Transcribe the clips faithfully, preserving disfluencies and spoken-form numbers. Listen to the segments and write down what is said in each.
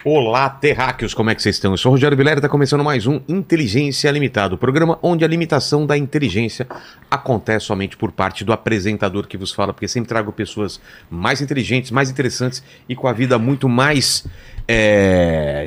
Olá, terráqueos, como é que vocês estão? Eu sou o Rogério Vilela e está começando mais um Inteligência Limitada, o programa onde a limitação da inteligência acontece somente por parte do apresentador que vos fala, porque sempre trago pessoas mais inteligentes, mais interessantes e com a vida muito mais é...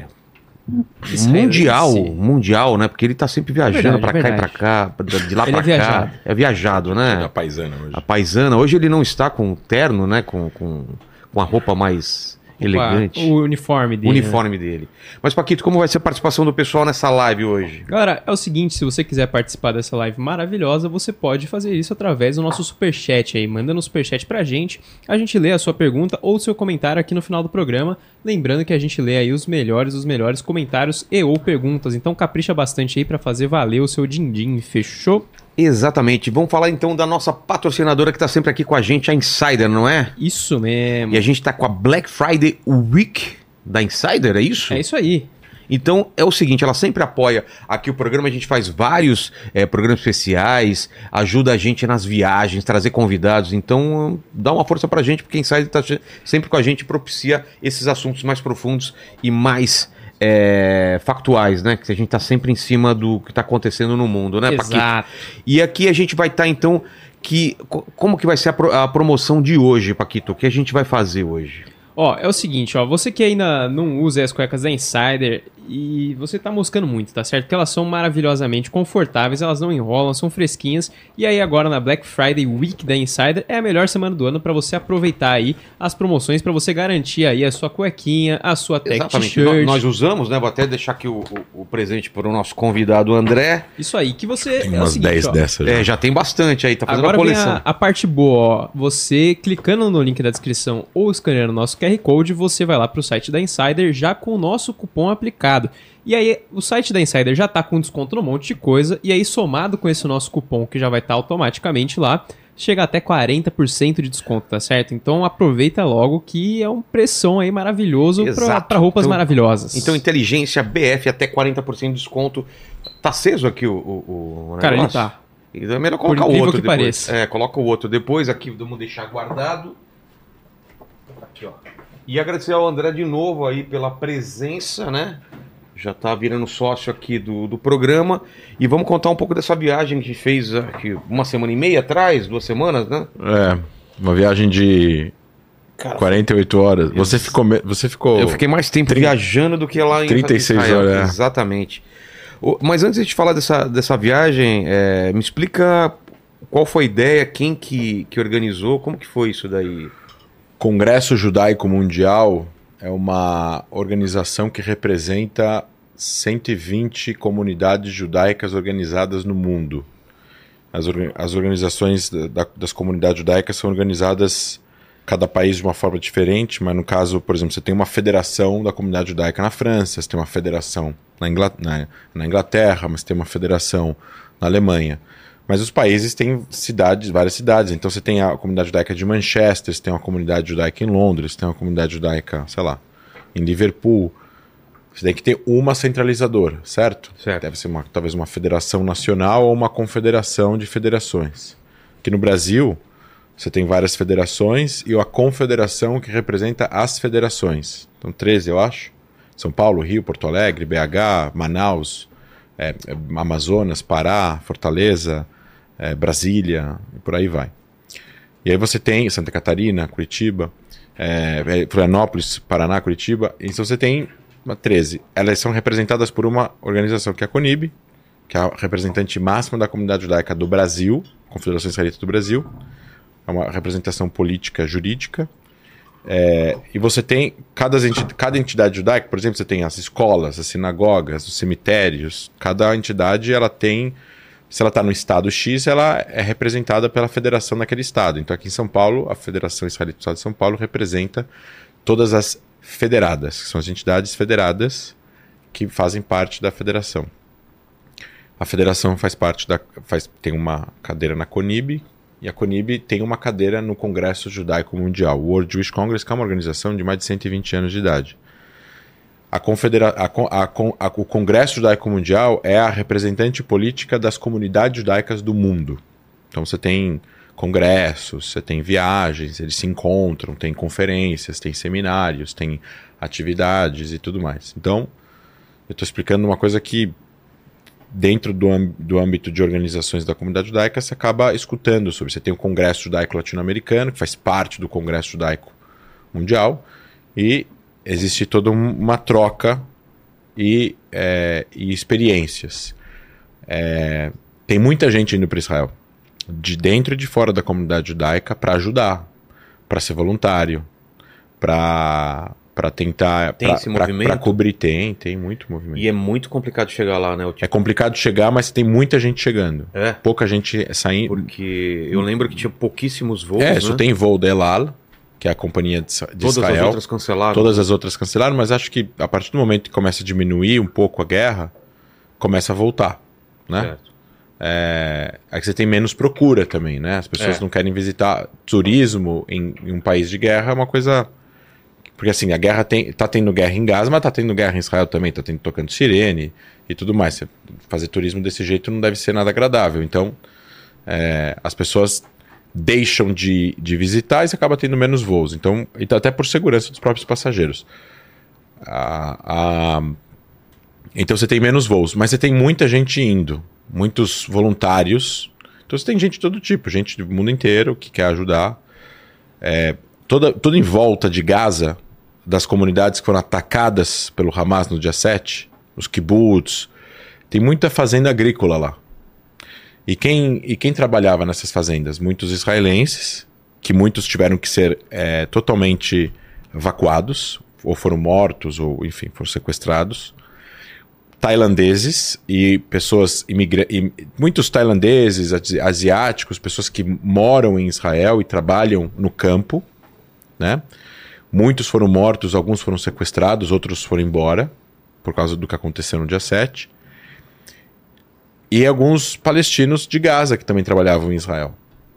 mundial, mundial, né? Porque ele tá sempre viajando para cá e para cá, de lá para cá. Viajado. É viajado, né? A paisana hoje. A paisana. Hoje ele não está com terno, né? Com, com, com a roupa mais elegante. O uniforme dele. O uniforme né? dele. Mas, Paquito, como vai ser a participação do pessoal nessa live hoje? Galera, é o seguinte, se você quiser participar dessa live maravilhosa, você pode fazer isso através do nosso superchat aí. Manda no superchat pra gente, a gente lê a sua pergunta ou seu comentário aqui no final do programa. Lembrando que a gente lê aí os melhores, os melhores comentários e ou perguntas. Então capricha bastante aí pra fazer valer o seu din-din, fechou? Exatamente. Vamos falar então da nossa patrocinadora que tá sempre aqui com a gente, a Insider, não é? Isso mesmo. E a gente tá com a Black Friday Week da Insider, é isso? É isso aí. Então é o seguinte, ela sempre apoia aqui o programa, a gente faz vários é, programas especiais, ajuda a gente nas viagens, trazer convidados, então dá uma força pra gente, porque a Insider tá sempre com a gente, propicia esses assuntos mais profundos e mais é, factuais, né? Que a gente tá sempre em cima do que tá acontecendo no mundo, né, Paquito? Exato. E aqui a gente vai estar, tá, então, que, como que vai ser a, pro, a promoção de hoje, Paquito? O que a gente vai fazer hoje? Ó, é o seguinte, ó, você que ainda não usa as cuecas da Insider e você tá moscando muito, tá certo? Porque elas são maravilhosamente confortáveis, elas não enrolam, são fresquinhas. E aí agora na Black Friday Week da Insider é a melhor semana do ano para você aproveitar aí as promoções, para você garantir aí a sua cuequinha, a sua tech t-shirt. Nós usamos, né? Vou até deixar aqui o, o, o presente para o nosso convidado André. Isso aí, que você... Tem é umas dez dessas já. É, já tem bastante aí, tá fazendo agora a coleção. Vem a, a parte boa, ó. Você clicando no link da descrição ou escaneando o nosso Q R Code, você vai lá pro site da Insider já com o nosso cupom aplicado. E aí, o site da Insider já tá com desconto num monte de coisa, e aí, somado com esse nosso cupom, que já vai estar automaticamente lá, chega até quarenta por cento de desconto, tá certo? Então, aproveita logo que é um pressão aí maravilhoso para roupas então, maravilhosas. Então, Inteligência B F, até quarenta por cento de desconto. Tá aceso aqui o, o, o Cara, ele tá. É melhor colocar o outro que depois. Pareça. É, coloca o outro depois, aqui vamos deixar guardado. Aqui, ó. E agradecer ao André de novo aí pela presença, né? Já tá virando sócio aqui do, do programa. E vamos contar um pouco dessa viagem que a gente fez aqui uma semana e meia atrás, duas semanas, né? É, uma viagem de Cara, quarenta e oito horas. Eu, você ficou, você ficou... Eu fiquei mais tempo trinta, viajando do que lá em trinta e seis Israel. horas. É. Exatamente. Mas antes de te falar dessa, dessa viagem, é, me explica qual foi a ideia, quem que, que organizou, como que foi isso daí? Congresso Judaico Mundial é uma organização que representa cento e vinte comunidades judaicas organizadas no mundo. As, orga as organizações da, das comunidades judaicas são organizadas, cada país de uma forma diferente, mas no caso, por exemplo, você tem uma federação da comunidade judaica na França, você tem uma federação na, Ingl na, na Inglaterra, mas tem uma federação na Alemanha. Mas os países têm cidades, várias cidades. Então você tem a comunidade judaica de Manchester, você tem uma comunidade judaica em Londres, você tem uma comunidade judaica, sei lá, em Liverpool. Você tem que ter uma centralizadora, certo? Certo. Deve ser uma, talvez uma federação nacional ou uma confederação de federações. Aqui no Brasil, você tem várias federações e a confederação que representa as federações. Então treze, eu acho. São Paulo, Rio, Porto Alegre, B H, Manaus, é, Amazonas, Pará, Fortaleza, É, Brasília, e por aí vai. E aí você tem Santa Catarina, Curitiba, é, Florianópolis, Paraná, Curitiba. Então você tem uma treze. Elas são representadas por uma organização que é a CONIB, que é a representante máxima da comunidade judaica do Brasil, Confederação Israelita do Brasil. É uma representação política, jurídica. É, e você tem cada, enti cada entidade judaica, por exemplo, você tem as escolas, as sinagogas, os cemitérios. Cada entidade ela tem... Se ela está no estado X, ela é representada pela federação daquele estado. Então, aqui em São Paulo, a Federação Israelita do Estado de São Paulo representa todas as federadas, que são as entidades federadas que fazem parte da federação. A federação faz parte da... Faz, tem uma cadeira na CONIB, e a CONIB tem uma cadeira no Congresso Judaico Mundial, o World Jewish Congress, que é uma organização de mais de cento e vinte anos de idade. A confedera a, a, a, o Congresso Judaico Mundial é a representante política das comunidades judaicas do mundo. Então você tem congressos, você tem viagens, eles se encontram, tem conferências, tem seminários, tem atividades e tudo mais. Então, eu estou explicando uma coisa que, dentro do, do âmbito de organizações da comunidade judaica, você acaba escutando sobre. Você tem o Congresso Judaico Latino-Americano, que faz parte do Congresso Judaico Mundial, e existe toda uma troca e, é, e experiências. É, tem muita gente indo para Israel, de dentro e de fora da comunidade judaica, para ajudar, para ser voluntário, para para tentar, para cobrir. Tem, tem muito movimento. E é muito complicado chegar lá, né? Tipo... É complicado chegar, mas tem muita gente chegando. É? Pouca gente saindo. Porque eu lembro que tinha pouquíssimos voos, É, né? só tem voo da El Al, que é a companhia de, de Todas Israel. Todas as outras cancelaram. Todas as outras cancelaram, mas acho que a partir do momento que começa a diminuir um pouco a guerra, começa a voltar, né? Certo. É, é que você tem menos procura também, né? As pessoas É. não querem visitar. Turismo em, em um país de guerra é uma coisa... Porque assim, a guerra tem, tá tendo guerra em Gaza, mas tá tendo guerra em Israel também, tá tendo, tocando sirene e tudo mais. Você fazer turismo desse jeito não deve ser nada agradável. Então, é, as pessoas deixam de, de visitar e você acaba tendo menos voos. Então, então, até por segurança dos próprios passageiros. A, a, então você tem menos voos, mas você tem muita gente indo, muitos voluntários. Então você tem gente de todo tipo, gente do mundo inteiro que quer ajudar. É, toda, toda em volta de Gaza, das comunidades que foram atacadas pelo Hamas no dia sete, os kibbutz, tem muita fazenda agrícola lá. E quem, e quem trabalhava nessas fazendas? Muitos israelenses, que muitos tiveram que ser é, totalmente evacuados, ou foram mortos, ou enfim, foram sequestrados. Tailandeses e pessoas imigrantes, muitos tailandeses, asiáticos, pessoas que moram em Israel e trabalham no campo, né? Muitos foram mortos, alguns foram sequestrados, outros foram embora, por causa do que aconteceu no dia sete. E alguns palestinos de Gaza que também trabalhavam em Israel.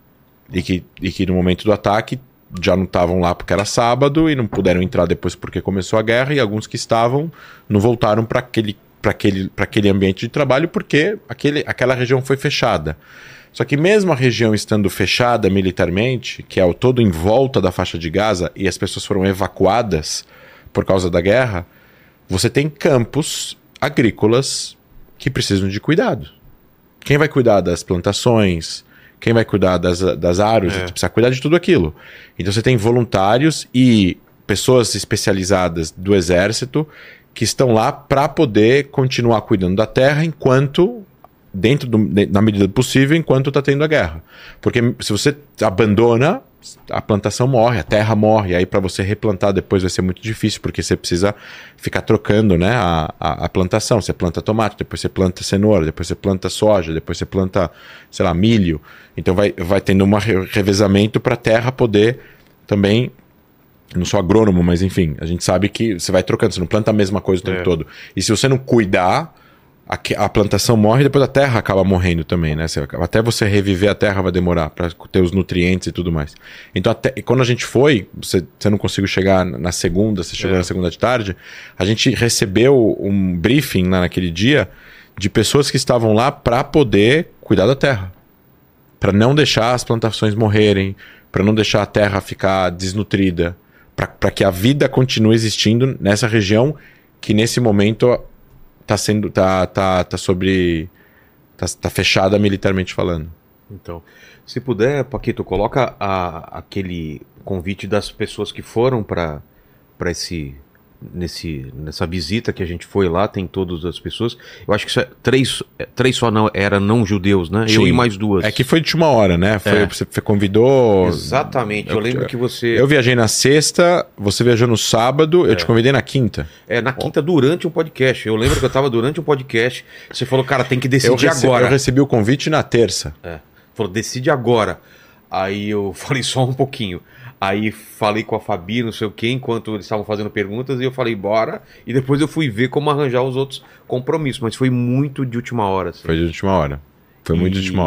E que, e que no momento do ataque já não estavam lá porque era sábado e não puderam entrar depois porque começou a guerra. E alguns que estavam não voltaram para aquele, para aquele, para aquele ambiente de trabalho porque aquele, aquela região foi fechada. Só que mesmo a região estando fechada militarmente, que é o todo em volta da faixa de Gaza, e as pessoas foram evacuadas por causa da guerra, você tem campos agrícolas que precisam de cuidado. Quem vai cuidar das plantações? Quem vai cuidar das, das árvores? É. Você precisa cuidar de tudo aquilo. Então você tem voluntários e pessoas especializadas do exército que estão lá para poder continuar cuidando da terra enquanto... dentro do, na medida do possível, enquanto está tendo a guerra. Porque se você abandona, a plantação morre, a terra morre, aí para você replantar depois vai ser muito difícil, porque você precisa ficar trocando, né, a, a, a plantação. Você planta tomate, depois você planta cenoura, depois você planta soja, depois você planta, sei lá, milho. Então vai, vai tendo um revezamento para a terra poder também... Não sou agrônomo, mas enfim, a gente sabe que você vai trocando, você não planta a mesma coisa o tempo é. todo. E se você não cuidar... A, a plantação morre e depois a terra acaba morrendo também, né? Você, até você reviver a terra vai demorar para ter os nutrientes e tudo mais. Então, até, quando a gente foi, você, você não conseguiu chegar na segunda, você chegou é. na segunda de tarde, a gente recebeu um briefing né, naquele dia de pessoas que estavam lá para poder cuidar da terra. Para não deixar as plantações morrerem, para não deixar a terra ficar desnutrida, para que a vida continue existindo nessa região que nesse momento... Tá sendo, tá, tá, tá sobre, tá, tá fechada militarmente falando. Então, se puder, Paquito, coloca a, aquele convite das pessoas que foram para para esse, nesse, nessa visita que a gente foi lá, tem todas as pessoas. Eu acho que isso é, três, três só não, era não judeus, né? Sim. Eu e mais duas. É que foi de última hora, né? Foi, é. Você convidou... Exatamente, eu, eu lembro que você... Eu viajei na sexta, você viajou no sábado, é. eu te convidei na quinta. É, na quinta durante um podcast. Eu lembro que eu tava durante um podcast, você falou, cara, tem que decidir eu recebi, agora. Eu recebi o convite na terça. É, falou, decide agora. Aí eu falei, só um pouquinho. Aí falei com a Fabi, não sei o que, enquanto eles estavam fazendo perguntas, e eu falei, bora. E depois eu fui ver como arranjar os outros compromissos. Mas foi muito de última hora. Assim. Foi de última hora. Foi e... muito de última hora.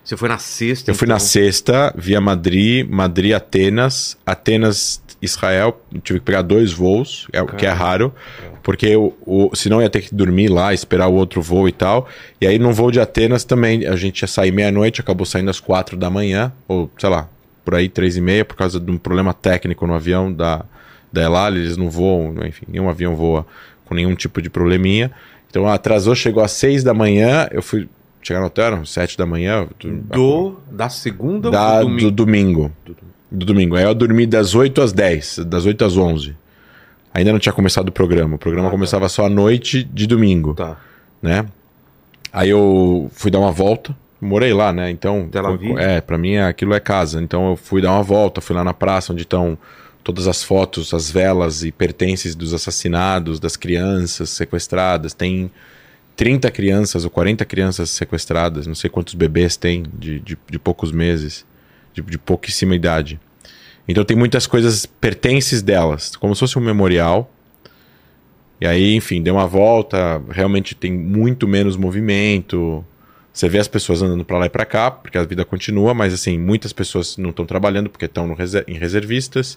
Você foi na sexta? Eu fui então? na sexta, via Madrid, Madrid, Atenas, Atenas, Israel. Tive que pegar dois voos, é, o que é raro, porque eu, o, senão ia ter que dormir lá, esperar o outro voo e tal. E aí no voo de Atenas também, a gente ia sair meia-noite, acabou saindo às quatro da manhã, ou sei lá, por aí três e meia, por causa de um problema técnico no avião da, da El Al, eles não voam, enfim, nenhum avião voa com nenhum tipo de probleminha. Então atrasou, chegou às seis da manhã, eu fui... Chegar no hotel, eram sete da manhã. Do, da segunda da, ou do domingo? Do domingo. Do, do domingo. Aí eu dormi das oito às dez, das oito às onze. Ainda não tinha começado o programa. O programa ah, começava tá. só à noite de domingo. Tá. Né? Aí eu fui dar uma volta. Morei lá, né? Então, Tel Aviv? É, pra mim aquilo é casa. Então eu fui dar uma volta, fui lá na praça onde estão todas as fotos, as velas e pertences dos assassinados, das crianças sequestradas. Tem trinta crianças ou quarenta crianças sequestradas, não sei quantos bebês tem de, de, de poucos meses, de, de pouquíssima idade. Então tem muitas coisas, pertences delas, como se fosse um memorial. E aí, enfim, deu uma volta, realmente tem muito menos movimento. Você vê as pessoas andando para lá e para cá, porque a vida continua, mas assim, muitas pessoas não estão trabalhando porque estão no reser- em reservistas.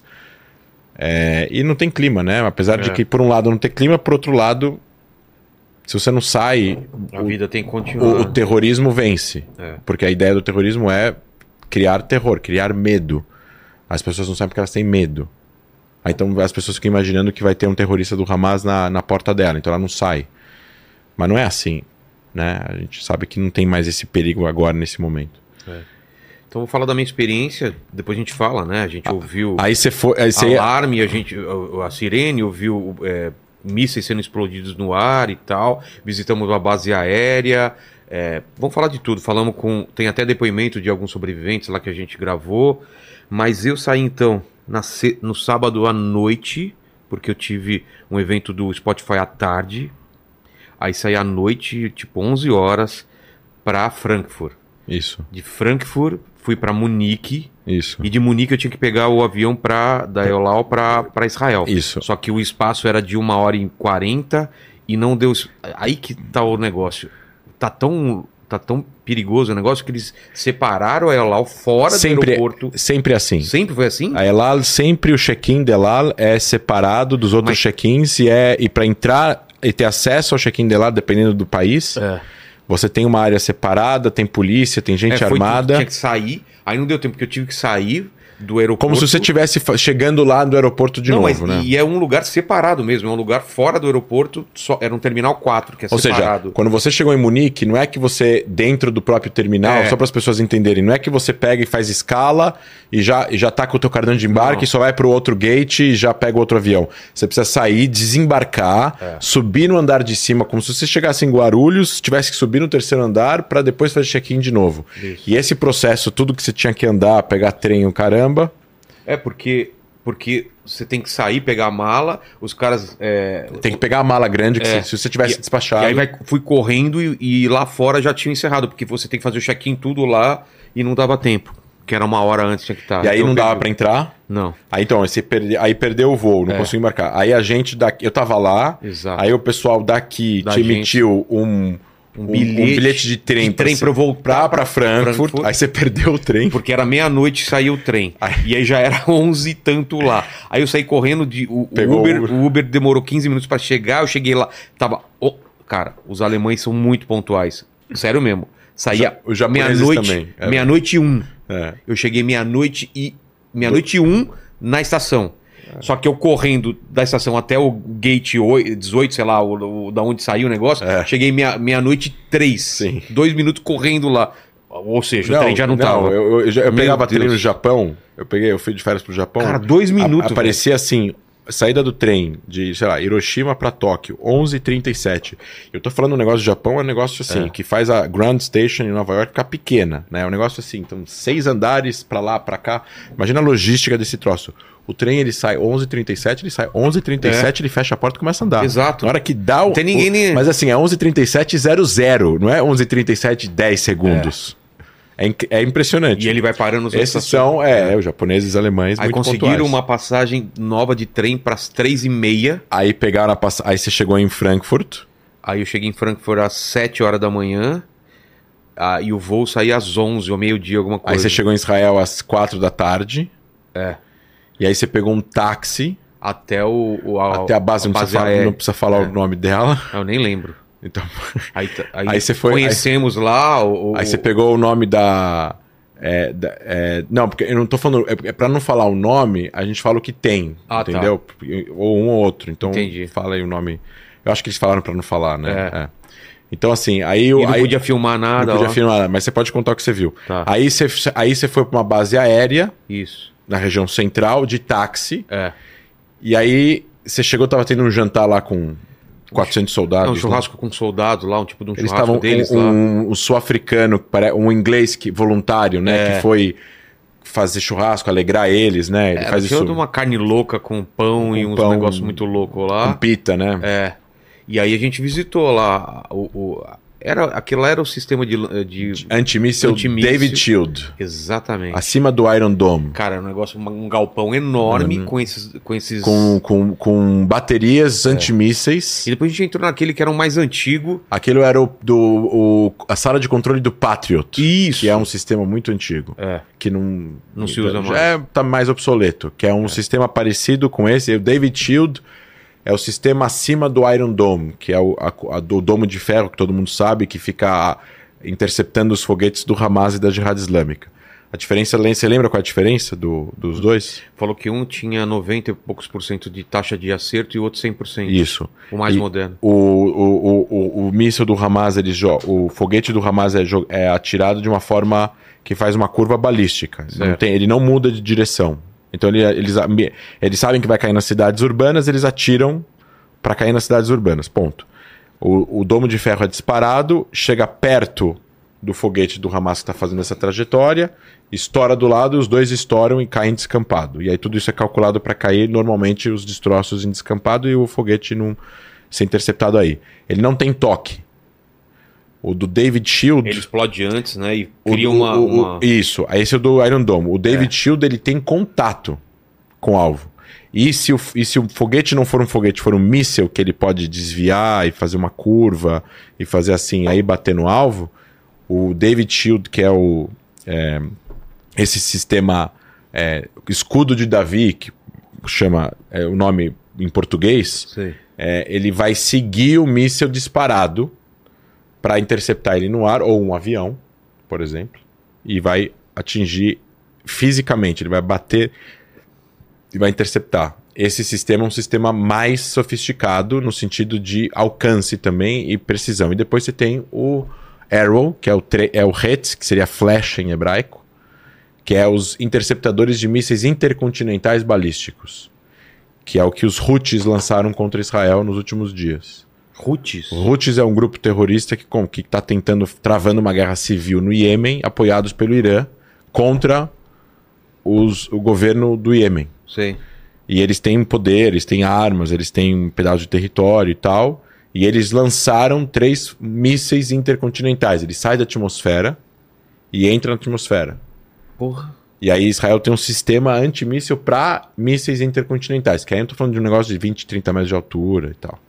É, e não tem clima, né? Apesar é. de que, por um lado, não ter clima, por outro lado... Se você não sai, a o, vida tem que continuar. O, o terrorismo vence. É. Porque a ideia do terrorismo é criar terror, criar medo. As pessoas não sabem porque elas têm medo. Aí, então as pessoas ficam imaginando que vai ter um terrorista do Hamas na, na porta dela, então ela não sai. Mas não é assim, né? A gente sabe que não tem mais esse perigo agora, nesse momento. É. Então vou falar da minha experiência, depois a gente fala, né? A gente ouviu aí você foi, aí você alarme, a, gente, a, a sirene, ouviu... É, mísseis sendo explodidos no ar e tal, visitamos uma base aérea, é, vamos falar de tudo, falamos com, tem até depoimento de alguns sobreviventes lá que a gente gravou, mas eu saí então na, no sábado à noite, porque eu tive um evento do Spotify à tarde, aí saí à noite, tipo onze horas, para Frankfurt. Isso. De Frankfurt fui para Munique. Isso. E de Munique eu tinha que pegar o avião pra, da El Al para Israel. Isso. Só que o espaço era de uma hora e quarenta e não deu... Aí que tá o negócio. Tá tão, tá tão perigoso o negócio que eles separaram a El Al fora sempre, do aeroporto. Sempre assim. Sempre foi assim? A El Al, sempre o check-in da El Al é separado dos outros Mas... check-ins e, é, e para entrar e ter acesso ao check-in da El Al, dependendo do país... É. Você tem uma área separada, tem polícia, tem gente é, foi armada. Tinha que sair, aí não deu tempo, porque eu tive que sair do aeroporto. Como se você estivesse chegando lá do aeroporto de não, novo, mas, né? E é um lugar separado mesmo, é um lugar fora do aeroporto, só, era um terminal quatro, que é Ou separado. Ou seja, quando você chegou em Munique, não é que você, dentro do próprio terminal, é. só para as pessoas entenderem, não é que você pega e faz escala e já, e já tá com o teu cartão de embarque não. e só vai pro outro gate e já pega o outro avião. Você precisa sair, desembarcar, é. subir no andar de cima, como se você chegasse em Guarulhos, tivesse que subir no terceiro andar para depois fazer check-in de novo. Isso. E esse processo, tudo que você tinha que andar, pegar trem, o caramba... É, porque, porque você tem que sair, pegar a mala, os caras... É... Tem que pegar a mala grande, que é. se, se você tivesse e, despachado... E aí vai, fui correndo e, e lá fora já tinha encerrado, porque você tem que fazer o check-in tudo lá e não dava tempo, que era uma hora antes tinha que estar. E aí então, não perdi... dava pra entrar? Não. Aí então, você perde... aí perdeu o voo, não é. conseguiu embarcar. Aí a gente daqui... Eu tava lá, Exato. aí o pessoal daqui da te emitiu um... Um bilhete, um bilhete de trem, de trem para voltar para Frankfurt, Frankfurt. Aí você perdeu o trem. Porque era meia-noite e saiu o trem. Ai. E aí já era onze e tanto lá. Aí eu saí correndo de. O, o, Uber, Uber. o Uber demorou quinze minutos para chegar. Eu cheguei lá. Tava. Oh, cara, os alemães são muito pontuais. Sério mesmo. Saía meia-noite. É. Meia-noite e um. É. Eu cheguei meia-noite e. Meia-noite e um na estação. Só que eu correndo da estação até o gate dezoito, sei lá, o, o, da onde saiu o negócio, é. cheguei meia, meia-noite três. Sim. Dois minutos correndo lá. Ou seja, não, o trem já não, não tava. Eu, eu, eu pegava trem no Japão, eu peguei, eu fui de férias pro Japão. Cara, dois minutos. A, aparecia véio. assim, saída do trem de, sei lá, Hiroshima pra Tóquio, onze e trinta e sete. Eu tô falando um negócio do Japão, é um negócio assim, é. que faz a Grand Station em Nova York ficar pequena, né? É um negócio assim, então seis andares pra lá, pra cá. Imagina a logística desse troço. O trem, ele sai onze e trinta e sete, ele sai onze e trinta e sete, é. ele fecha a porta e começa a andar. Exato. Na hora que dá o... Não tem ninguém... o nem... Mas assim, é onze e trinta e sete, zero zero, não é onze e trinta e sete, dez segundos. É. É, é impressionante. E ele vai parando os Esses são, é, é, os japoneses e alemães aí muito conseguiram pontuais. Uma passagem nova de trem para as três e meia. Aí pegaram a passagem, aí você chegou em Frankfurt. Aí eu cheguei em Frankfurt às sete horas da manhã. ah, e o voo saía às onze ou meio-dia, alguma coisa. Aí você chegou em Israel às quatro da tarde. É. E aí você pegou um táxi... Até o... o a, até a base, a não, base precisa falar, não precisa falar é. o nome dela. Eu nem lembro. Então... Aí, aí, aí você foi... Conhecemos aí, lá... O, aí você pegou o nome da... É, da é, não, porque eu não tô falando... É, é pra não falar o nome, a gente fala o que tem, ah, entendeu? Tá. Ou um ou outro. Então Entendi. Fala aí o nome... Eu acho que eles falaram pra não falar, né? É. É. Então, assim, aí... E não aí, podia filmar nada. Não podia ó. filmar nada, mas você pode contar o que você viu. Tá. Aí você, aí você foi pra uma base aérea... Isso. Na região central, de táxi. É. E aí você chegou, tava tendo um jantar lá com quatrocentos soldados. É um churrasco né? com soldados lá, um tipo de um Eles churrasco tavam, deles um, lá. Um, um sul-africano, um inglês que, voluntário, né? É. Que foi fazer churrasco, alegrar eles, né? Ele é, faz tinha isso. uma carne louca com pão com e uns pão, negócios muito loucos lá. Com pita, né? É. E aí a gente visitou lá o... o Era, aquilo lá era o sistema de... de, de antimíssel antimíssel David Shield. Exatamente. Acima do Iron Dome. Cara, um negócio, um galpão enorme uhum. com esses... Com, esses... Com, com, com baterias é. antimísseis. E depois a gente entrou naquele que era o mais antigo. Aquele era o, do, o, a sala de controle do Patriot. Isso. Que é um sistema muito antigo. É. Que não... Não se usa já mais. É, tá mais obsoleto. Que é um é. sistema parecido com esse. O David Shield... É o sistema acima do Iron Dome, que é o a, a, do domo de ferro, que todo mundo sabe, que fica interceptando os foguetes do Hamas e da Jihad Islâmica. A diferença, você lembra qual é a diferença do, dos dois? Falou que um tinha noventa e poucos por cento de taxa de acerto e o outro cem por cento. Isso. O mais e moderno. O, o, o, o, o míssil do Hamas, ele, o foguete do Hamas é, é atirado de uma forma que faz uma curva balística. Não tem, ele não muda de direção. Então ele, eles, eles sabem que vai cair nas cidades urbanas, eles atiram para cair nas cidades urbanas, ponto. O, o domo de ferro é disparado, chega perto do foguete do Hamas que está fazendo essa trajetória, estoura do lado, os dois estouram e caem descampado. E aí tudo isso é calculado para cair, normalmente, os destroços em descampado e o foguete não ser interceptado aí. Ele não tem toque. O do David Shield... Ele explode antes, né? E cria o, uma, o, uma... Isso, esse é o do Iron Dome. O David é. Shield, ele tem contato com o alvo. E se o, e se o foguete não for um foguete, for um míssil, que ele pode desviar e fazer uma curva e fazer assim, aí bater no alvo, o David Shield, que é o... É, esse sistema é, escudo de Davi, que chama é, o nome em português, é, ele vai seguir o míssil disparado para interceptar ele no ar, ou um avião, por exemplo, e vai atingir fisicamente, ele vai bater e vai interceptar. Esse sistema é um sistema mais sofisticado no sentido de alcance também e precisão. E depois você tem o Arrow, que é o, é o Hetz, que seria flecha em hebraico, que é os interceptadores de mísseis intercontinentais balísticos, que é o que os Houthis lançaram contra Israel nos últimos dias. Houthis? Houthis é um grupo terrorista que está tentando, travando uma guerra civil no Iêmen, apoiados pelo Irã, contra os, o governo do Iêmen. Sim. E eles têm poder, eles têm armas, eles têm um pedaço de território e tal. E eles lançaram três mísseis intercontinentais. Eles saem da atmosfera e entram na atmosfera. Porra. E aí Israel tem um sistema antimíssil para mísseis intercontinentais. Que aí eu tô falando de um negócio de vinte, trinta metros de altura e tal.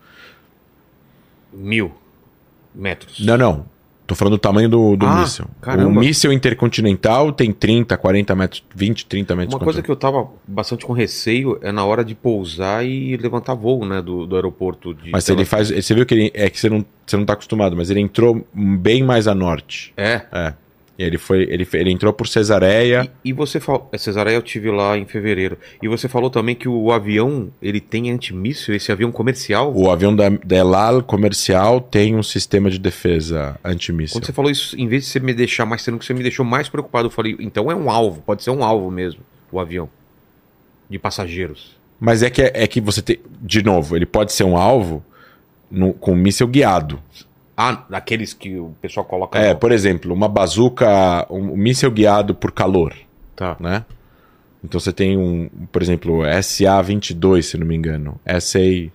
Mil metros. Não, não. Tô falando do tamanho do, do ah, míssil. Caramba. O míssil intercontinental tem trinta, quarenta metros, vinte, trinta metros. Uma coisa que eu tava bastante com receio é na hora de pousar e levantar voo, né, do, do aeroporto. De mas ele faz, você viu que ele, é que você não, você não tá acostumado, mas ele entrou bem mais a norte. É? É. E ele, foi, ele, ele entrou por Cesareia. E, e você falou... Cesareia eu tive lá em fevereiro. E você falou também que o avião, ele tem antimíssil, esse avião comercial? O avião da, da El Al comercial tem um sistema de defesa antimíssil. Quando você falou isso, em vez de você me deixar mais sereno, que você me deixou mais preocupado, eu falei, então é um alvo, pode ser um alvo mesmo, o avião. De passageiros. Mas é que, é que você tem... De novo, ele pode ser um alvo no, com um míssil guiado. Ah, daqueles que o pessoal coloca... É, no... por exemplo, uma bazuca, um, um míssil guiado por calor. Tá. Né? Então você tem um, por exemplo, S A vinte e dois, se não me engano. S A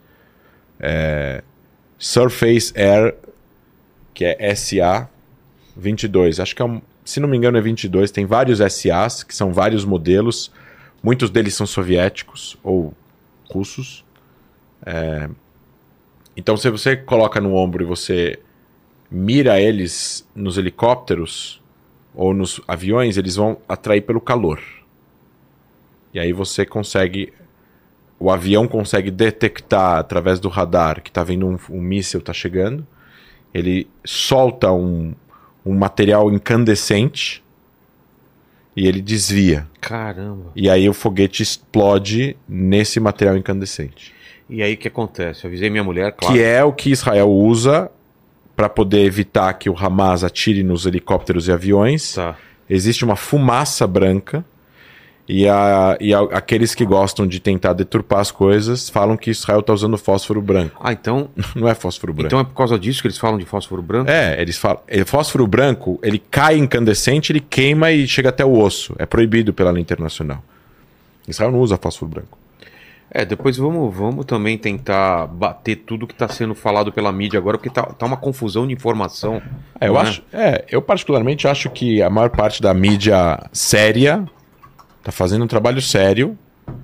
é, Surface Air, que é S A vinte e dois. Acho que é um, se não me engano é vinte e dois. Tem vários S As, que são vários modelos. Muitos deles são soviéticos ou russos. É, então se você coloca no ombro e você... mira eles nos helicópteros ou nos aviões, eles vão atrair pelo calor. E aí você consegue... O avião consegue detectar através do radar que está vindo um, um míssil tá chegando. Ele solta um, um material incandescente e ele desvia. Caramba. E aí o foguete explode nesse material incandescente. E aí o que acontece? Eu avisei minha mulher, claro. Que é o que Israel usa para poder evitar que o Hamas atire nos helicópteros e aviões. Tá. Existe uma fumaça branca e, a, e a, aqueles que gostam de tentar deturpar as coisas falam que Israel está usando fósforo branco. Ah, então... Não é fósforo branco. Então é por causa disso que eles falam de fósforo branco? É, eles falam... É, fósforo branco, ele cai incandescente, ele queima e chega até o osso. É proibido pela lei internacional. Israel não usa fósforo branco. É, depois vamos, vamos também tentar bater tudo que está sendo falado pela mídia agora, porque tá, tá uma confusão de informação. É, eu, né? acho, é, eu particularmente acho que a maior parte da mídia séria está fazendo um trabalho sério.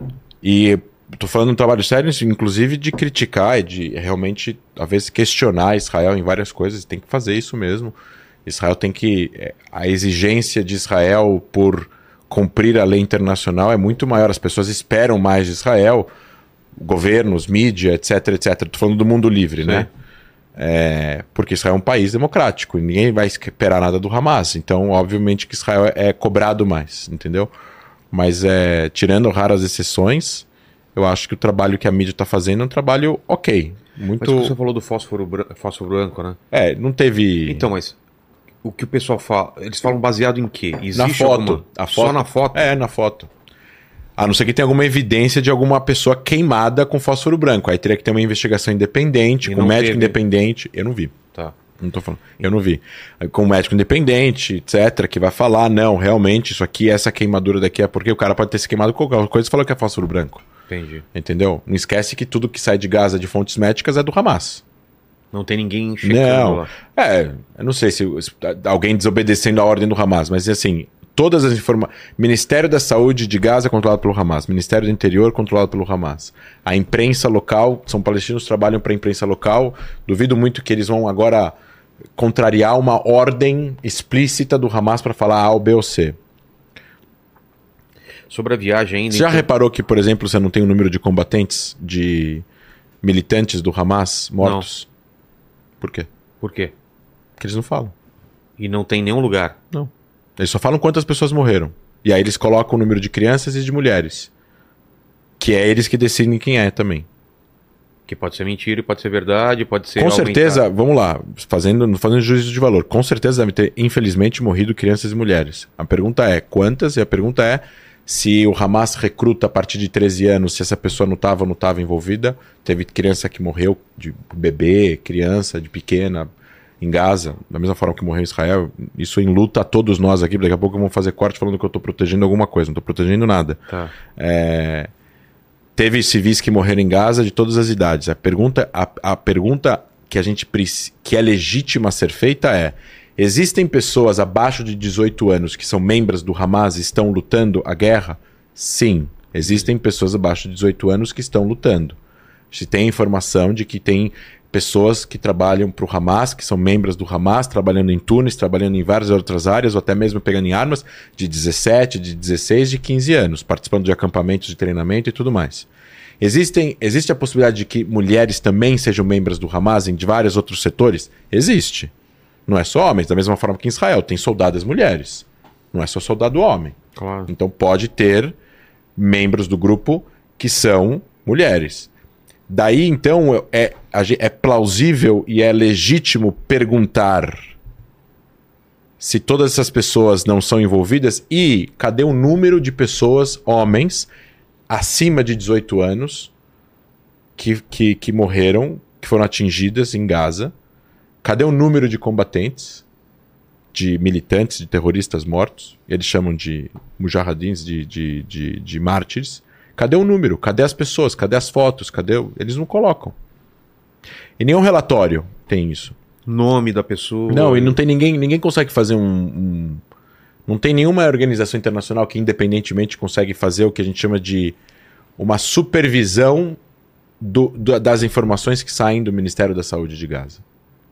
E estou falando um trabalho sério, inclusive, de criticar e de realmente, às vezes, questionar Israel em várias coisas. Tem que fazer isso mesmo. Israel tem que... A exigência de Israel por... cumprir a lei internacional é muito maior, as pessoas esperam mais de Israel, governos, mídia, etc, etcétera. Estou falando do mundo livre, Sim. né? É, porque Israel é um país democrático e ninguém vai esperar nada do Hamas, então obviamente que Israel é, é cobrado mais, entendeu? Mas é, tirando raras exceções, eu acho que o trabalho que a mídia está fazendo é um trabalho ok. Muito... Mas você falou do fósforo, bran... fósforo branco, né? É, não teve... Então, mas... O que o pessoal fala, eles falam baseado em quê? Existe na foto. alguma... A Só foto. na foto? É, na foto. A não ser que tenha alguma evidência de alguma pessoa queimada com fósforo branco. Aí teria que ter uma investigação independente, E com não um médico teve. independente. Eu não vi. Tá. Não tô falando. Eu não vi. Aí, com um médico independente, etcétera, que vai falar, não, realmente, isso aqui, essa queimadura daqui é porque o cara pode ter se queimado com qualquer coisa e falou que é fósforo branco. Entendi. Entendeu? Não esquece que tudo que sai de Gaza de fontes médicas é do Hamas. Não tem ninguém checando Não, lá. é, eu não sei se, se alguém desobedecendo a ordem do Hamas, mas assim, todas as informações... Ministério da Saúde de Gaza é controlado pelo Hamas, Ministério do Interior controlado pelo Hamas. A imprensa local, são palestinos que trabalham para a imprensa local, duvido muito que eles vão agora contrariar uma ordem explícita do Hamas para falar A, ou B ou C. Sobre a viagem ainda... Você já então- reparou que, por exemplo, você não tem o número de combatentes, de militantes do Hamas mortos? Por quê? Por quê? Porque eles não falam. E não tem nenhum lugar. Não. Eles só falam quantas pessoas morreram. E aí eles colocam o número de crianças e de mulheres. Que é eles que decidem quem é também. Que pode ser mentira, pode ser verdade, pode ser... Com aumentar. certeza, vamos lá, fazendo, fazendo juízo de valor. Com certeza deve ter, infelizmente, morrido crianças e mulheres. A pergunta é quantas? E a pergunta é se o Hamas recruta a partir de treze anos, se essa pessoa não estava ou não estava envolvida. Teve criança que morreu, de bebê, criança, de pequena, em Gaza, da mesma forma que morreu em Israel. Isso enluta a todos nós aqui. Daqui a pouco vamos fazer corte falando que eu estou protegendo alguma coisa. Não estou protegendo nada. Tá. É... Teve civis que morreram em Gaza de todas as idades. A pergunta, a, a pergunta que a gente preci- que é legítima a ser feita é: existem pessoas abaixo de dezoito anos que são membros do Hamas e estão lutando a guerra? Sim, existem pessoas abaixo de dezoito anos que estão lutando. Se tem informação de que tem pessoas que trabalham para o Hamas, que são membros do Hamas, trabalhando em Tunis, trabalhando em várias outras áreas, ou até mesmo pegando em armas, de dezessete, de dezesseis, de quinze anos, participando de acampamentos de treinamento e tudo mais. Existem, existe a possibilidade de que mulheres também sejam membros do Hamas em vários outros setores? Existe. Não é só homens, da mesma forma que em Israel, tem soldadas mulheres. Não é só soldado homem. Claro. Então pode ter membros do grupo que são mulheres. Daí, então, é, é plausível e é legítimo perguntar se todas essas pessoas não são envolvidas e cadê o número de pessoas, homens, acima de dezoito anos, que, que, que morreram, que foram atingidas em Gaza. Cadê o número de combatentes, de militantes, de terroristas mortos? Eles chamam de mujahidins, de, de, de, de mártires. Cadê o número? Cadê as pessoas? Cadê as fotos? Cadê o... Eles não colocam. E nenhum relatório tem isso. Nome da pessoa... Não, e não tem ninguém... Ninguém consegue fazer um... um... Não tem nenhuma organização internacional que independentemente consegue fazer o que a gente chama de uma supervisão do, do, das informações que saem do Ministério da Saúde de Gaza.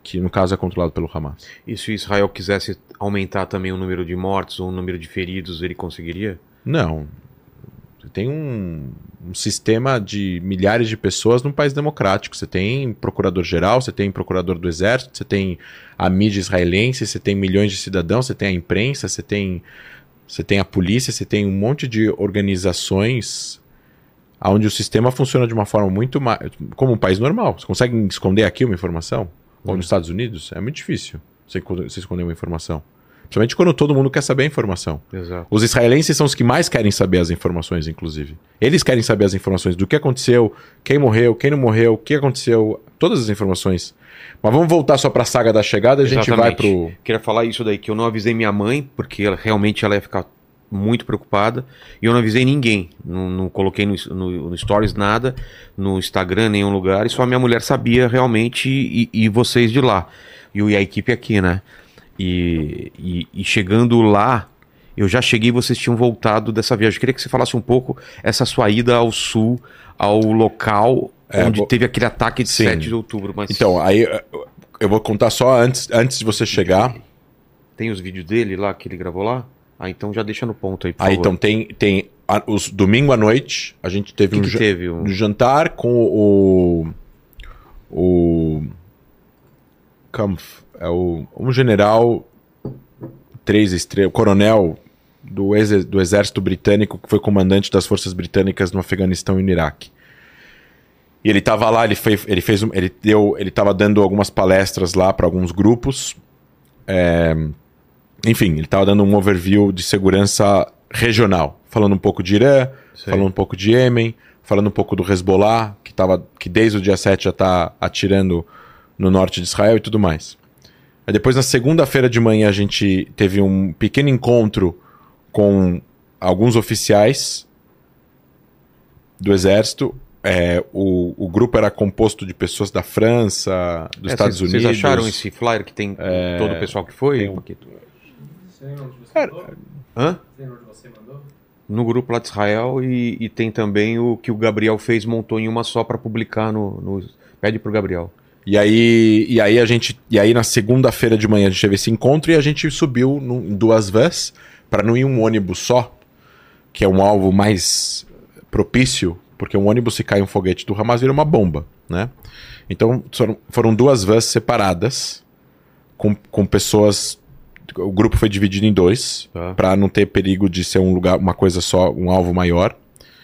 que no caso é controlado pelo Hamas. E se Israel quisesse aumentar também o número de mortos ou o número de feridos, ele conseguiria? Não. Você tem um, um sistema de milhares de pessoas num país democrático. Você tem procurador-geral, você tem procurador do exército, você tem a mídia israelense, você tem milhões de cidadãos, você tem a imprensa, você tem, você tem a polícia, você tem um monte de organizações onde o sistema funciona de uma forma muito mais... como um país normal. Você consegue esconder aqui uma informação? Hum. Ou nos Estados Unidos? É muito difícil você, você esconder uma informação. Principalmente quando todo mundo quer saber a informação. Exato. Os israelenses são os que mais querem saber as informações, inclusive. Eles querem saber as informações do que aconteceu, quem morreu, quem não morreu, o que aconteceu, todas as informações. Mas vamos voltar só para a saga da chegada, a gente vai pro... Queria falar isso daí, que eu não avisei minha mãe, porque ela, realmente ela ia ficar muito preocupada, e eu não avisei ninguém. Não, não coloquei no, no, no Stories nada, no Instagram, nenhum lugar, e só a minha mulher sabia realmente, e, e vocês de lá. E, e a equipe aqui, né? E, e, e chegando lá, eu já cheguei e vocês tinham voltado dessa viagem. Eu queria que você falasse um pouco essa sua ida ao sul, ao local é, onde bo... teve aquele ataque de Sim. sete de outubro. Mas... Então, aí eu vou contar só antes, antes de você chegar. Tem os vídeos dele lá, que ele gravou lá? Ah, então já deixa no ponto aí, por aí favor. Então tem, tem a, os, domingo à noite, a gente teve que um, que ja teve um... um jantar com o... o Kampf. É o, um general, três estrelas, coronel do, ex, do exército britânico, que foi comandante das forças britânicas no Afeganistão e no Iraque. E ele estava lá, ele fez, ele fez, ele deu, ele estava dando algumas palestras lá para alguns grupos. É, enfim, ele estava dando um overview de segurança regional, falando um pouco de Irã, Sim. falando um pouco de Iêmen, falando um pouco do Hezbollah, que, tava, que desde o dia sete já está atirando no norte de Israel e tudo mais. Aí depois, na segunda-feira de manhã, a gente teve um pequeno encontro com alguns oficiais do exército. É, o, o grupo era composto de pessoas da França, dos é, Estados cês, Unidos. Vocês acharam esse flyer que tem é, todo o pessoal que foi? Tem um... Você lembra onde você mandou? Hã? Você lembra onde você mandou? No grupo lá de Israel, e, e tem também o que o Gabriel fez, montou em uma só para publicar no, no... Pede pro Gabriel. E aí, e aí a gente, e aí na segunda-feira de manhã a gente teve esse encontro e a gente subiu no, em duas vans para não ir um ônibus só, que é um alvo mais propício, porque um ônibus, se cai um foguete do Hamas, vira uma bomba, né? Então foram, foram duas vans separadas com, com pessoas. O grupo foi dividido em dois tá. para não ter perigo de ser um lugar, uma coisa só, um alvo maior.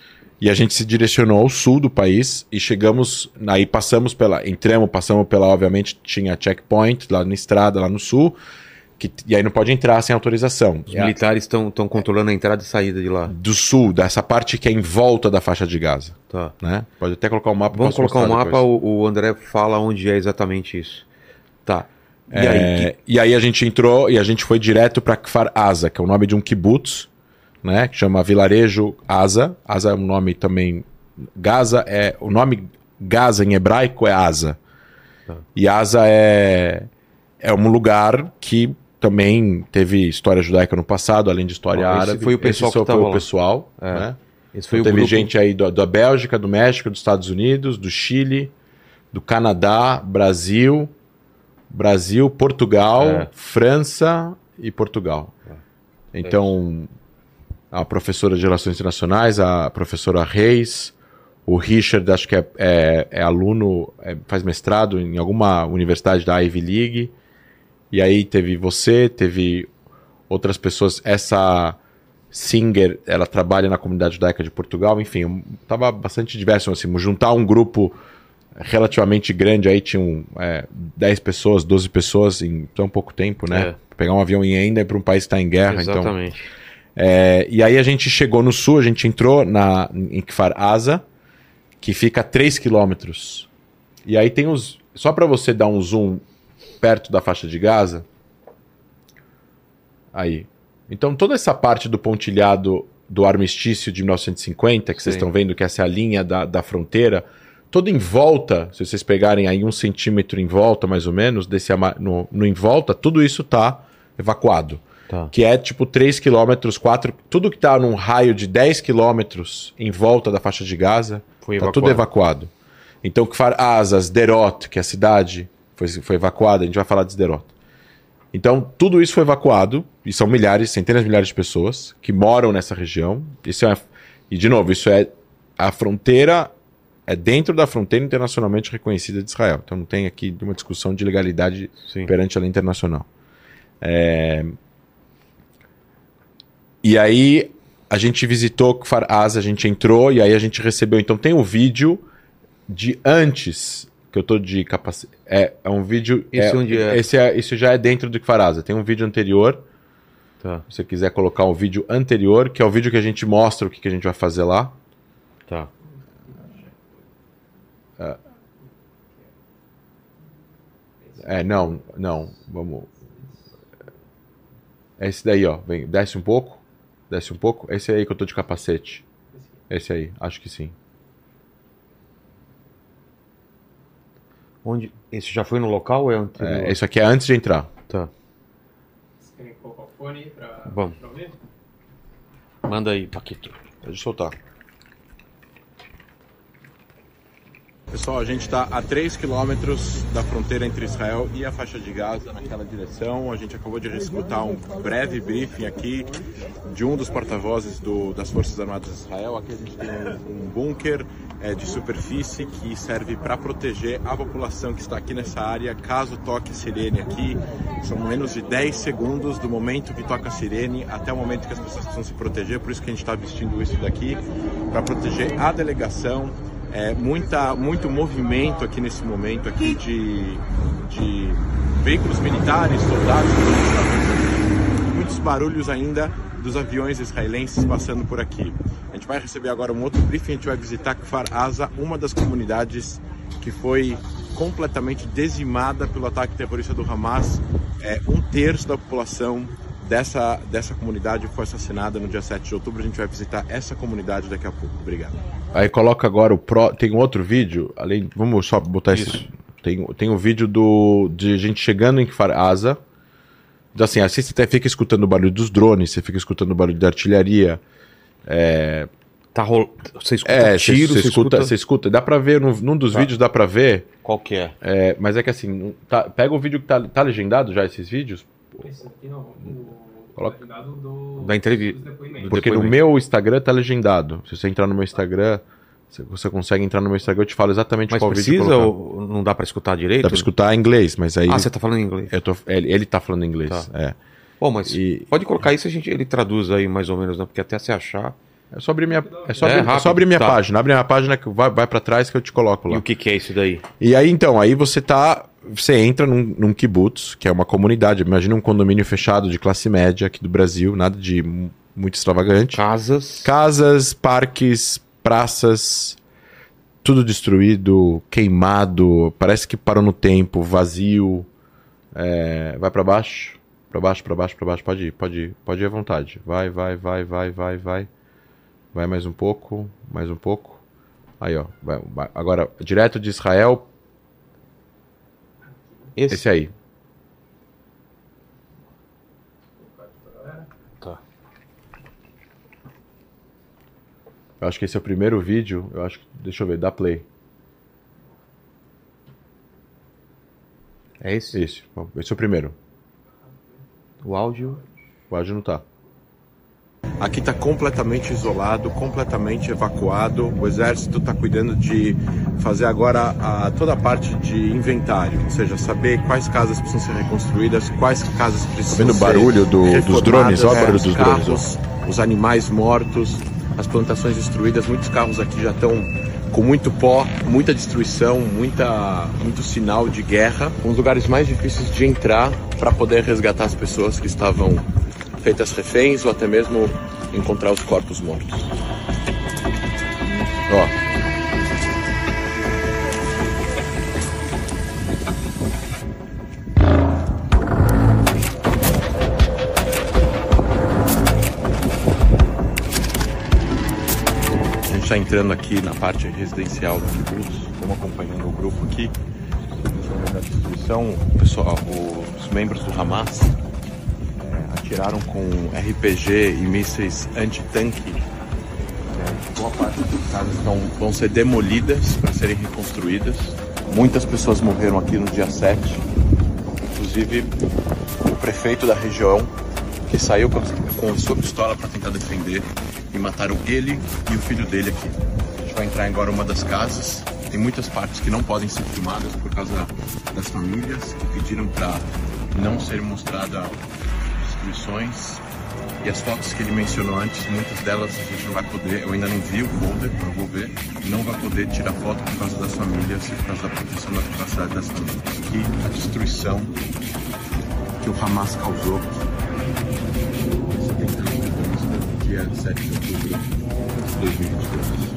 E a gente se direcionou ao sul do país e chegamos, aí passamos pela, entramos, passamos pela, obviamente, tinha checkpoint lá na estrada, lá no sul, que, e aí não pode entrar sem autorização. Os é, militares estão controlando a entrada e saída de lá. Do sul, dessa parte que é em volta da faixa de Gaza. Tá. Né? Pode até colocar o mapa. Vamos colocar o mapa, o, o André fala onde é exatamente isso. Tá. E, é, aí, que... e aí a gente entrou e a gente foi direto para Kfar Aza, que é o nome de um kibbutz, né, que chama Vilarejo Aza. Aza é um nome também... Gaza é... O nome Gaza em hebraico é Aza. Tá. E Aza é... É um lugar que também teve história judaica no passado, além de história Bom, árabe. Esse foi o pessoal esse que estava foi lá. o pessoal, é. né? Esse foi então, o teve grupo... gente aí do, da Bélgica, do México, dos Estados Unidos, do Chile, do Canadá, Brasil, Brasil, Portugal, é. França e Portugal. É. Então... a professora de Relações Internacionais, a professora Reis, o Richard, acho que é, é, é aluno, é, faz mestrado em alguma universidade da Ivy League, e aí teve você, teve outras pessoas, essa Singer, ela trabalha na comunidade judaica de Portugal, enfim, estava bastante diverso, assim, juntar um grupo relativamente grande, aí tinham é, dez pessoas, doze pessoas em tão pouco tempo, né? É. Pegar um avião e ainda ir para um país que está em guerra, Exatamente. Então... É, e aí a gente chegou no sul, a gente entrou na, em Kfar Aza, que fica a três quilômetros. E aí tem os... Só para você dar um zoom perto da faixa de Gaza. Aí. Então toda essa parte do pontilhado do armistício de mil novecentos e cinquenta, que Sim. vocês estão vendo que essa é a linha da, da fronteira, toda em volta, se vocês pegarem aí um centímetro em volta, mais ou menos, desse no, no em volta, tudo isso está evacuado. Tá. Que é tipo três quilômetros, quatro... Tudo que está num raio de dez quilômetros em volta da faixa de Gaza, está tudo evacuado. Então, Kfar Aza, Sderot, que é a cidade, foi, foi evacuada, a gente vai falar de Sderot. Então, tudo isso foi evacuado, e são milhares, centenas de milhares de pessoas que moram nessa região. Isso é, e, de novo, isso é a fronteira, é dentro da fronteira internacionalmente reconhecida de Israel. Então, não tem aqui uma discussão de legalidade Sim. perante a lei internacional. É... E aí, a gente visitou Kfar Aza, a gente entrou, e aí a gente recebeu. Então, tem um vídeo de antes... que eu tô de capacete. É, é um vídeo. Esse, é, onde é? Esse é, isso já é dentro do Kfar Aza. Tem um vídeo anterior. Tá. Se você quiser colocar um vídeo anterior, que é o vídeo que a gente mostra o que, que a gente vai fazer lá. Tá. É, é não, não. Vamos. É esse daí, ó. Vem, desce um pouco. Desce um pouco. Esse aí que eu tô de capacete. Esse aí, acho que sim. Onde? Esse já foi no local ou é anterior? É, isso aqui é antes de entrar. Tá. Vocês querem colocar o fone pra, Vamos. pra ouvir? Manda aí, Paquito. Pode soltar. Pessoal, a gente está a três quilômetros da fronteira entre Israel e a faixa de Gaza, naquela direção. A gente acabou de escutar um breve briefing aqui de um dos porta-vozes do, das Forças Armadas de Israel. Aqui a gente tem um, um bunker é, de superfície que serve para proteger a população que está aqui nessa área. Caso toque a sirene aqui, são menos de dez segundos do momento que toca a sirene até o momento que as pessoas precisam se proteger. Por isso que a gente está vestindo isso daqui, para proteger a delegação. É, muita, muito movimento aqui nesse momento aqui de, de veículos militares, soldados, muitos barulhos ainda dos aviões israelenses passando por aqui. A gente vai receber agora um outro briefing, a gente vai visitar Kfar Aza, uma das comunidades que foi completamente dizimada pelo ataque terrorista do Hamas. É, um terço da população dessa, dessa comunidade foi assassinada no dia sete de outubro. A gente vai visitar essa comunidade daqui a pouco. Obrigado. Aí coloca agora o pro... Tem um outro vídeo, além... Vamos só botar isso. Esse... Tem, tem um vídeo do... de gente chegando em Kfar Aza. Então, assim, assim você até fica escutando o barulho dos drones, você fica escutando o barulho da artilharia. É... Tá rol... Você escuta é, tiro, você, você, você escuta, escuta... você escuta. Dá pra ver, num, num dos tá. vídeos dá pra ver... Qual que é? é mas é que assim, tá, pega o vídeo que tá, tá legendado já, esses vídeos. Esse aqui não, o... Coloca... legendado do... Da entrevista. Porque no meu Instagram tá legendado. Se você entrar no meu Instagram, você consegue entrar no meu Instagram, eu te falo exatamente mas qual precisa vídeo colocar. ou não dá pra escutar direito? Dá pra escutar em inglês, mas aí... Ah, você tá falando em inglês. Eu tô, ele, ele tá falando em inglês, tá. é. Bom, mas e... pode colocar isso, a gente, ele traduz aí mais ou menos, né? Porque até se achar... É só abrir minha, é só é, abrir, rápido, é só abrir minha tá. página. Abre minha página, que vai, vai pra trás que eu te coloco lá. E o que que é isso daí? E aí, então, aí você tá... Você entra num, num kibbutz, que é uma comunidade. Imagina um condomínio fechado de classe média aqui do Brasil, nada de muito extravagante. Casas. Casas, parques, praças, tudo destruído, queimado, parece que parou no tempo, vazio. É, vai pra baixo, pra baixo, pra baixo, pra baixo, pode ir, pode ir, pode ir à vontade. Vai, vai, vai, vai, vai, vai. Vai mais um pouco, mais um pouco. Aí, ó. Vai, vai. Agora, direto de Israel. Esse, Esse aí. Tá. Eu acho que esse é o primeiro vídeo. Eu acho que. Deixa eu ver, dá play. É esse? Esse. Esse é o primeiro. O áudio. O áudio não tá. Aqui está completamente isolado, completamente evacuado. O exército está cuidando de fazer agora a, toda a parte de inventário, ou seja, saber quais casas precisam ser reconstruídas, quais casas precisam Vendo o ser barulho do, dos drones, olha o barulho os dos carros, drones. os animais mortos, as plantações destruídas. Muitos carros aqui já estão com muito pó, muita destruição, muita, muito sinal de guerra. Um dos lugares mais difíceis de entrar para poder resgatar as pessoas que estavam feitas reféns ou até mesmo encontrar os corpos mortos. Ó. A gente está entrando aqui na parte residencial do kibbutz, estamos acompanhando o grupo aqui. A destruição, o pessoal, os membros do Hamas atiraram com R P G e mísseis anti-tanque. É, boa parte das casas estão, vão ser demolidas para serem reconstruídas. Muitas pessoas morreram aqui no dia sete, inclusive o prefeito da região, que saiu com, com a sua pistola para tentar defender, e mataram ele e o filho dele aqui. A gente vai entrar agora em uma das casas. Tem muitas partes que não podem ser filmadas por causa das famílias que pediram para não ser mostrada destruições. E as fotos que ele mencionou antes, muitas delas a gente não vai poder, eu ainda não vi o folder, eu vou ver, não vai poder tirar foto por causa das famílias e por causa da proteção da privacidade das famílias. Aqui a destruição que o Hamas causou. Esse atentado terrorista, dia sete de outubro de dois mil e vinte e dois.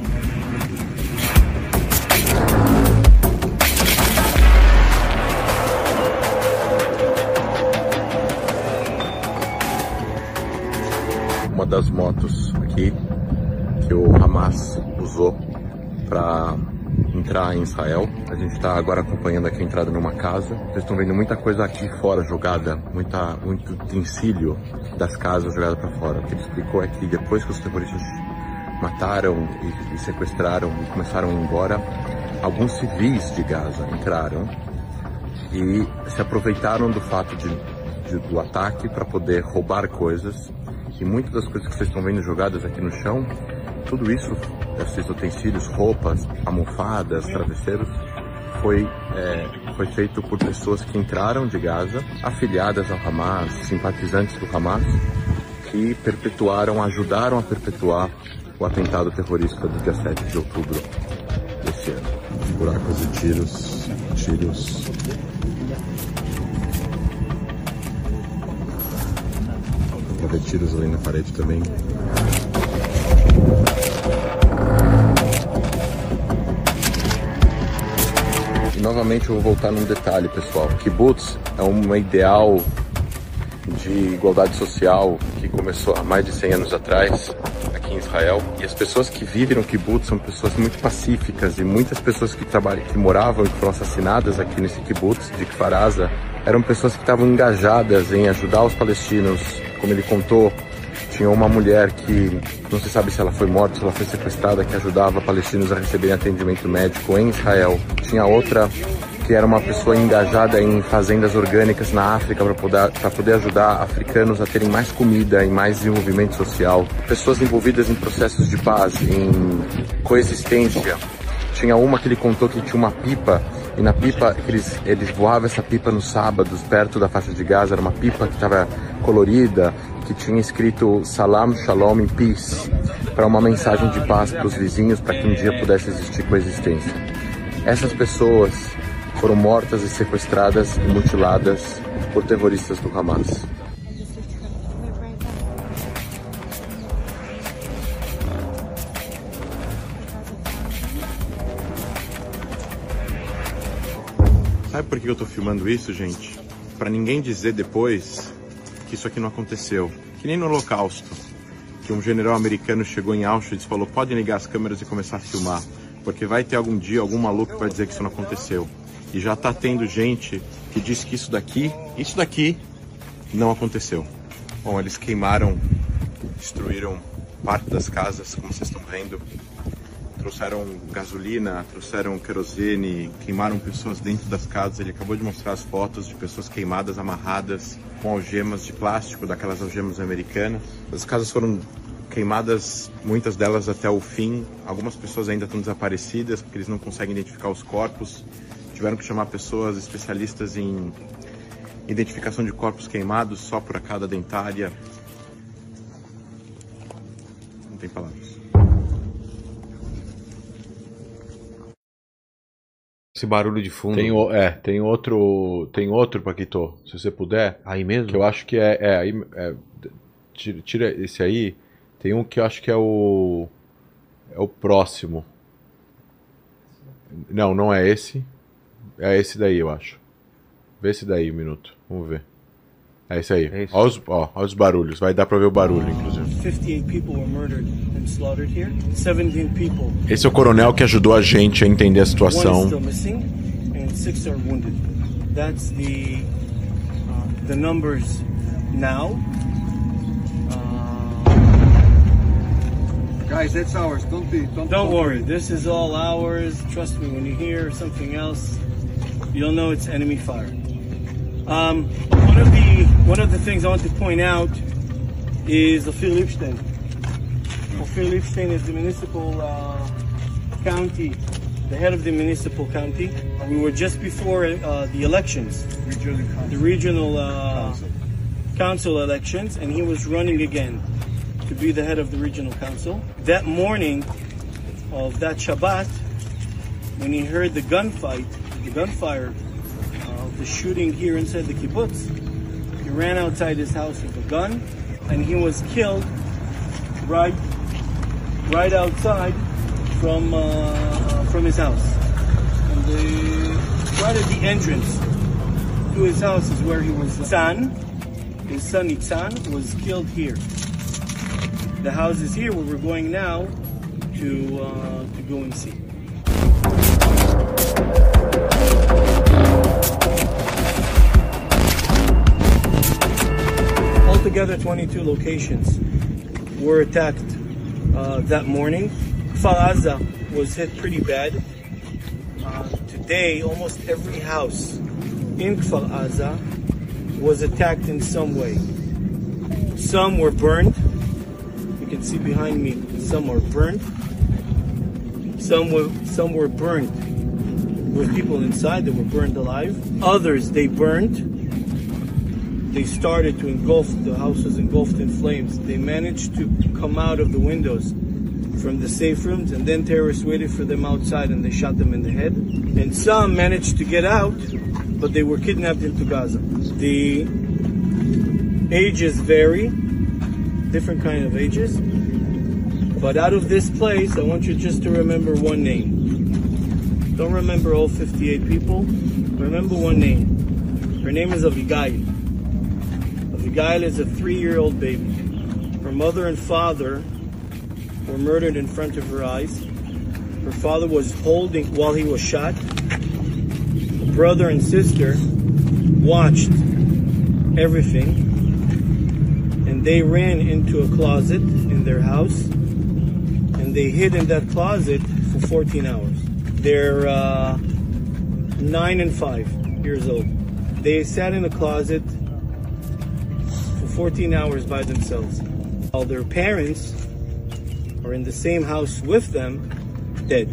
Uma das motos aqui que o Hamas usou para entrar em Israel. A gente está agora acompanhando aqui a entrada numa casa. Vocês estão vendo muita coisa aqui fora jogada, muita, muito utensílio das casas jogada para fora. O que ele explicou é que depois que os terroristas mataram e, e sequestraram e começaram a ir embora, alguns civis de Gaza entraram e se aproveitaram do fato de, de, do ataque para poder roubar coisas. E muitas das coisas que vocês estão vendo jogadas aqui no chão, tudo isso, esses utensílios, roupas, almofadas, travesseiros, foi, é, foi feito por pessoas que entraram de Gaza, afiliadas ao Hamas, simpatizantes do Hamas, que perpetuaram, ajudaram a perpetuar o atentado terrorista do dia sete de outubro desse ano. Buracos de tiros, tiros... Ver tiros ali na parede também. E novamente eu vou voltar num detalhe, pessoal. Kibbutz é um ideal de igualdade social que começou há mais de cem anos atrás aqui em Israel. E as pessoas que vivem no kibbutz são pessoas muito pacíficas, e muitas pessoas que trabalham, que moravam e que foram assassinadas aqui nesse kibbutz de Kfar Aza eram pessoas que estavam engajadas em ajudar os palestinos. Como ele contou, tinha uma mulher que não se sabe se ela foi morta, se ela foi sequestrada, que ajudava palestinos a receberem atendimento médico em Israel. Tinha outra que era uma pessoa engajada em fazendas orgânicas na África para poder, para poder ajudar africanos a terem mais comida e mais desenvolvimento social. Pessoas envolvidas em processos de paz, em coexistência. Tinha uma que ele contou que tinha uma pipa, e na pipa, eles, eles voavam essa pipa nos sábados, perto da faixa de Gaza. Era uma pipa que estava colorida, que tinha escrito Salam, Shalom e Peace, para uma mensagem de paz para os vizinhos, para que um dia pudesse existir coexistência. Essas pessoas foram mortas e sequestradas e mutiladas por terroristas do Hamas. Sabe por que eu estou filmando isso, gente? Para ninguém dizer depois que isso aqui não aconteceu. Que nem no Holocausto, que um general americano chegou em Auschwitz e falou: podem ligar as câmeras e começar a filmar, porque vai ter algum dia algum maluco que vai dizer que isso não aconteceu. E já está tendo gente que diz que isso daqui, isso daqui não aconteceu. Bom, eles queimaram, destruíram parte das casas, como vocês estão vendo. Trouxeram gasolina, trouxeram querosene, queimaram pessoas dentro das casas. Ele acabou de mostrar as fotos de pessoas queimadas, amarradas com algemas de plástico, daquelas algemas americanas. As casas foram queimadas, muitas delas até o fim. Algumas pessoas ainda estão desaparecidas porque eles não conseguem identificar os corpos. Tiveram que chamar pessoas especialistas em identificação de corpos queimados só por a cada dentária. Não tem palavras. Esse barulho de fundo. Tem, o, é, tem outro, tem outro, Paquito, se você puder. Aí mesmo? Que eu acho que é, é, aí, é tira, tira esse aí. Tem um que eu acho que é o, é o próximo. Não, não é esse. É esse daí, eu acho. Vê esse daí, um minuto. Vamos ver. É esse aí. É olha, os, ó, olha os barulhos. Vai dar pra ver o barulho, inclusive. Esse é o coronel que ajudou a gente a entender a situação. Guys, that's ours. Don't be. Don't, Don't worry, this is all ours. Trust me, when you hear something else, you'll know it's enemy fire. Um, one of the one of the things I want to point out is Ophir Lipstein. Ophir Lipstein is the municipal uh, county, the head of the municipal county. We were just before uh, the elections, Regional council. the regional uh, Council. council elections, and he was running again to be the head of the regional council. That morning of that Shabbat, when he heard the gunfight, the gunfire, uh, the shooting here inside the kibbutz, he ran outside his house with a gun, and he was killed right, right outside from uh, from his house. And the, right at the entrance to his house is where he was. Son, his son Itzan, was killed here. The house is here where we're going now to uh, to go and see. Altogether, twenty-two locations were attacked uh, that morning. Kfar Aza was hit pretty bad. Uh, today, almost every house in Kfar Aza was attacked in some way. Some were burned. You can see behind me, some were burned. Some were some were burned with people inside that were burned alive. Others they burned. They started to engulf, the house was engulfed in flames. They managed to come out of the windows from the safe rooms, and then terrorists waited for them outside and they shot them in the head. And some managed to get out, but they were kidnapped into Gaza. The ages vary, different kind of ages. But out of this place, I want you just to remember one name. Don't remember all fifty-eight people. Remember one name. Her name is Abigail. Abigail is a three-year-old baby. Her mother and father were murdered in front of her eyes. Her father was holding, while he was shot, a brother and sister watched everything, and they ran into a closet in their house, and they hid in that closet for fourteen hours. They're uh, nine and five years old. They sat in a closet for fourteen hours by themselves, while their parents are in the same house with them, dead.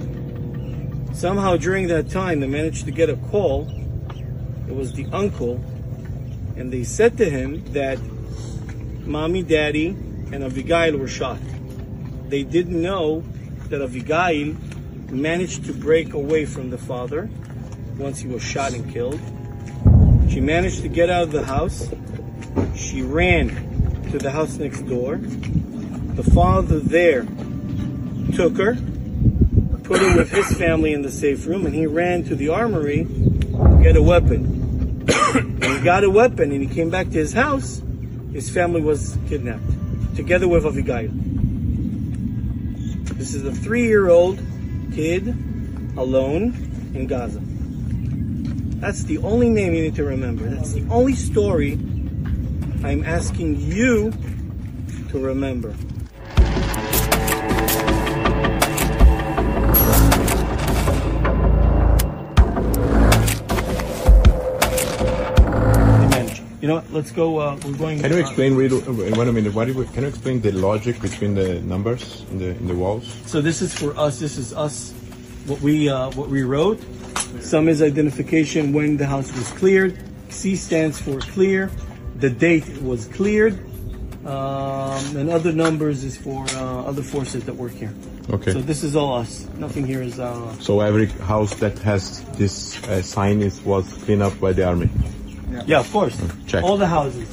Somehow during that time, they managed to get a call. It was the uncle, and they said to him that Mommy, Daddy, and Abigail were shot. They didn't know that Abigail managed to break away from the father once he was shot and killed. She managed to get out of the house. She ran to the house next door. The father there took her, put her with his family in the safe room, and he ran to the armory to get a weapon. And he got a weapon, and he came back to his house. His family was kidnapped, together with Abigail. This is a three-year-old kid alone in Gaza. That's the only name you need to remember. That's the only story I'm asking you to remember. You know what? Let's go. Uh, we're going. Can you uh, explain, wait, wait a minute, what do you, can you explain the logic between the numbers in the in the walls? So this is for us. This is us. What we uh, what we wrote. Some is identification when the house was cleared. C stands for clear. The date was cleared. Um, and other numbers is for uh, other forces that work here. Okay. So this is all us. Nothing here is. Uh, So every house that has this uh, sign is was cleaned up by the army. yeah, of course. Check. All the houses.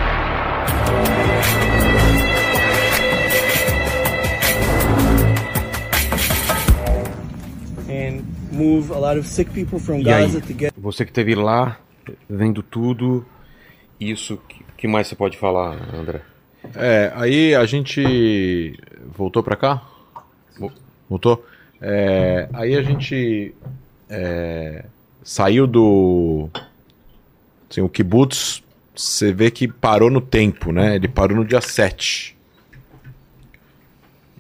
And move a lot of sick people from E aí, Gaza to get. você que esteve lá, vendo tudo, isso, que que mais você pode falar, André? É, aí a gente voltou pra cá? Vo- Voltou? É, aí a gente é, saiu do... Assim, o kibbutz, você vê que parou no tempo, né? Ele parou no dia sete.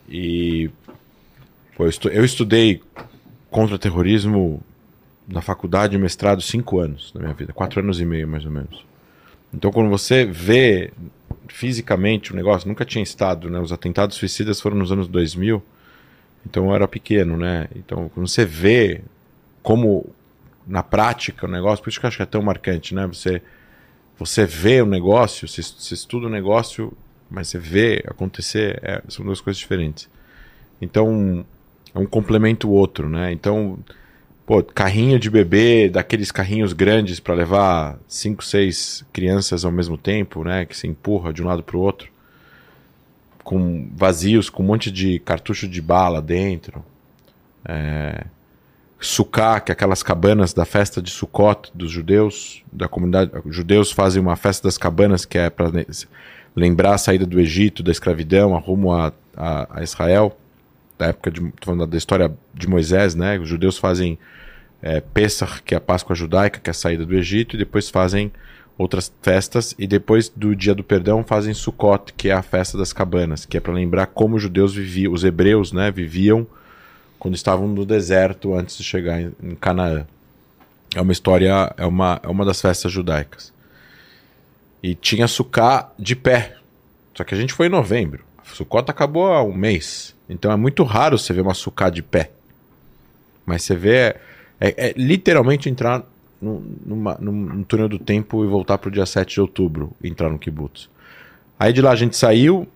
E pô, eu, estu eu estudei contra-terrorismo na faculdade, mestrado, cinco anos na minha vida, quatro anos e meio mais ou menos. Então quando você vê fisicamente o negócio, nunca tinha estado, né? Os atentados suicidas foram nos anos dois mil, então eu era pequeno, né? Então quando você vê como na prática o negócio, por isso que eu acho que é tão marcante, né? Você, você vê o negócio, você, você estuda o negócio, mas você vê acontecer, é, são duas coisas diferentes. Então é um complemento o outro, né? Então, pô, carrinho de bebê, daqueles carrinhos grandes para levar cinco, seis crianças ao mesmo tempo, né? Que se empurra de um lado para o outro, com vazios, com um monte de cartucho de bala dentro. É... Sukkah, que é aquelas cabanas da festa de Sukkot dos judeus, da comunidade. Os judeus fazem uma festa das cabanas que é para lembrar a saída do Egito, da escravidão, a rumo a, a, a Israel. Da época de, tô falando da história de Moisés, né? Os judeus fazem é, Pesach, que é a Páscoa judaica, que é a saída do Egito, e depois fazem outras festas, e depois do Dia do Perdão fazem Sukkot, que é a festa das cabanas, que é para lembrar como os judeus viviam, os hebreus, né, viviam quando estavam no deserto antes de chegar em, em Canaã. É uma história, é uma, é uma das festas judaicas. E tinha Sukkah de pé, só que a gente foi em novembro. Sukkot acabou há um mês. Então é muito raro você ver uma Sukkah de pé. Mas você vê... É, é, é literalmente entrar no, numa, num, num túnel do tempo e voltar para o dia sete de outubro. Entrar no kibbutz. Aí de lá a gente saiu.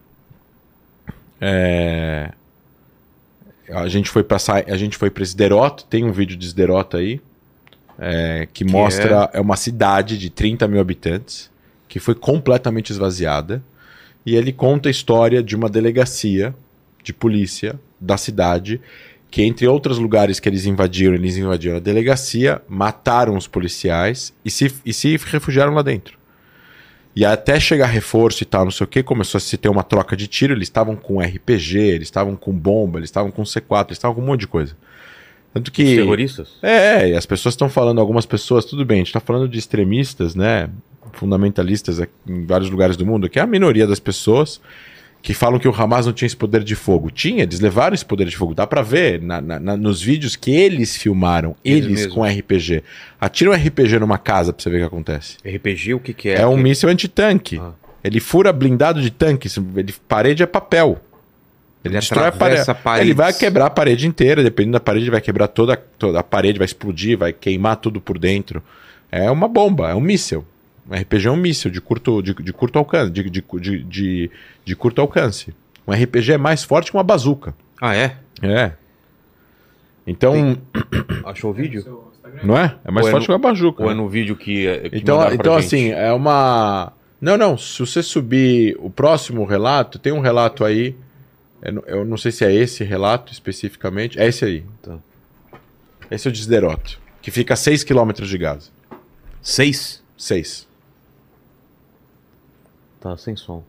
É, a gente foi para a gente foi para Sderot. Tem um vídeo de Sderot aí. É, que, que mostra... É? é uma cidade de trinta mil habitantes. Que foi completamente esvaziada. E ele conta a história de uma delegacia de polícia da cidade, que entre outros lugares que eles invadiram, eles invadiram a delegacia, mataram os policiais e se, e se refugiaram lá dentro. E até chegar reforço e tal, não sei o que, começou a se ter uma troca de tiro, eles estavam com R P G, eles estavam com bomba, eles estavam com C quatro, eles estavam com um monte de coisa. Tanto que... Os terroristas? É, é, as pessoas estão falando, algumas pessoas, tudo bem, a gente está falando de extremistas, né, fundamentalistas em vários lugares do mundo, que é a minoria das pessoas que falam que o Hamas não tinha esse poder de fogo. Tinha, eles levaram esse poder de fogo. Dá pra ver na, na, nos vídeos que eles filmaram, eles, eles com R P G. Atira um R P G numa casa pra você ver o que acontece. R P G o que que é? É um que... míssil antitanque. Ah. Ele fura blindado de tanque. Ele, parede é papel. Ele, ele destrói a parede. Ele vai quebrar a parede inteira. Dependendo da parede, ele vai quebrar toda, toda a parede, vai explodir, vai queimar tudo por dentro. É uma bomba, é um míssil. Um R P G é um míssil de curto, de, de curto alcance. De, de, de, de, de curto alcance. Um R P G é mais forte que uma bazuca. Ah, é? É. Então. Tem... Achou o vídeo? Não é? É mais ou forte é no... que uma bazuca. Ou né? é no vídeo que. que então, então assim, é uma. Não, não. Se você subir o próximo relato, tem um relato aí. Eu não sei se é esse relato especificamente. É esse aí. Tá. Esse é o de Sderot, que fica a seis quilômetros de Gaza. seis? seis. Tá, sem som.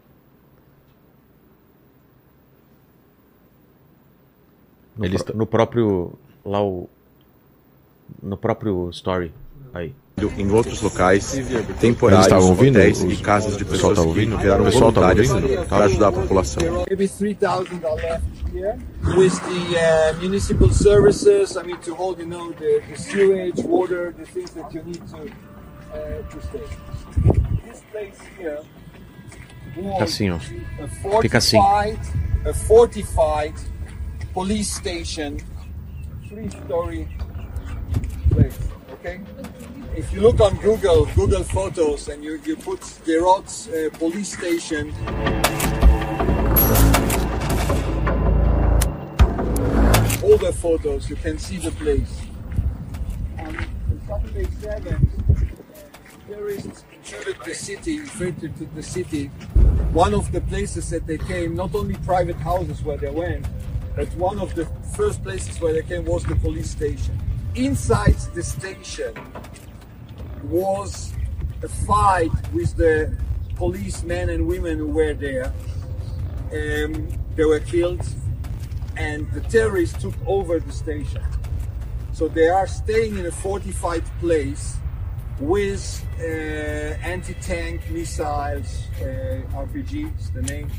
No, Eles pro, no próprio... Lá o... No próprio story. Aí. Em outros locais temporários, hotéis e casas de pessoas tá que viraram voluntárias para ajudar a população. Maybe three thousand are left here with the uh, municipal services. I mean, to hold, you know, the, the sewage, water, the things that you need to uh, to stay. This place here was assim, ó. a fortified, Fica assim. a fortified police station, three-story place. Okay. If you look on Google, Google Photos, and you, you put Sderot's uh, police station, all the photos, you can see the place. On Saturday seventh, uh, terrorists entered the city, infiltrated the city. One of the places that they came, not only private houses where they went, but one of the first places where they came was the police station. Inside the station was a fight with the policemen and women who were there. Um, they were killed, and the terrorists took over the station. So they are staying in a fortified place with uh, anti-tank missiles, uh, R P Gs, the name,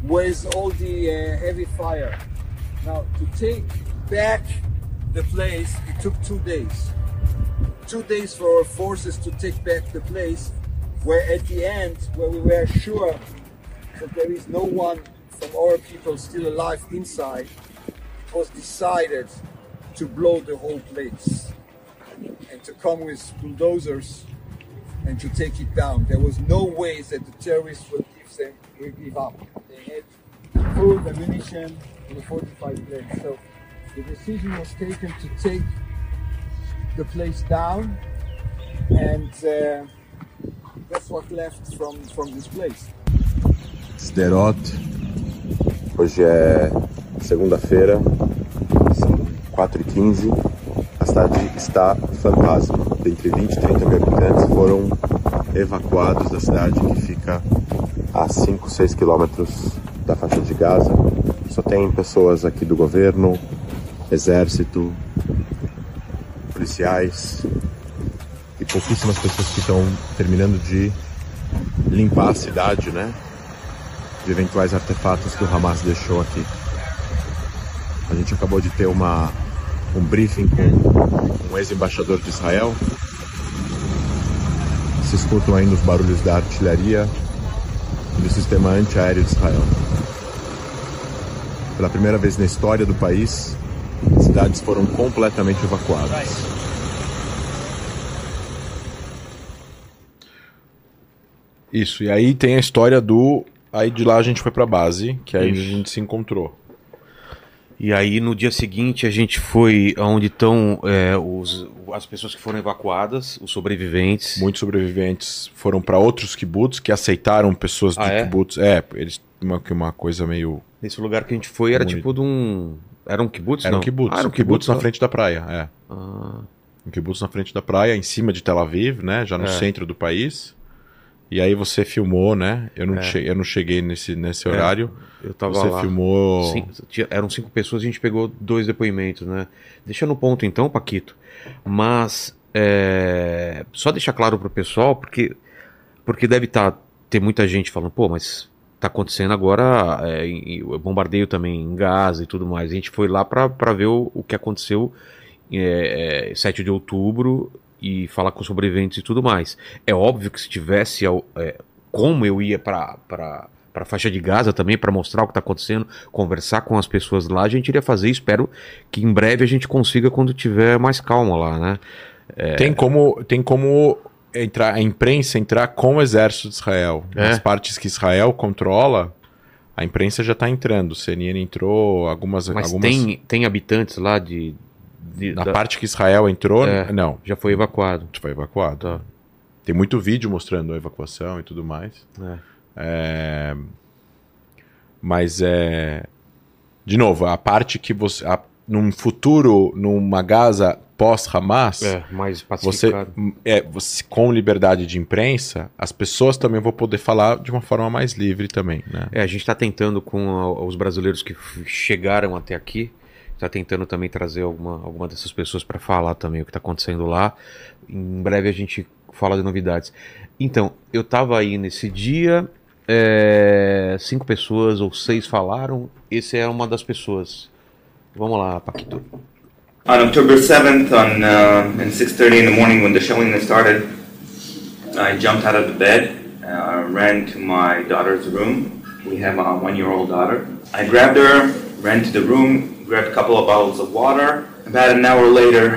with all the uh, heavy fire. Now, to take back the place, it took two days. Two days for our forces to take back the place, where at the end, where we were sure that there is no one from our people still alive inside, it was decided to blow the whole place and to come with bulldozers and to take it down. There was no way that the terrorists would give them, would give up. They had food, ammunition, and a fortified place. So the decision was taken to take the place down, and uh, that's what left from, from this place. Sderot. Hoje é segunda-feira, são quatro e quinze. A cidade está fantasma. Entre vinte e trinta mil habitantes foram evacuados da cidade, que fica a cinco, seis quilômetros da faixa de Gaza. Só tem pessoas aqui do governo, exército, policiais e pouquíssimas pessoas que estão terminando de limpar a cidade, né, de eventuais artefatos que o Hamas deixou aqui. A gente acabou de ter uma, um briefing com um ex-embaixador de Israel. Se escutam ainda os barulhos da artilharia e do sistema antiaéreo de Israel. Pela primeira vez na história do país, cidades foram completamente evacuadas. Isso, e aí tem a história do... Aí de lá a gente foi pra base, que aí Isso. a gente se encontrou. E aí no dia seguinte a gente foi onde estão é, os, as pessoas que foram evacuadas, os sobreviventes. Muitos sobreviventes foram para outros kibbutz que aceitaram pessoas do ah, é? kibbutz. É, eles uma, uma coisa meio... Nesse lugar que a gente foi era tipo de um... Era um kibbutz? Era não? um kibbutz, ah, era um kibbutz, kibbutz na não? frente da praia, é. Ah. Um kibbutz na frente da praia, em cima de Tel Aviv, né, já no é. centro do país. E aí você filmou, né? Eu não, é. che eu não cheguei nesse, nesse é. horário. Eu tava você lá. filmou... Sim, tinha, eram cinco pessoas, a gente pegou dois depoimentos, né? Deixa no ponto então, Paquito. Mas, é... só deixar claro pro pessoal, porque, porque deve tá, ter muita gente falando, pô, mas tá acontecendo agora é, e, e, bombardeio também em Gaza e tudo mais. A gente foi lá pra, pra ver o, o que aconteceu é, é, sete de outubro... e falar com os sobreviventes e tudo mais. É óbvio que se tivesse é, como eu ia para para a faixa de Gaza também, para mostrar o que está acontecendo, conversar com as pessoas lá, a gente iria fazer. Espero que em breve a gente consiga quando tiver mais calma lá, né? É... Tem como tem como entrar a imprensa entrar com o exército de Israel. É? Nas partes que Israel controla, a imprensa já está entrando. O C N N entrou, algumas... Mas algumas... Tem, tem habitantes lá de... De, Na da... parte que Israel entrou, é, não. Já foi evacuado. Já foi evacuado. Tá. Tem muito vídeo mostrando a evacuação e tudo mais. É. É... Mas é... De novo, a parte que você... A... Num futuro, numa Gaza pós-Hamas... É, mais pacificado. Você, é, você, com liberdade de imprensa, as pessoas também vão poder falar de uma forma mais livre também, né? É, a gente está tentando com a, os brasileiros que chegaram até aqui, está tentando também trazer alguma, alguma dessas pessoas para falar também o que está acontecendo lá. Em breve a gente fala de novidades. Então, eu estava aí nesse dia, é, cinco pessoas ou seis falaram, esse é uma das pessoas. Vamos lá, Paquito. On October seventh, on uh, at six thirty in the morning when the shelling started, I jumped out of the bed, uh, ran to my daughter's room. We have a one-year-old daughter. I grabbed her, ran to the room, grabbed a couple of bottles of water. About an hour later,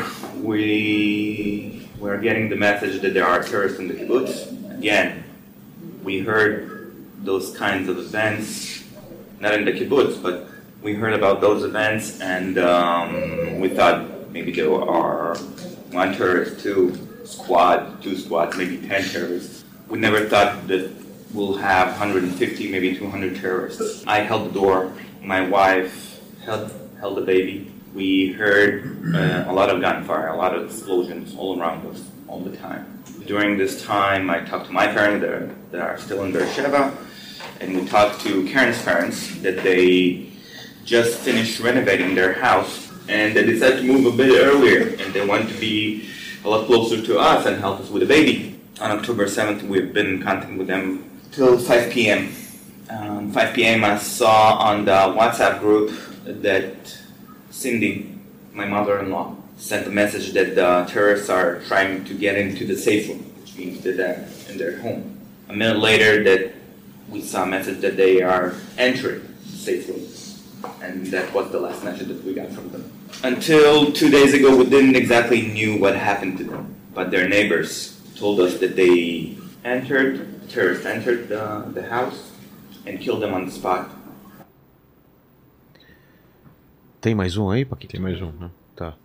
we were getting the message that there are terrorists in the kibbutz. Again, we heard those kinds of events, not in the kibbutz, but we heard about those events, and um, we thought maybe there are one terrorist, two squad, two squads, maybe ten terrorists. We never thought that we'll have one hundred fifty, maybe two hundred terrorists. I held the door. My wife held, held the baby. We heard uh, a lot of gunfire, a lot of explosions all around us, all the time. During this time, I talked to my parents that are, that are still in Beersheba, and we talked to Karen's parents that they just finished renovating their house, and they decided to move a bit earlier, and they want to be a lot closer to us and help us with the baby. On October seventh, we've been in contact with them till five p m um, five p.m. I saw on the WhatsApp group that Cindy, my mother-in-law, sent a message that the terrorists are trying to get into the safe room, which means that they're in their home. A minute later, that we saw a message that they are entering the safe room, and that was the last message that we got from them. Until two days ago, we didn't exactly knew what happened to them, but their neighbors told us that they entered, the terrorists entered the, the house and killed them on the spot. Tem mais um aí, Paquito? Tem mais um, né? Tá.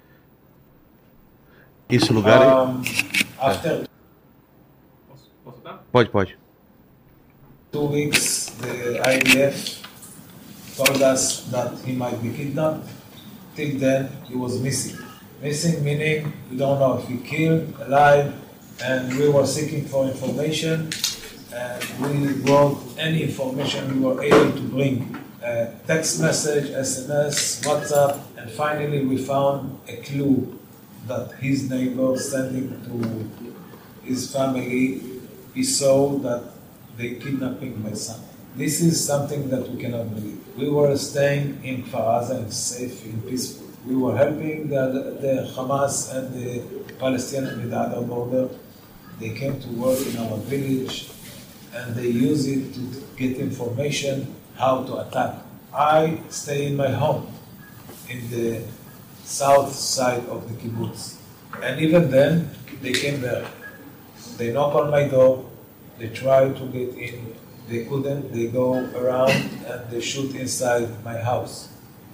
Esse lugar aí... Um, after Posso, posso dar? Pode, pode. two weeks, the I D F told us that he might be kidnapped. Till then, he was missing. Missing meaning we don't know if he killed, alive, and we were seeking for information, and we brought any information we were able to bring. Uh, text message, S M S, WhatsApp, and finally we found a clue that his neighbor sending to his family, he saw that they kidnapping my son. This is something that we cannot believe. We were staying in Kfar Aza and safe and peaceful. We were helping the, the Hamas and the Palestinians with the other border. They came to work in our village and they use it to get information how to attack. I stay in my home in the south side of the kibbutz. And even then, they came there. They knock on my door, they try to get in, they couldn't, they go around and they shoot inside my house.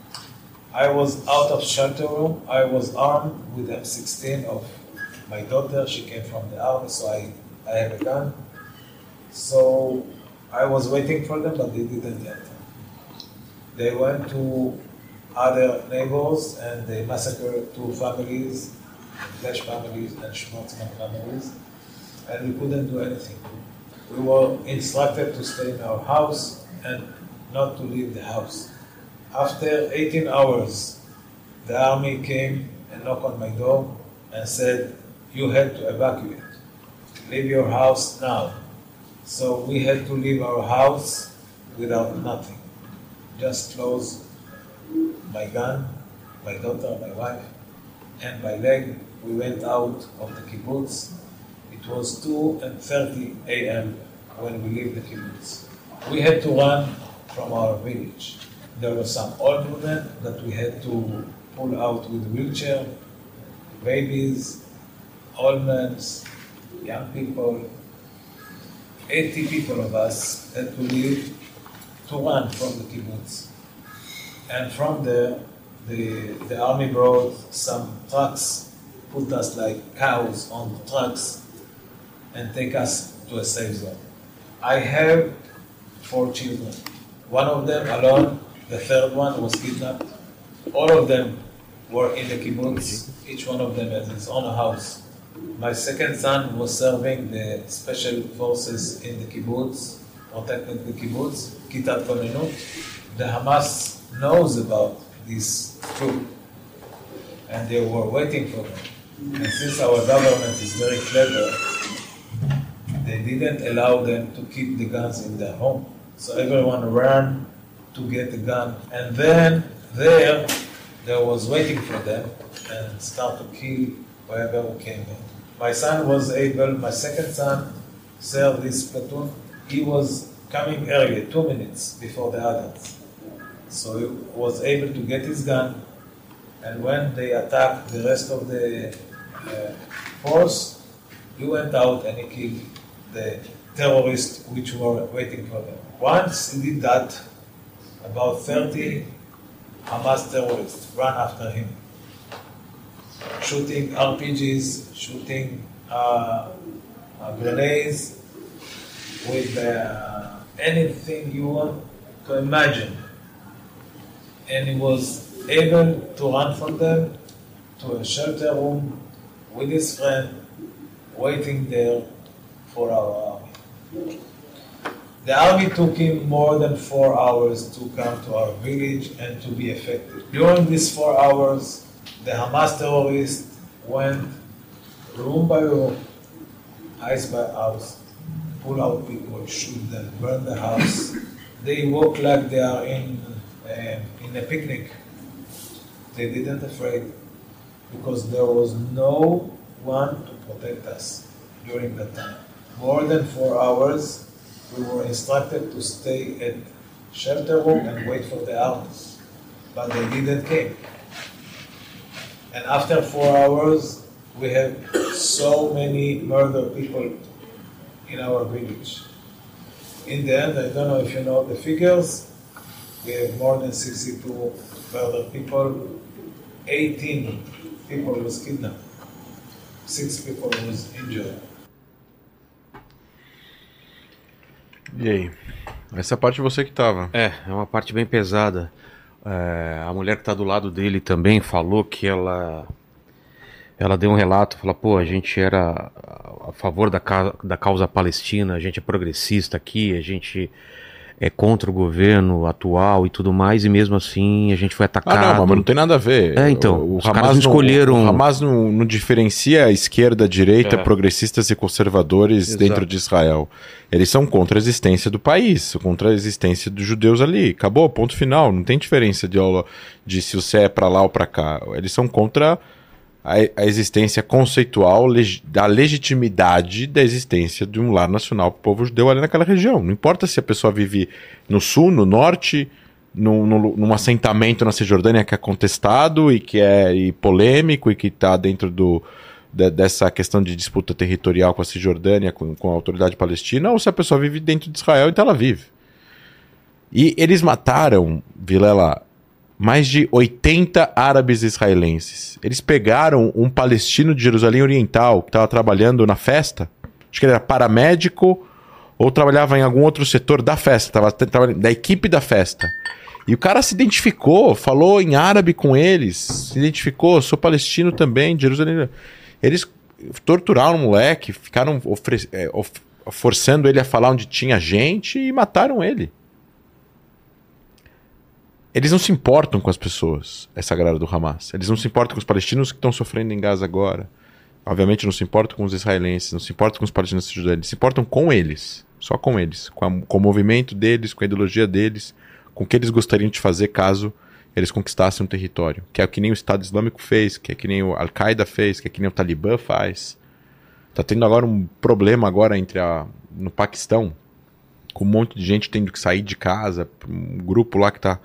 I was out of shelter room, I was armed with M sixteen of my daughter, she came from the army, so I, I have a gun. So I was waiting for them, but they didn't enter. They went to other neighbors and they massacred two families, Flesh families and Schwarzman families, and we couldn't do anything. We were instructed to stay in our house and not to leave the house. After eighteen hours, the army came and knocked on my door and said, you had to evacuate. Leave your house now. So we had to leave our house without nothing. Just clothes, my gun, my daughter, my wife, and my leg. We went out of the kibbutz. It was two thirty a.m. when we left the kibbutz. We had to run from our village. There were some old women that we had to pull out with wheelchair, babies, old men, young people. eighty people of us had to leave to run from the kibbutz. And from there, the, the army brought some trucks, put us like cows on the trucks, and take us to a safe zone. I have four children. One of them alone, the third one was kidnapped. All of them were in the kibbutz. Each one of them has his own house. My second son was serving the special forces in the kibbutz, protecting the kibbutz, Kitat Konenut. The Hamas knows about this troop, and they were waiting for them. And since our government is very clever, they didn't allow them to keep the guns in their home. So everyone ran to get the gun. And then there, there was waiting for them and start to kill whoever came in. My son was able, my second son served this platoon. He was coming early, two minutes before the others. So he was able to get his gun. And when they attacked the rest of the uh, force, he went out and he killed the terrorists which were waiting for them. Once he did that, about thirty Hamas terrorists ran after him, shooting R P Gs, shooting uh, uh, grenades, with uh, anything you want to imagine. And he was able to run from them to a shelter room with his friend, waiting there for our army. The army took him more than four hours to come to our village and to be effective. During these four hours, the Hamas terrorists went room by room, house by house, pull out people, shoot them, burn the house. They walk like they are in uh, in a picnic. They didn't afraid because there was no one to protect us during that time. More than four hours, we were instructed to stay at shelter room and wait for the armies, but they didn't came. And after four hours, we have so many murdered people in our village. In the end, I don't know if you know the figures, we have more than sixty-two murdered people, eighteen people was kidnapped, six people was injured. E aí? Essa parte você que tava. É, é uma parte bem pesada. É, a mulher que tá do lado dele também falou que ela ela deu um relato, falou, pô, a gente era a favor da, ca da causa palestina, a gente é progressista aqui, a gente é contra o governo atual e tudo mais, e mesmo assim a gente foi atacado. Ah, não, mas não tem nada a ver. É, então, o, o os Hamas caras não escolheram... Não, o Hamas não, não diferencia a esquerda, a direita, é. progressistas e conservadores Exato. dentro de Israel. Eles são contra a existência do país, contra a existência dos judeus ali. Acabou, ponto final. Não tem diferença de, de se você é pra lá ou pra cá. Eles são contra a, a existência conceitual leg, da legitimidade da existência de um lar nacional pro povo judeu ali naquela região. Não importa se a pessoa vive no sul, no norte, num, num, num assentamento na Cisjordânia que é contestado e que é e polêmico e que está dentro do... dessa questão de disputa territorial com a Cisjordânia, com, com a autoridade palestina, ou se a pessoa vive dentro de Israel, então ela vive. E eles mataram, Vilela, mais de oitenta árabes israelenses. Eles pegaram um palestino de Jerusalém Oriental, que estava trabalhando na festa, acho que ele era paramédico, ou trabalhava em algum outro setor da festa, estava trabalhando da equipe da festa. E o cara se identificou, falou em árabe com eles, se identificou, sou palestino também, de Jerusalém. Eles torturaram o moleque, ficaram é, forçando ele a falar onde tinha gente e mataram ele. Eles não se importam com as pessoas, essa galera do Hamas. Eles não se importam com os palestinos que estão sofrendo em Gaza agora. Obviamente não se importam com os israelenses, não se importam com os palestinos da Cisjordânia. Eles se importam com eles, só com eles, com, a, com o movimento deles, com a ideologia deles, com o que eles gostariam de fazer caso eles conquistassem um território, que é o que nem o Estado Islâmico fez, que é que nem o Al-Qaeda fez, que é que nem o Talibã faz. Tá tendo agora um problema agora entre a, no Paquistão, com um monte de gente tendo que sair de casa, um grupo lá que tá...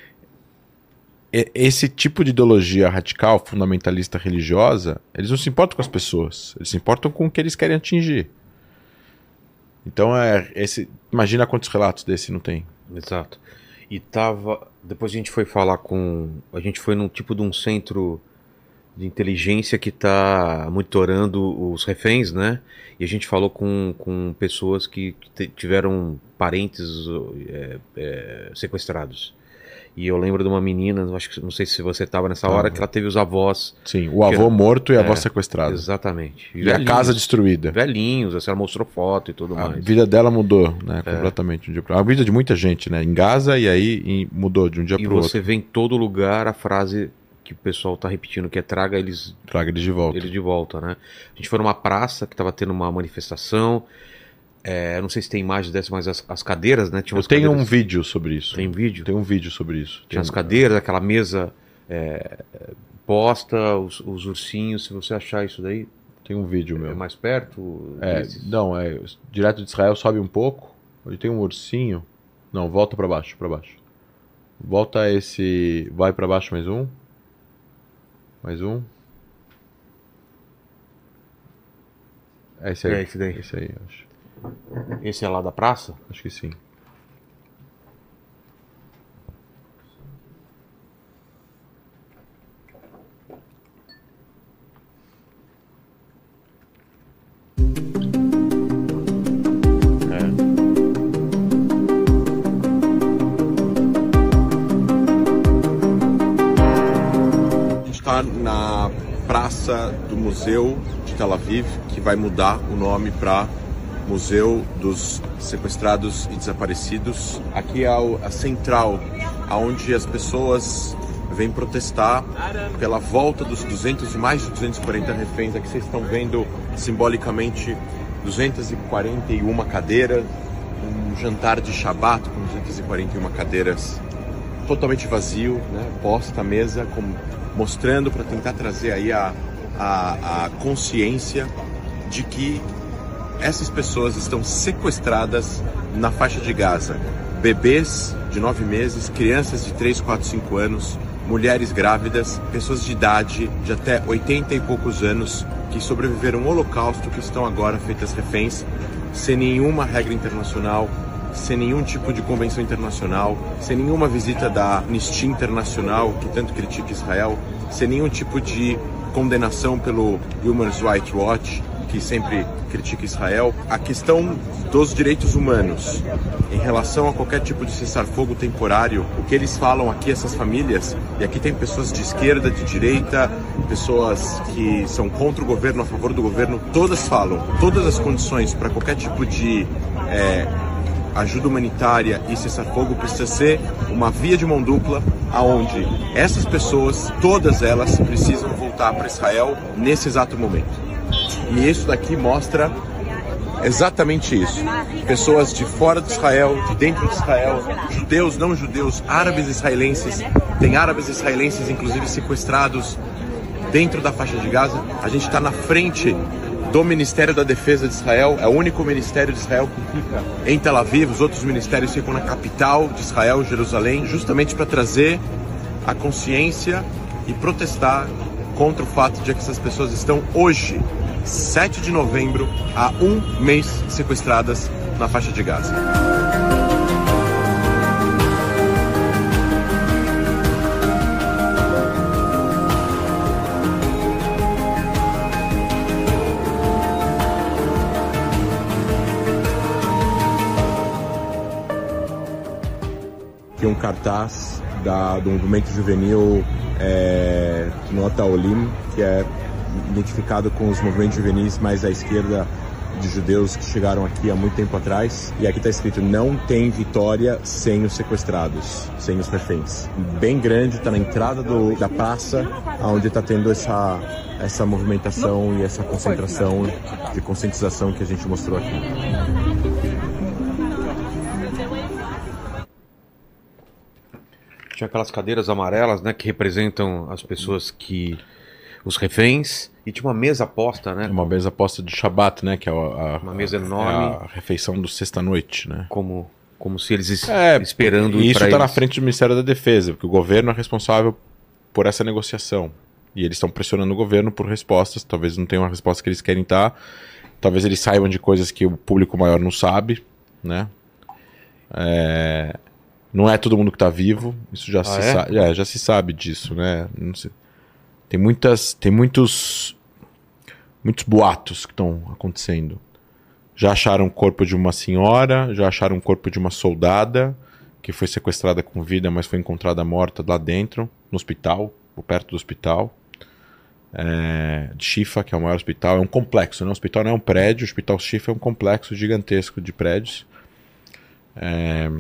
Esse tipo de ideologia radical, fundamentalista religiosa, eles não se importam com as pessoas, eles se importam com o que eles querem atingir. Então, é esse, imagina quantos relatos desse não tem. Exato. E tava... Depois a gente foi falar com... A gente foi num tipo de um centro de inteligência que está monitorando os reféns, né? E a gente falou com, com pessoas que, que tiveram parentes é, é, sequestrados. E eu lembro de uma menina, acho que não sei se você estava nessa hora, ah, que ela teve os avós... Sim, o avô era, morto e a avó é, sequestrada. Exatamente. E velhinhos, a casa destruída. Velhinhos, assim, ela mostrou foto e tudo a mais. A vida dela mudou, né, é. completamente. Um dia pro... A vida de muita gente, né, em Gaza, e aí e mudou de um dia para o outro. E você vê em todo lugar a frase que o pessoal está repetindo, que é traga eles... Traga eles de volta. Eles de volta, né? A gente foi numa praça que estava tendo uma manifestação... É, não sei se tem imagens dessas, mas as, as cadeiras, né? Tinha Eu tenho cadeiras... um vídeo sobre isso. Tem vídeo? Tem um vídeo sobre isso. Tinha tem... as cadeiras, aquela mesa é, posta, os, os ursinhos. Se você achar isso daí... Tem um vídeo meu. É mais perto? É, não, é direto de Israel, sobe um pouco. Onde tem um ursinho. Não, volta pra baixo, pra baixo. Volta esse... Vai pra baixo mais um. Mais um. É esse aí. É esse daí. Esse aí, acho. Esse é lá da praça? Acho que sim. A gente está na praça do Museu de Tel Aviv, que vai mudar o nome para Museu dos Sequestrados e Desaparecidos. Aqui é a central, onde as pessoas vêm protestar pela volta dos duzentos, mais de duzentos e quarenta reféns. Aqui vocês estão vendo simbolicamente duzentas e quarenta e uma cadeiras, um jantar de Shabat com duzentas e quarenta e uma cadeiras totalmente vazio, né? Posta a mesa, com, mostrando para tentar trazer aí a, a, a consciência de que essas pessoas estão sequestradas na faixa de Gaza. Bebês de nove meses, crianças de três, quatro, cinco anos, mulheres grávidas, pessoas de idade de até oitenta e poucos anos que sobreviveram ao Holocausto, que estão agora feitas reféns, sem nenhuma regra internacional, sem nenhum tipo de convenção internacional, sem nenhuma visita da Anistia Internacional, que tanto critica Israel, sem nenhum tipo de condenação pelo Human Rights Watch, que sempre critica Israel. A questão dos direitos humanos em relação a qualquer tipo de cessar-fogo temporário, o que eles falam aqui, essas famílias, e aqui tem pessoas de esquerda, de direita, pessoas que são contra o governo, a favor do governo, todas falam, todas as condições para qualquer tipo de é, ajuda humanitária e cessar-fogo precisa ser uma via de mão dupla, aonde essas pessoas, todas elas, precisam voltar para Israel nesse exato momento. E isso daqui mostra exatamente isso. Pessoas de fora de Israel, de dentro de Israel, judeus, não judeus, árabes israelenses. Tem árabes israelenses, inclusive, sequestrados dentro da faixa de Gaza. A gente está na frente do Ministério da Defesa de Israel. É o único ministério de Israel que fica em Tel Aviv. Os outros ministérios ficam na capital de Israel, Jerusalém, justamente para trazer a consciência e protestar contra o fato de que essas pessoas estão hoje, sete de novembro, há um mês sequestradas na faixa de Gaza. Aqui um cartaz da, do movimento juvenil é, Nota Olim, que é identificado com os movimentos juvenis mais à esquerda de judeus que chegaram aqui há muito tempo atrás. E aqui está escrito: não tem vitória sem os sequestrados, sem os reféns. Bem grande, está na entrada do, da praça, onde está tendo essa, essa movimentação e essa concentração de conscientização que a gente mostrou aqui. Tinha aquelas cadeiras amarelas, né, que representam as pessoas que... os reféns, e tinha uma mesa posta, né? Uma mesa posta de Shabat, né? Que é a, a, uma mesa enorme. É a refeição do sexta-noite, né? Como, como se eles es é, esperando... E isso está na eles... frente do Ministério da Defesa, porque o governo é responsável por essa negociação. E eles estão pressionando o governo por respostas. Talvez não tenham uma resposta que eles querem dar. Talvez eles saibam de coisas que o público maior não sabe, né? É... Não é todo mundo que está vivo. Isso já, ah, se é? sabe, é, já se sabe disso, né? Não sei. Tem muitas, tem muitos, muitos boatos que estão acontecendo. Já acharam o corpo de uma senhora, já acharam o corpo de uma soldada que foi sequestrada com vida, mas foi encontrada morta lá dentro, no hospital, ou perto do hospital. É, de Shifa, que é o maior hospital, é um complexo, né? O hospital não é um prédio, o hospital Shifa é um complexo gigantesco de prédios. É,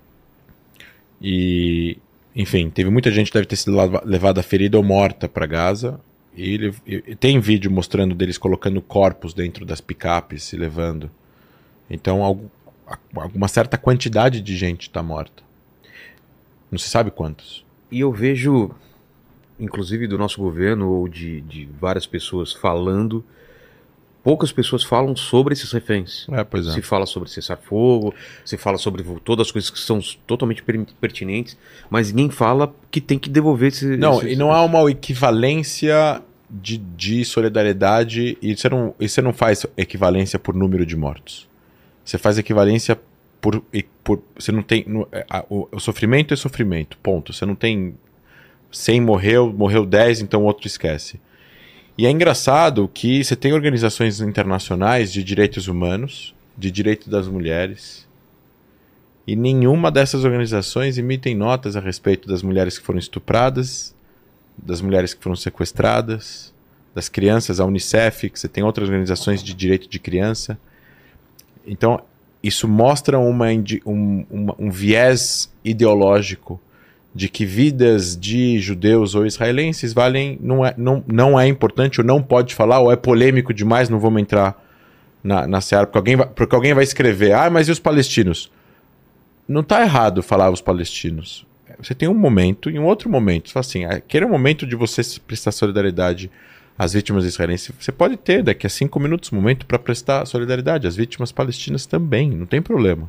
e... Enfim, teve muita gente que deve ter sido levada ferida ou morta para Gaza. E, ele, e tem vídeo mostrando deles colocando corpos dentro das picapes e levando. Então, algo, alguma certa quantidade de gente está morta. Não se sabe quantos. E eu vejo, inclusive do nosso governo ou de, de várias pessoas falando... Poucas pessoas falam sobre esses reféns. É, pois é. Se fala sobre cessar-fogo, se fala sobre todas as coisas que são totalmente pertinentes, mas ninguém fala que tem que devolver esse... Não, esse, e não há uma equivalência de, de solidariedade, e você, não, e você não faz equivalência por número de mortos. Você faz equivalência por... por você não tem... No, a, o, o sofrimento é sofrimento, ponto. Você não tem... cem morreu, morreu dez, então o outro esquece. E é engraçado que você tem organizações internacionais de direitos humanos, de direitos das mulheres, e nenhuma dessas organizações emitem notas a respeito das mulheres que foram estupradas, das mulheres que foram sequestradas, das crianças, a Unicef, que você tem outras organizações de direito de criança. Então, isso mostra uma, um, uma, um viés ideológico de que vidas de judeus ou israelenses valem, não é, não, não é importante, ou não pode falar, ou é polêmico demais, não vamos entrar na, na Seara, porque alguém, vai, porque alguém vai escrever, ah, mas e os palestinos? Não está errado falar os palestinos. Você tem um momento e um outro momento. Você fala assim, aquele é o momento de você prestar solidariedade às vítimas israelenses. Você pode ter daqui a cinco minutos um momento para prestar solidariedade às vítimas palestinas também, não tem problema.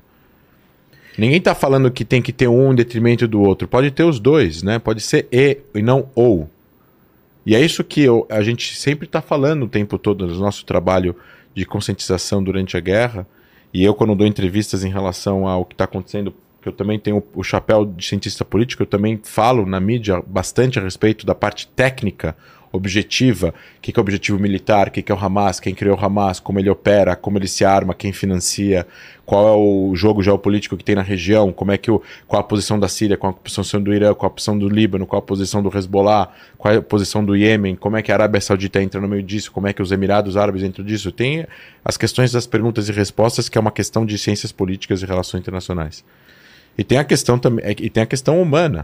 Ninguém está falando que tem que ter um em detrimento do outro. Pode ter os dois, né? Pode ser e e não ou. E é isso que eu, a gente sempre está falando o tempo todo no nosso trabalho de conscientização durante a guerra. E eu, quando dou entrevistas em relação ao que está acontecendo, que eu também tenho o chapéu de cientista político, eu também falo na mídia bastante a respeito da parte técnica, objetiva, o que, que é o objetivo militar, o que, que é o Hamas, quem criou o Hamas, como ele opera, como ele se arma, quem financia, qual é o jogo geopolítico que tem na região, como é que o, qual a posição da Síria, qual a posição do Irã, qual a posição do Líbano, qual a posição do Hezbollah, qual é a posição do Iêmen, como é que a Arábia Saudita entra no meio disso, como é que os Emirados Árabes entram disso. Tem as questões das perguntas e respostas, que é uma questão de ciências políticas e relações internacionais. E tem a questão também, e tem a questão humana.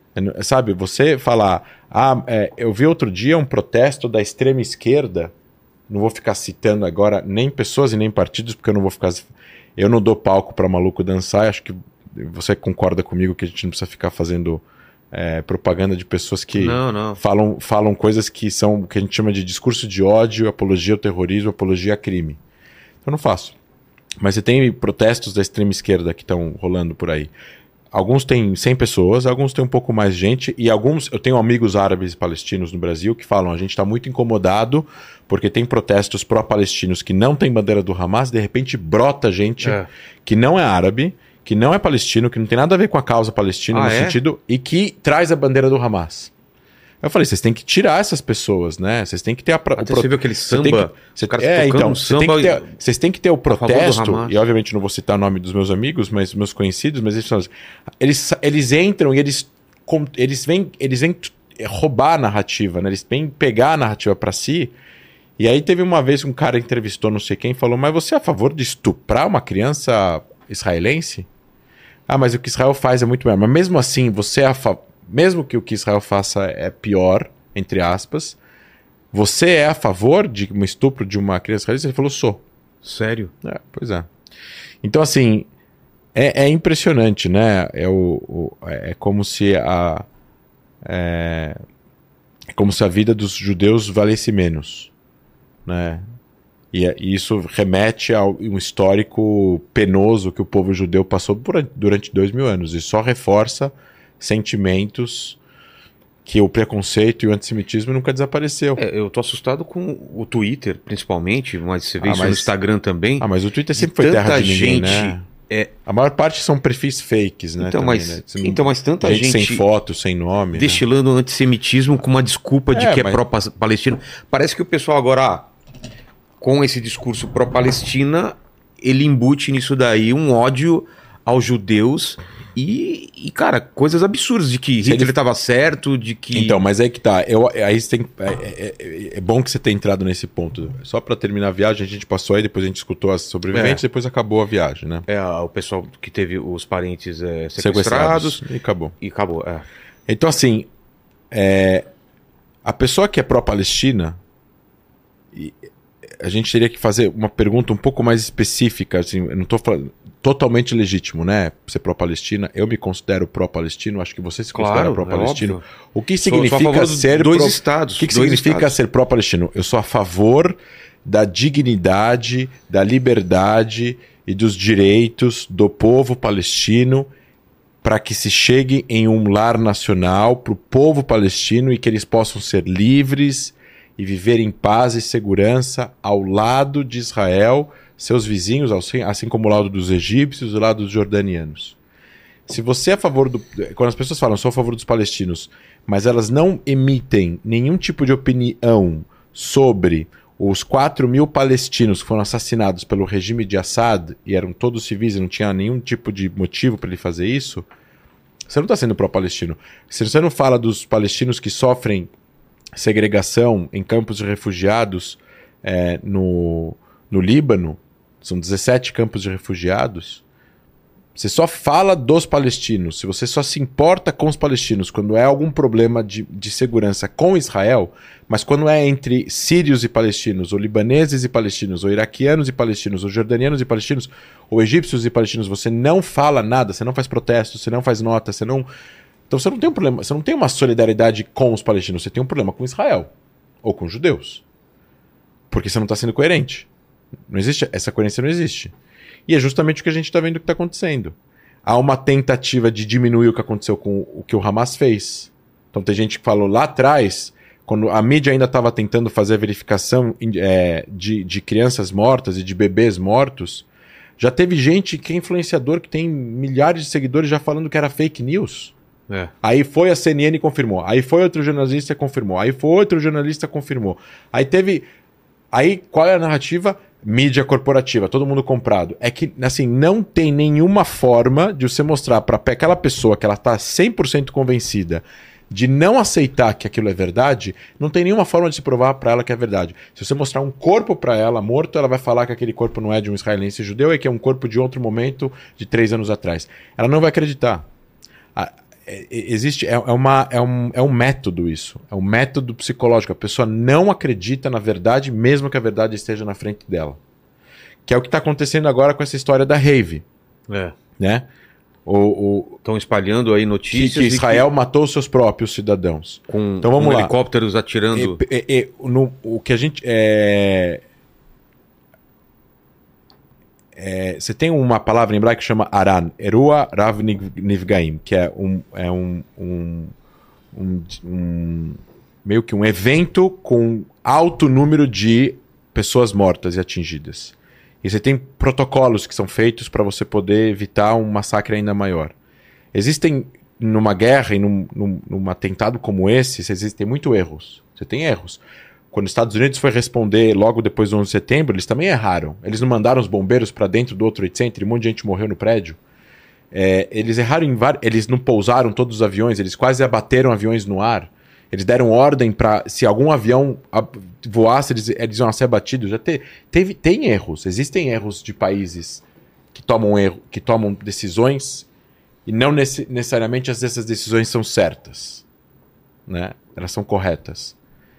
Sabe, você falar, ah, é, eu vi outro dia um protesto da extrema esquerda, não vou ficar citando agora nem pessoas e nem partidos, porque eu não vou ficar, eu não dou palco para maluco dançar, acho que você concorda comigo que a gente não precisa ficar fazendo é, propaganda de pessoas que não, não. Falam, falam coisas que são, que a gente chama de discurso de ódio, apologia ao terrorismo, apologia a crime. Eu não faço. Mas você tem protestos da extrema esquerda que estão rolando por aí. Alguns têm cem pessoas, alguns têm um pouco mais de gente, e alguns, eu tenho amigos árabes e palestinos no Brasil que falam, a gente está muito incomodado porque tem protestos pró-palestinos que não tem bandeira do Hamas, de repente brota gente é. que não é árabe, que não é palestino, que não tem nada a ver com a causa palestina ah, no é? sentido, e que traz a bandeira do Hamas. Eu falei, vocês têm que tirar essas pessoas, né? Vocês têm que ter a... Pro... Você viu aquele samba? Você tem que... É, então, você tem que ter... vocês têm que ter o protesto, e obviamente não vou citar o nome dos meus amigos, mas meus conhecidos, mas eles falam assim, eles, eles entram e eles, eles, vêm, eles vêm roubar a narrativa, né? Eles vêm pegar a narrativa para si. E aí teve uma vez um cara entrevistou não sei quem e falou, mas você é a favor de estuprar uma criança israelense? Ah, mas o que Israel faz é muito melhor. Mas mesmo assim, você é a favor... Mesmo que o que Israel faça é pior, entre aspas, você é a favor de um estupro de uma criança israelense? Ele falou, sou. Sério? É, pois é. Então, assim, é, é impressionante, né? É, o, o, é como se a... É, é como se a vida dos judeus valesse menos, né? E, e isso remete a um histórico penoso que o povo judeu passou por, durante dois mil anos. E só reforça sentimentos que o preconceito e o antissemitismo nunca desapareceu. É, eu tô assustado com o Twitter, principalmente, mas você vê ah, isso mas... no Instagram também. Ah, mas o Twitter sempre foi terra de ninguém, gente, né? É... A maior parte são perfis fakes, né? Então, também, mas, né? Você então mas tanta gente, gente sem foto, sem nome. Destilando né? antissemitismo com uma desculpa de é, que mas... é pró-palestino. Parece que o pessoal agora, ah, com esse discurso pró-Palestina, ele embute nisso daí um ódio aos judeus. E, e, cara, coisas absurdas de que Hitler estava certo, de que... Então, mas aí que tá. Eu, aí você tem, é, é, é bom que você tenha entrado nesse ponto. Só para terminar a viagem, a gente passou aí, depois a gente escutou as sobreviventes, é. depois acabou a viagem, né? É, o pessoal que teve os parentes é, sequestrados, sequestrados. E acabou. E acabou, é. Então, assim, é, a pessoa que é pró-Palestina, a gente teria que fazer uma pergunta um pouco mais específica, assim, eu não tô falando... Totalmente legítimo, né? Ser pró-Palestina. Eu me considero pró-palestino. Acho que você se considera claro, pró-palestino. É o que significa ser dois pro... estados? O que, que dois significa estados. ser pró-palestino? Eu sou a favor da dignidade, da liberdade e dos direitos do povo palestino para que se chegue em um lar nacional para o povo palestino e que eles possam ser livres e viver em paz e segurança ao lado de Israel, seus vizinhos, assim como o lado dos egípcios e o lado dos jordanianos. Se você é a favor do... Quando as pessoas falam, sou a favor dos palestinos, mas elas não emitem nenhum tipo de opinião sobre os quatro mil palestinos que foram assassinados pelo regime de Assad, e eram todos civis e não tinha nenhum tipo de motivo para ele fazer isso, você não está sendo pró-palestino. Se você não fala dos palestinos que sofrem segregação em campos de refugiados é, no, no Líbano, são dezessete campos de refugiados, Você só fala dos palestinos, se você só se importa com os palestinos quando é algum problema de, de segurança com Israel, mas quando é entre sírios e palestinos, ou libaneses e palestinos, ou iraquianos e palestinos, ou jordanianos e palestinos, ou egípcios e palestinos, você não fala nada, você não faz protestos, você não faz nota, você não... Então você não tem um problema, você não tem uma solidariedade com os palestinos, você tem um problema com Israel, ou com os judeus. Porque você não está sendo coerente. Não existe, essa coerência não existe. E é justamente o que a gente está vendo que está acontecendo. Há uma tentativa de diminuir o que aconteceu com o que o Hamas fez. Então tem gente que falou lá atrás, quando a mídia ainda estava tentando fazer a verificação é, de, de crianças mortas e de bebês mortos, já teve gente que é influenciador, que tem milhares de seguidores já falando que era fake news. É. Aí foi a C N N e confirmou. Aí foi outro jornalista e confirmou. Aí foi outro jornalista e confirmou. Aí teve... Aí qual é a narrativa? Mídia corporativa, todo mundo comprado. É que, assim, não tem nenhuma forma de você mostrar para aquela pessoa que ela está cem por cento convencida de não aceitar que aquilo é verdade, não tem nenhuma forma de se provar para ela que é verdade. Se você mostrar um corpo para ela morto, ela vai falar que aquele corpo não é de um israelense judeu, é que é um corpo de outro momento de três anos atrás. Ela não vai acreditar. A, é, existe, é, é, uma, é, um, é um método isso, é um método psicológico. A pessoa não acredita na verdade, mesmo que a verdade esteja na frente dela. Que é o que está acontecendo agora com essa história da rave. É. Né? Estão espalhando aí notícias. Que, que Israel que... matou seus próprios cidadãos. Com, então vamos com lá. helicópteros atirando. E, e, e, no, o que a gente. É... É, você tem uma palavra em hebraico que chama Aran, Erua Rav Nifgaim, que é um, é um, um, um, um meio que um evento com alto número de pessoas mortas e atingidas. E você tem protocolos que são feitos para você poder evitar um massacre ainda maior. Existem, numa guerra e num, num, num atentado como esse, existem muitos erros. Você tem erros. Quando os Estados Unidos foi responder logo depois do onze de setembro, eles também erraram. Eles não mandaram os bombeiros para dentro do outro Trade Center e um monte de gente morreu no prédio. É, eles erraram em vários... Eles não pousaram todos os aviões, eles quase abateram aviões no ar. Eles deram ordem para, se algum avião voasse, eles, eles iam ser abatidos. Já te, teve, tem erros, existem erros de países que tomam, erro, que tomam decisões e não nesse, necessariamente essas decisões são certas. Né? Elas são corretas.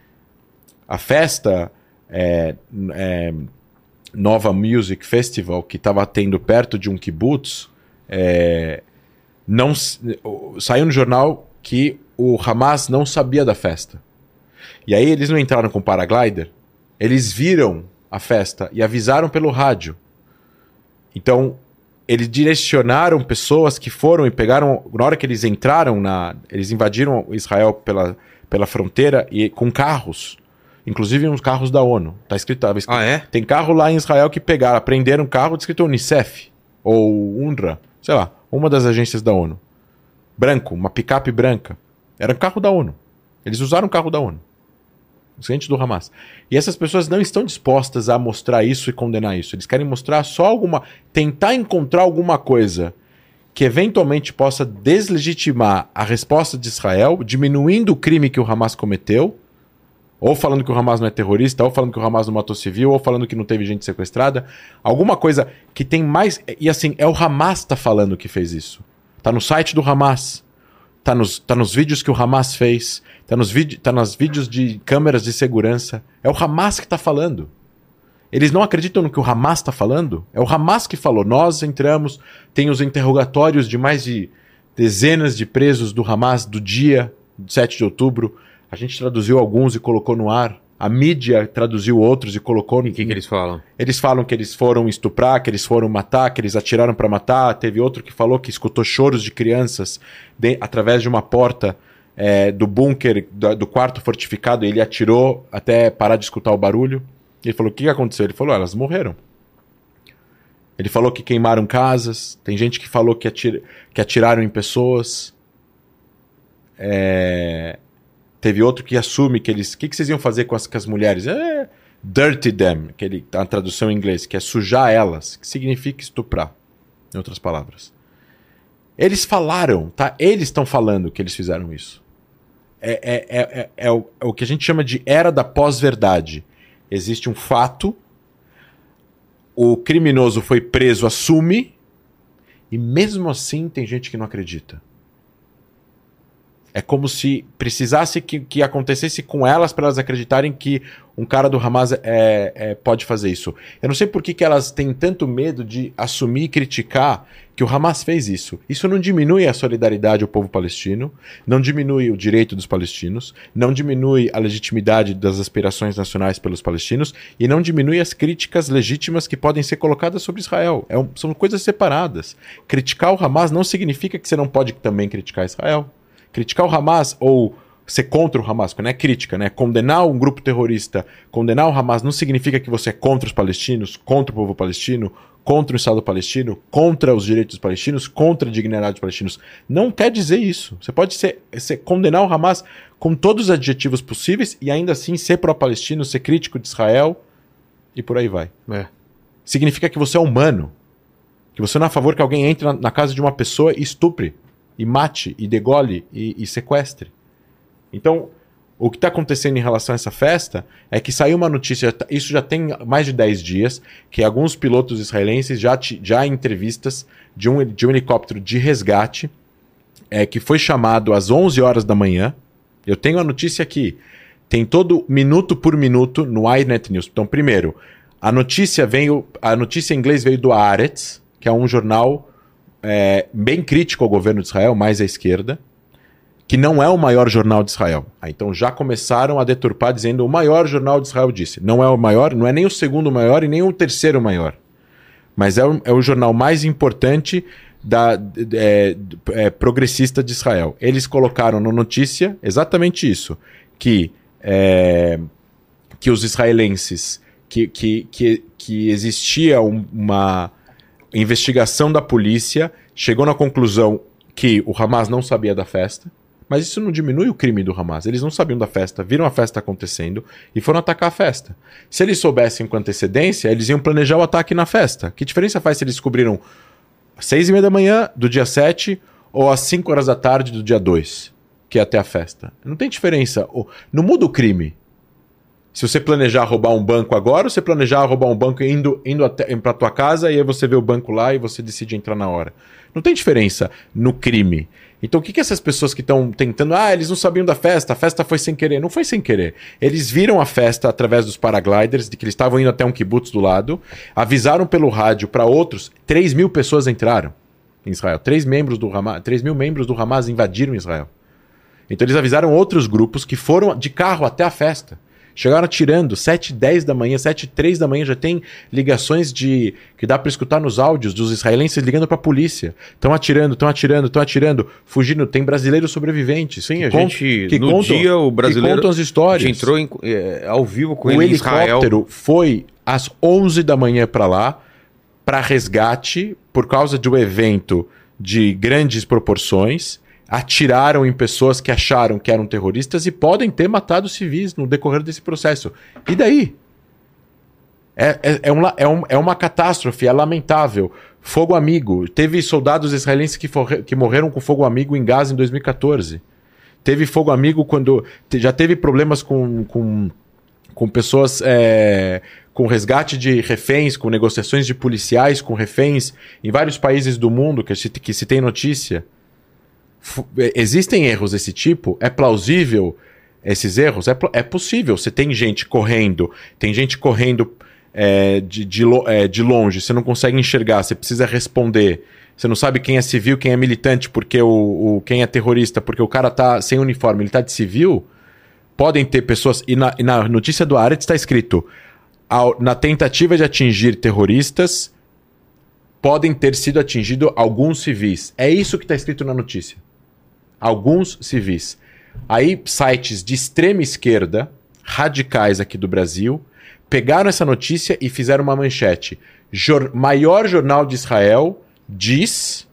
A festa é, é, Nova Music Festival, que estava tendo perto de um kibbutz, é, não, saiu no jornal que o Hamas não sabia da festa. E aí eles não entraram com paraglider, eles viram a festa e avisaram pelo rádio. Então, eles direcionaram pessoas que foram e pegaram... Na hora que eles entraram, na, eles invadiram Israel pela, pela fronteira e com carros. Inclusive uns carros da ONU. Tá escrito, tava escrito. Ah, é? Tem carro lá em Israel que pegaram, prenderam um carro escrito Unicef ou UNRWA, sei lá, uma das agências da ONU. Branco, uma picape branca. Era um carro da ONU. Eles usaram o carro da ONU. Os clientes do Hamas. E essas pessoas não estão dispostas a mostrar isso e condenar isso. Eles querem mostrar só alguma... Tentar encontrar alguma coisa que eventualmente possa deslegitimar a resposta de Israel, diminuindo o crime que o Hamas cometeu, ou falando que o Hamas não é terrorista, ou falando que o Hamas não matou civil, ou falando que não teve gente sequestrada. Alguma coisa que tem mais... E assim, é o Hamas que tá falando que fez isso. Tá no site do Hamas. Tá nos, tá nos vídeos que o Hamas fez. Tá nos, tá nos vídeos de câmeras de segurança. É o Hamas que tá falando. Eles não acreditam no que o Hamas tá falando? É o Hamas que falou. Nós entramos, tem os interrogatórios de mais de dezenas de presos do Hamas do dia sete de outubro. A gente traduziu alguns e colocou no ar. A mídia traduziu outros e colocou no... E o que, que eles falam? Eles falam que eles foram estuprar, que eles foram matar, que eles atiraram para matar. Teve outro que falou que escutou choros de crianças de... através de uma porta é, do bunker, do, do quarto fortificado. E ele atirou até parar de escutar o barulho. Ele falou, o que aconteceu? Ele falou, elas morreram. Ele falou que queimaram casas. Tem gente que falou que, atir... que atiraram em pessoas. É... Teve outro que assume que eles... O que, que vocês iam fazer com as, com as mulheres? É, dirty them, que ele, a tradução em inglês, que é sujar elas, que significa estuprar, em outras palavras. Eles falaram, tá? Eles estão falando que eles fizeram isso. É, é, é, é, é, o, é o que a gente chama de era da pós-verdade. Existe um fato, o criminoso foi preso, assume, E mesmo assim tem gente que não acredita. É como se precisasse que, que acontecesse com elas para elas acreditarem que um cara do Hamas é, é, pode fazer isso. Eu não sei por que, que elas têm tanto medo de assumir e criticar que o Hamas fez isso. Isso não diminui a solidariedade ao povo palestino, não diminui o direito dos palestinos, não diminui a legitimidade das aspirações nacionais pelos palestinos e não diminui as críticas legítimas que podem ser colocadas sobre Israel. É um, são coisas separadas. Criticar o Hamas não significa que você não pode também criticar Israel. Criticar o Hamas ou ser contra o Hamas, não é crítica, né? Condenar um grupo terrorista, condenar o Hamas não significa que você é contra os palestinos, contra o povo palestino, contra o Estado palestino, contra os direitos dos palestinos, contra a dignidade dos palestinos. Não quer dizer isso. Você pode ser, ser, condenar o Hamas com todos os adjetivos possíveis e ainda assim ser pró-palestino, ser crítico de Israel e por aí vai. É. Significa que você é humano, que você não é a favor que alguém entre na, na casa de uma pessoa e estupre, e mate, e degole, e, e sequestre. Então, o que está acontecendo em relação a essa festa é que saiu uma notícia, isso já tem mais de dez dias, que alguns pilotos israelenses já, já em entrevistas de um, de um helicóptero de resgate, é, que foi chamado às onze horas da manhã. Eu tenho a notícia aqui, tem todo minuto por minuto no iNet News. Então, primeiro, a notícia veio, a notícia em inglês veio do Haaretz, que é um jornal É, bem crítico ao governo de Israel, mais à esquerda, que não é o maior jornal de Israel. Ah, então já começaram a deturpar dizendo o maior jornal de Israel disse. Não é o maior, não é nem o segundo maior e nem o terceiro maior. Mas é o, é o jornal mais importante da, é, é, progressista de Israel. Eles colocaram na notícia exatamente isso, que, é, que os israelenses, que, que, que, que existia um, uma investigação da polícia chegou na conclusão que o Hamas não sabia da festa, mas isso não diminui o crime do Hamas. Eles não sabiam da festa, viram a festa acontecendo e foram atacar a festa. Se eles soubessem com antecedência, eles iam planejar o ataque na festa. Que diferença faz se eles descobriram às seis e meia da manhã do dia sete ou às cinco horas da tarde do dia dois, que é até a festa? Não tem diferença. Não muda o crime. Se você planejar roubar um banco agora, ou você planejar roubar um banco indo, indo para tua casa e aí você vê o banco lá e você decide entrar na hora. Não tem diferença no crime. Então o que, que essas pessoas que estão tentando... Ah, eles não sabiam da festa, a festa foi sem querer. Não foi sem querer. Eles viram a festa através dos paragliders, de que eles estavam indo até um kibutz do lado, avisaram pelo rádio para outros, três mil pessoas entraram em Israel. três membros do Hamas, três mil membros do Hamas invadiram Israel. Então eles avisaram outros grupos que foram de carro até a festa. Chegaram atirando, sete e dez da manhã, sete e três da manhã, já tem ligações de que dá para escutar nos áudios dos israelenses ligando para a polícia. Estão atirando, estão atirando, estão atirando, fugindo. Tem brasileiros sobreviventes. Sim, que a contam, gente, que no contam, dia, o brasileiro... que contam as histórias. A gente entrou em, é, ao vivo com o ele em Israel. O helicóptero foi às onze da manhã para lá, para resgate, por causa de um evento de grandes proporções. Atiraram em pessoas que acharam que eram terroristas e podem ter matado civis no decorrer desse processo. E daí? É, é, é, um, é, um, é uma catástrofe, é lamentável. Fogo amigo. Teve soldados israelenses que, for, que morreram com fogo amigo em Gaza em dois mil e catorze. Teve fogo amigo quando... Já teve problemas com, com, com pessoas... É, com resgate de reféns, com negociações de policiais com reféns em vários países do mundo que se, que se tem notícia. Existem erros desse tipo? É plausível esses erros? É, é possível. Você tem gente correndo, tem gente correndo é, de, de, é, de longe, você não consegue enxergar, você precisa responder. Você não sabe quem é civil, quem é militante, porque o, o, quem é terrorista, porque o cara tá sem uniforme, ele tá de civil. Podem ter pessoas... E na, e na notícia do Haaretz está escrito: ao, na tentativa de atingir terroristas, podem ter sido atingidos alguns civis. É isso que está escrito na notícia. Alguns civis. Aí sites de extrema esquerda, radicais aqui do Brasil, pegaram essa notícia e fizeram uma manchete. Jor- maior jornal de Israel diz...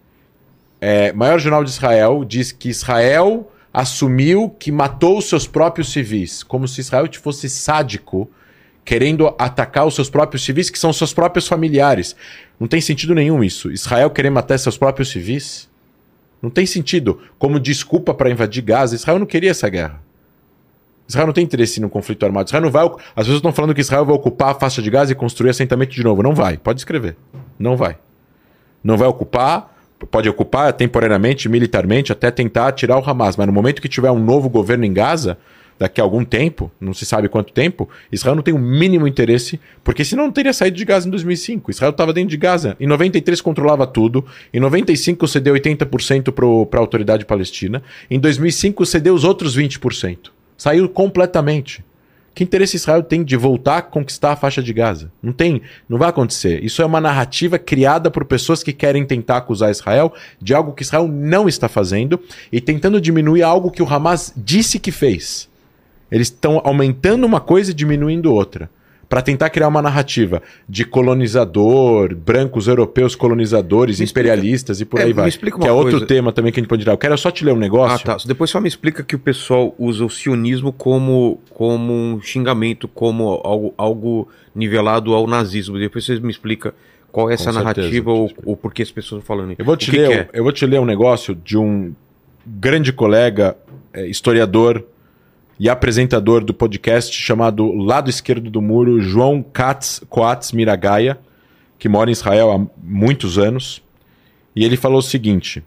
É, maior jornal de Israel diz que Israel assumiu que matou os seus próprios civis. Como se Israel fosse sádico, querendo atacar os seus próprios civis, que são seus próprios familiares. Não tem sentido nenhum isso. Israel querer matar seus próprios civis? Não tem sentido. Como desculpa para invadir Gaza, Israel não queria essa guerra. Israel não tem interesse no conflito armado. Israel não vai... As pessoas estão falando que Israel vai ocupar a faixa de Gaza e construir assentamento de novo. Não vai. Pode escrever. Não vai. Não vai ocupar, pode ocupar temporariamente, militarmente, até tentar tirar o Hamas. Mas no momento que tiver um novo governo em Gaza, daqui a algum tempo, não se sabe quanto tempo, Israel não tem o mínimo interesse, porque senão não teria saído de Gaza em dois mil e cinco. Israel estava dentro de Gaza. Em noventa e três controlava tudo. Em noventa e cinco cedeu oitenta por cento para a autoridade palestina. Em dois mil e cinco cedeu os outros vinte por cento. Saiu completamente. Que interesse Israel tem de voltar a conquistar a faixa de Gaza? Não tem, não vai acontecer. Isso é uma narrativa criada por pessoas que querem tentar acusar Israel de algo que Israel não está fazendo e tentando diminuir algo que o Hamas disse que fez. Eles estão aumentando uma coisa e diminuindo outra. Para tentar criar uma narrativa de colonizador, brancos europeus colonizadores, me imperialistas explica, e por aí é, vai. Me explica uma que é coisa. Outro tema também que a gente pode tirar. Eu quero só te ler um negócio. Ah, tá. Depois só me explica que o pessoal usa o sionismo como, como um xingamento, como algo, algo nivelado ao nazismo. Depois você me explica qual é essa Com narrativa ou, ou por que as pessoas estão falando isso. Eu vou, te ler, que é? eu vou te ler um negócio de um grande colega, é, historiador, e apresentador do podcast chamado Lado Esquerdo do Muro, João Katz, Coatz Miragaia, que mora em Israel há muitos anos. E ele falou o seguinte...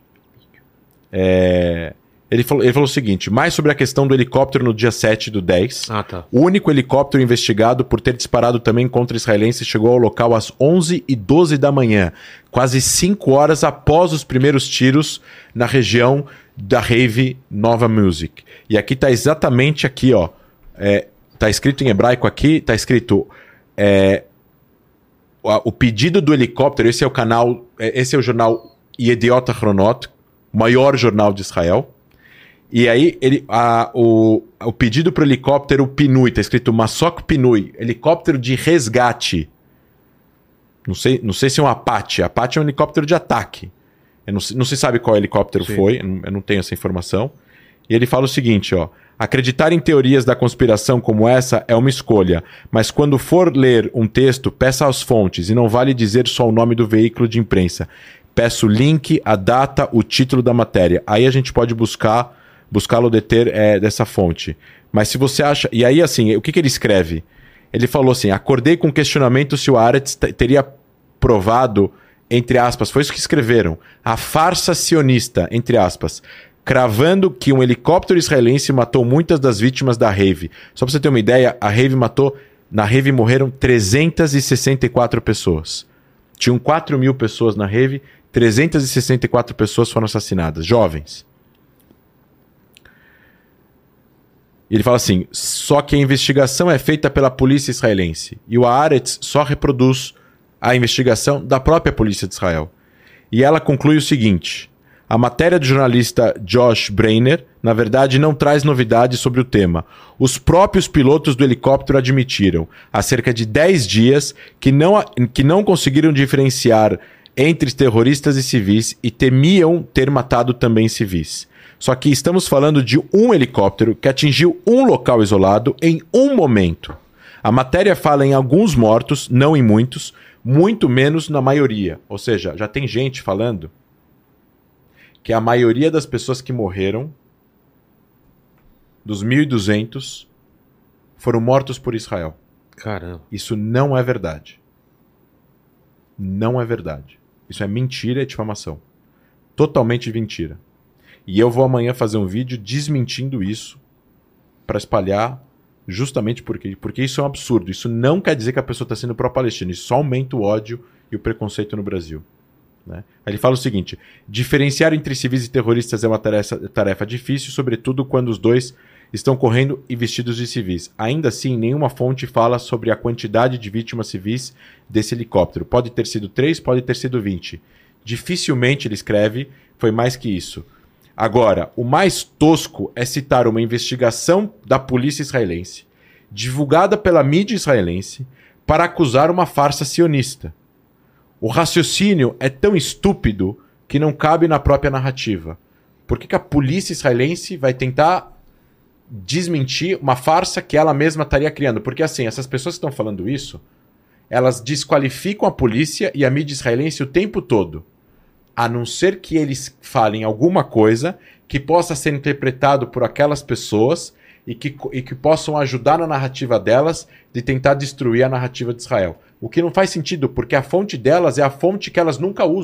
É, ele, falou, ele falou o seguinte, mais sobre a questão do helicóptero no dia sete do dez. Ah, tá. O único helicóptero investigado por ter disparado também contra israelenses chegou ao local às onze e doze da manhã, quase cinco horas após os primeiros tiros na região da rave Nova Music. E aqui tá exatamente aqui, ó. É, tá escrito em hebraico aqui, tá escrito é, o, o pedido do helicóptero, esse é o canal, é, esse é o jornal Yediot Ahronot, o maior jornal de Israel. E aí ele, a, o, o pedido para o helicóptero Pinui, tá escrito Masok Pinui, helicóptero de resgate. Não sei, não sei se é um Apache. Apache é um helicóptero de ataque. Eu não, não se sabe qual helicóptero Sim. foi, eu não tenho essa informação. E ele fala o seguinte, ó. Acreditar em teorias da conspiração como essa é uma escolha, mas quando for ler um texto, peça as fontes e não vale dizer só o nome do veículo de imprensa. Peço o link, a data, o título da matéria. Aí a gente pode buscar, buscá-lo deter é, dessa fonte. Mas se você acha... E aí, assim, o que, que ele escreve? Ele falou assim, acordei com questionamento se o Haaretz teria provado... entre aspas, foi isso que escreveram, a farsa sionista, entre aspas, cravando que um helicóptero israelense matou muitas das vítimas da rave. Só para você ter uma ideia, a rave matou, na rave morreram trezentas e sessenta e quatro pessoas. Tinham quatro mil pessoas na rave, trezentas e sessenta e quatro pessoas foram assassinadas, jovens. E ele fala assim, só que a investigação é feita pela polícia israelense, e o Haaretz só reproduz a investigação da própria polícia de Israel. E ela conclui o seguinte, a matéria do jornalista Josh Breiner, na verdade, não traz novidades sobre o tema. Os próprios pilotos do helicóptero admitiram, há cerca de dez dias, que não, que não conseguiram diferenciar entre terroristas e civis e temiam ter matado também civis. Só que estamos falando de um helicóptero que atingiu um local isolado em um momento. A matéria fala em alguns mortos, não em muitos, muito menos na maioria. Ou seja, já tem gente falando que a maioria das pessoas que morreram, dos mil e duzentos, foram mortos por Israel. Caramba. Isso não é verdade. Não é verdade. Isso é mentira e difamação. Totalmente mentira. E eu vou amanhã fazer um vídeo desmentindo isso para espalhar justamente porque, porque isso é um absurdo. Isso não quer dizer que a pessoa está sendo pró-Palestina. Isso só aumenta o ódio e o preconceito no Brasil. Né? Aí ele fala o seguinte: diferenciar entre civis e terroristas é uma tarefa, tarefa difícil, sobretudo quando os dois estão correndo e vestidos de civis. Ainda assim, nenhuma fonte fala sobre a quantidade de vítimas civis desse helicóptero. Pode ter sido três, pode ter sido vinte. Dificilmente, ele escreve, foi mais que isso. Agora, o mais tosco é citar uma investigação da polícia israelense, divulgada pela mídia israelense, para acusar uma farsa sionista. O raciocínio é tão estúpido que não cabe na própria narrativa. Por que que a polícia israelense vai tentar desmentir uma farsa que ela mesma estaria criando? Porque assim, essas pessoas que estão falando isso, elas desqualificam a polícia e a mídia israelense o tempo todo. A não ser que eles falem alguma coisa que possa ser interpretado por aquelas pessoas e que, e que possam ajudar na narrativa delas de tentar destruir a narrativa de Israel. O que não faz sentido, porque a fonte delas é a fonte que elas nunca usam.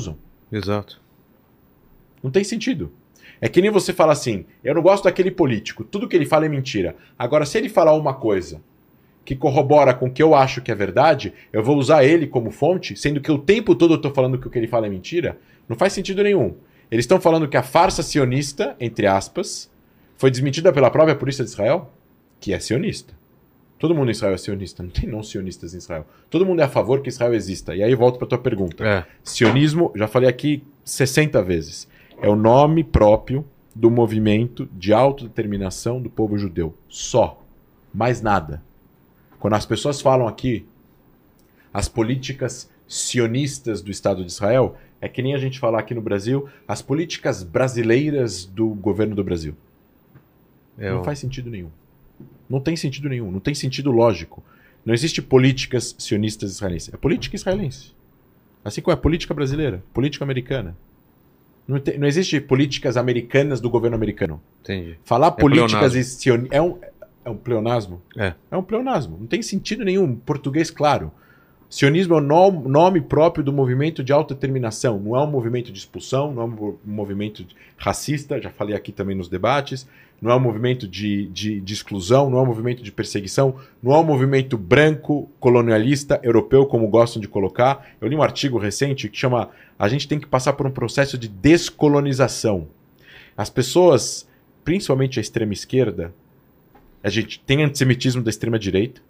Exato. Não tem sentido. É que nem você fala assim, eu não gosto daquele político, tudo que ele fala é mentira. Agora, se ele falar uma coisa que corrobora com o que eu acho que é verdade, eu vou usar ele como fonte, sendo que o tempo todo eu estou falando que o que ele fala é mentira, não faz sentido nenhum. Eles estão falando que a farsa sionista, entre aspas, foi desmentida pela própria polícia de Israel, que é sionista. Todo mundo em Israel é sionista, não tem não sionistas em Israel. Todo mundo é a favor que Israel exista. E aí volto para a tua pergunta. É. Sionismo, já falei aqui sessenta vezes, é o nome próprio do movimento de autodeterminação do povo judeu. Só. Mais nada. Quando as pessoas falam aqui as políticas sionistas do Estado de Israel, é que nem a gente falar aqui no Brasil as políticas brasileiras do governo do Brasil. É, não ó. faz sentido nenhum. Não tem sentido nenhum. Não tem sentido lógico. Não existe políticas sionistas israelenses. É política israelense. Assim como é política brasileira, política americana. Não, tem, não existe políticas americanas do governo americano. Entendi. Falar É políticas pleonasmo. sionistas... É um, é um pleonasmo? É. É um pleonasmo. Não tem sentido nenhum. Português claro. Sionismo é o no- nome próprio do movimento de autodeterminação. Não é um movimento de expulsão, não é um mo- movimento racista, já falei aqui também nos debates. Não é um movimento de, de, de exclusão, não é um movimento de perseguição, não é um movimento branco, colonialista, europeu, como gostam de colocar. Eu li um artigo recente que chama A gente tem que passar por um processo de descolonização. As pessoas, principalmente a extrema esquerda, a gente tem antissemitismo da extrema direita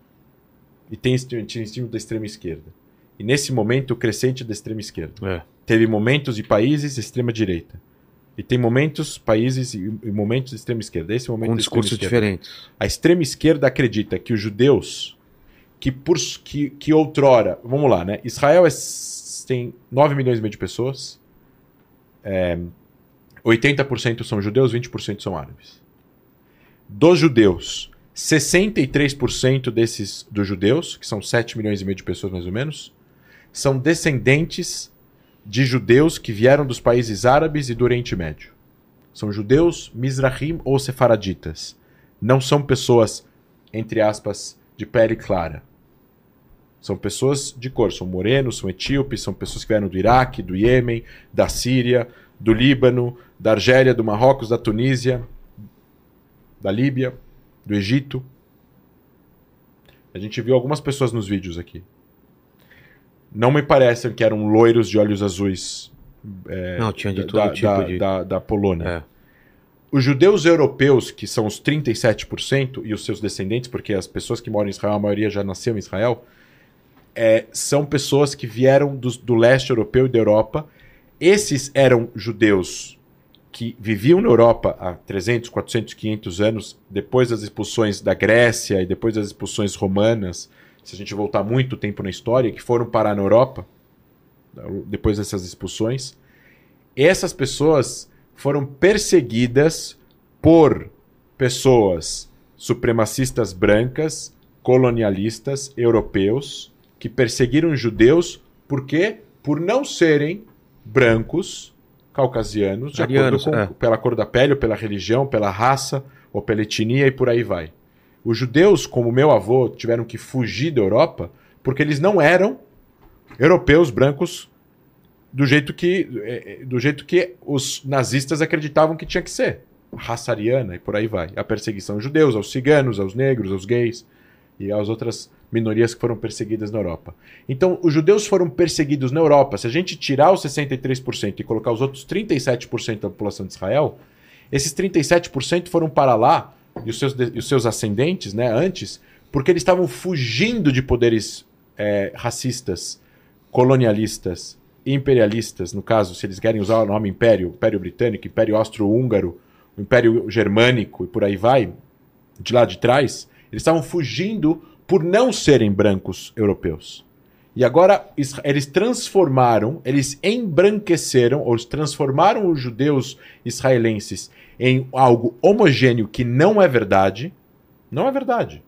e tem antissemitismo da extrema esquerda. E nesse momento, o crescente da extrema esquerda. É. Teve momentos e países de extrema direita. E tem momentos, países e, e momentos de extrema esquerda. Esse momento Com da extrema discursos esquerda. diferentes. A extrema esquerda acredita que os judeus, que, por, que, que outrora... Vamos lá, né? Israel é, tem nove milhões e meio de pessoas. É, oitenta por cento são judeus, vinte por cento são árabes. Dos judeus, sessenta e três por cento desses dos judeus, que são sete milhões e meio de pessoas mais ou menos, são descendentes de judeus que vieram dos países árabes e do Oriente Médio. São judeus mizrahim ou sefaraditas. Não são pessoas, entre aspas, de pele clara. São pessoas de cor, são morenos, são etíopes, são pessoas que vieram do Iraque, do Iêmen, da Síria, do Líbano, da Argélia, do Marrocos, da Tunísia, da Líbia, do Egito. A gente viu algumas pessoas nos vídeos aqui. Não me parecem que eram loiros de olhos azuis. É, Não, tinha de da, todo da, tipo da, de... da, da Polônia. É. Os judeus europeus, que são os trinta e sete por cento, e os seus descendentes, porque as pessoas que moram em Israel, a maioria já nasceu em Israel, é, são pessoas que vieram do, do leste europeu e da Europa. Esses eram judeus que viviam na Europa há trezentos, quatrocentos, quinhentos anos, depois das expulsões da Grécia e depois das expulsões romanas, se a gente voltar muito tempo na história, que foram parar na Europa, depois dessas expulsões. Essas pessoas foram perseguidas por pessoas supremacistas brancas, colonialistas, europeus, que perseguiram judeus, por quê? Por não serem brancos, caucasianos, de Arianos, acordo com, é. pela cor da pele, ou pela religião, pela raça, ou pela etnia, e por aí vai. Os judeus, como meu avô, tiveram que fugir da Europa porque eles não eram europeus brancos do jeito que, do jeito que os nazistas acreditavam que tinha que ser. A raça ariana e por aí vai. A perseguição aos judeus, aos ciganos, aos negros, aos gays e às outras minorias que foram perseguidas na Europa. Então, os judeus foram perseguidos na Europa. Se a gente tirar os sessenta e três por cento e colocar os outros trinta e sete por cento da população de Israel, esses trinta e sete por cento foram para lá, e os seus, e os seus ascendentes, né, antes, porque eles estavam fugindo de poderes é, racistas, colonialistas, imperialistas, no caso, se eles querem usar o nome Império, Império Britânico, Império Austro-Húngaro, Império Germânico e por aí vai, de lá de trás, eles estavam fugindo por não serem brancos europeus. E agora eles transformaram, eles embranqueceram, ou eles transformaram os judeus israelenses em algo homogêneo que não é verdade. Não é verdade.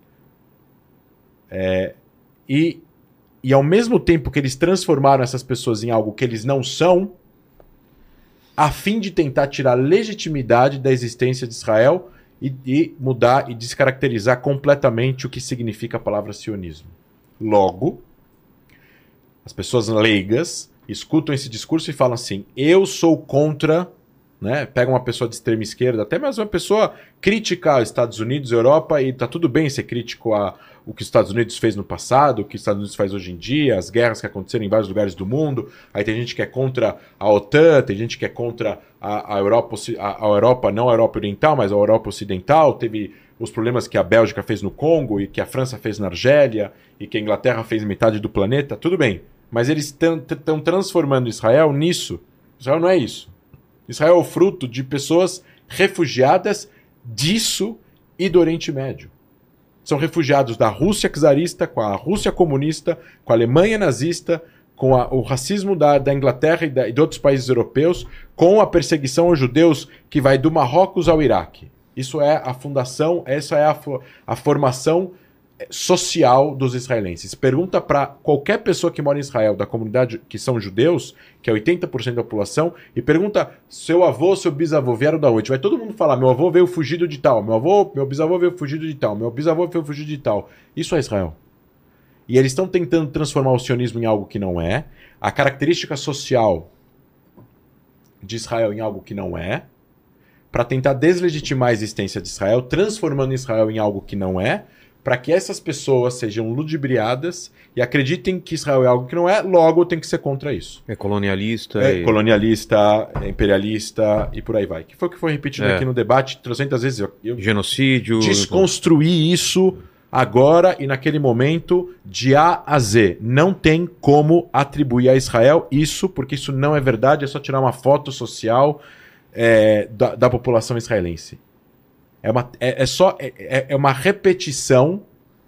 É, e, e ao mesmo tempo que eles transformaram essas pessoas em algo que eles não são, a fim de tentar tirar legitimidade da existência de Israel e, e mudar e descaracterizar completamente o que significa a palavra sionismo. Logo, as pessoas leigas escutam esse discurso e falam assim, eu sou contra, né? Pega uma pessoa de extrema esquerda, até mesmo uma pessoa crítica aos Estados Unidos, Europa, e tá tudo bem ser crítico a o que os Estados Unidos fez no passado, o que os Estados Unidos faz hoje em dia, as guerras que aconteceram em vários lugares do mundo. Aí tem gente que é contra a OTAN, tem gente que é contra a, a, Europa, a, a Europa, não a Europa Oriental, mas a Europa Ocidental. Teve os problemas que a Bélgica fez no Congo e que a França fez na Argélia e que a Inglaterra fez em metade do planeta. Tudo bem, mas eles estão transformando Israel nisso. Israel não é isso. Israel é o fruto de pessoas refugiadas disso e do Oriente Médio. São refugiados da Rússia czarista, com a Rússia comunista, com a Alemanha nazista, com a, o racismo da, da Inglaterra e, da, e de outros países europeus, com a perseguição aos judeus que vai do Marrocos ao Iraque. Isso é a fundação, essa é a, a formação social dos israelenses. Pergunta para qualquer pessoa que mora em Israel, da comunidade que são judeus, que é oitenta por cento da população, e pergunta seu avô, seu bisavô vieram da onde? Vai todo mundo falar, meu avô veio fugido de tal, meu avô, meu bisavô veio fugido de tal, meu bisavô veio fugido de tal. Isso é Israel. E eles estão tentando transformar o sionismo em algo que não é, a característica social de Israel em algo que não é, para tentar deslegitimar a existência de Israel, transformando Israel em algo que não é, para que essas pessoas sejam ludibriadas e acreditem que Israel é algo que não é, logo tem que ser contra isso. É colonialista. É e... colonialista, é imperialista e por aí vai. Que foi o que foi repetido é. aqui no debate trocentas vezes. Eu, eu Genocídio. Desconstruir isso agora e naquele momento de A a Z. Não tem como atribuir a Israel isso, porque isso não é verdade, é só tirar uma foto social é, da, da população israelense. É, uma, é, é só é, é uma repetição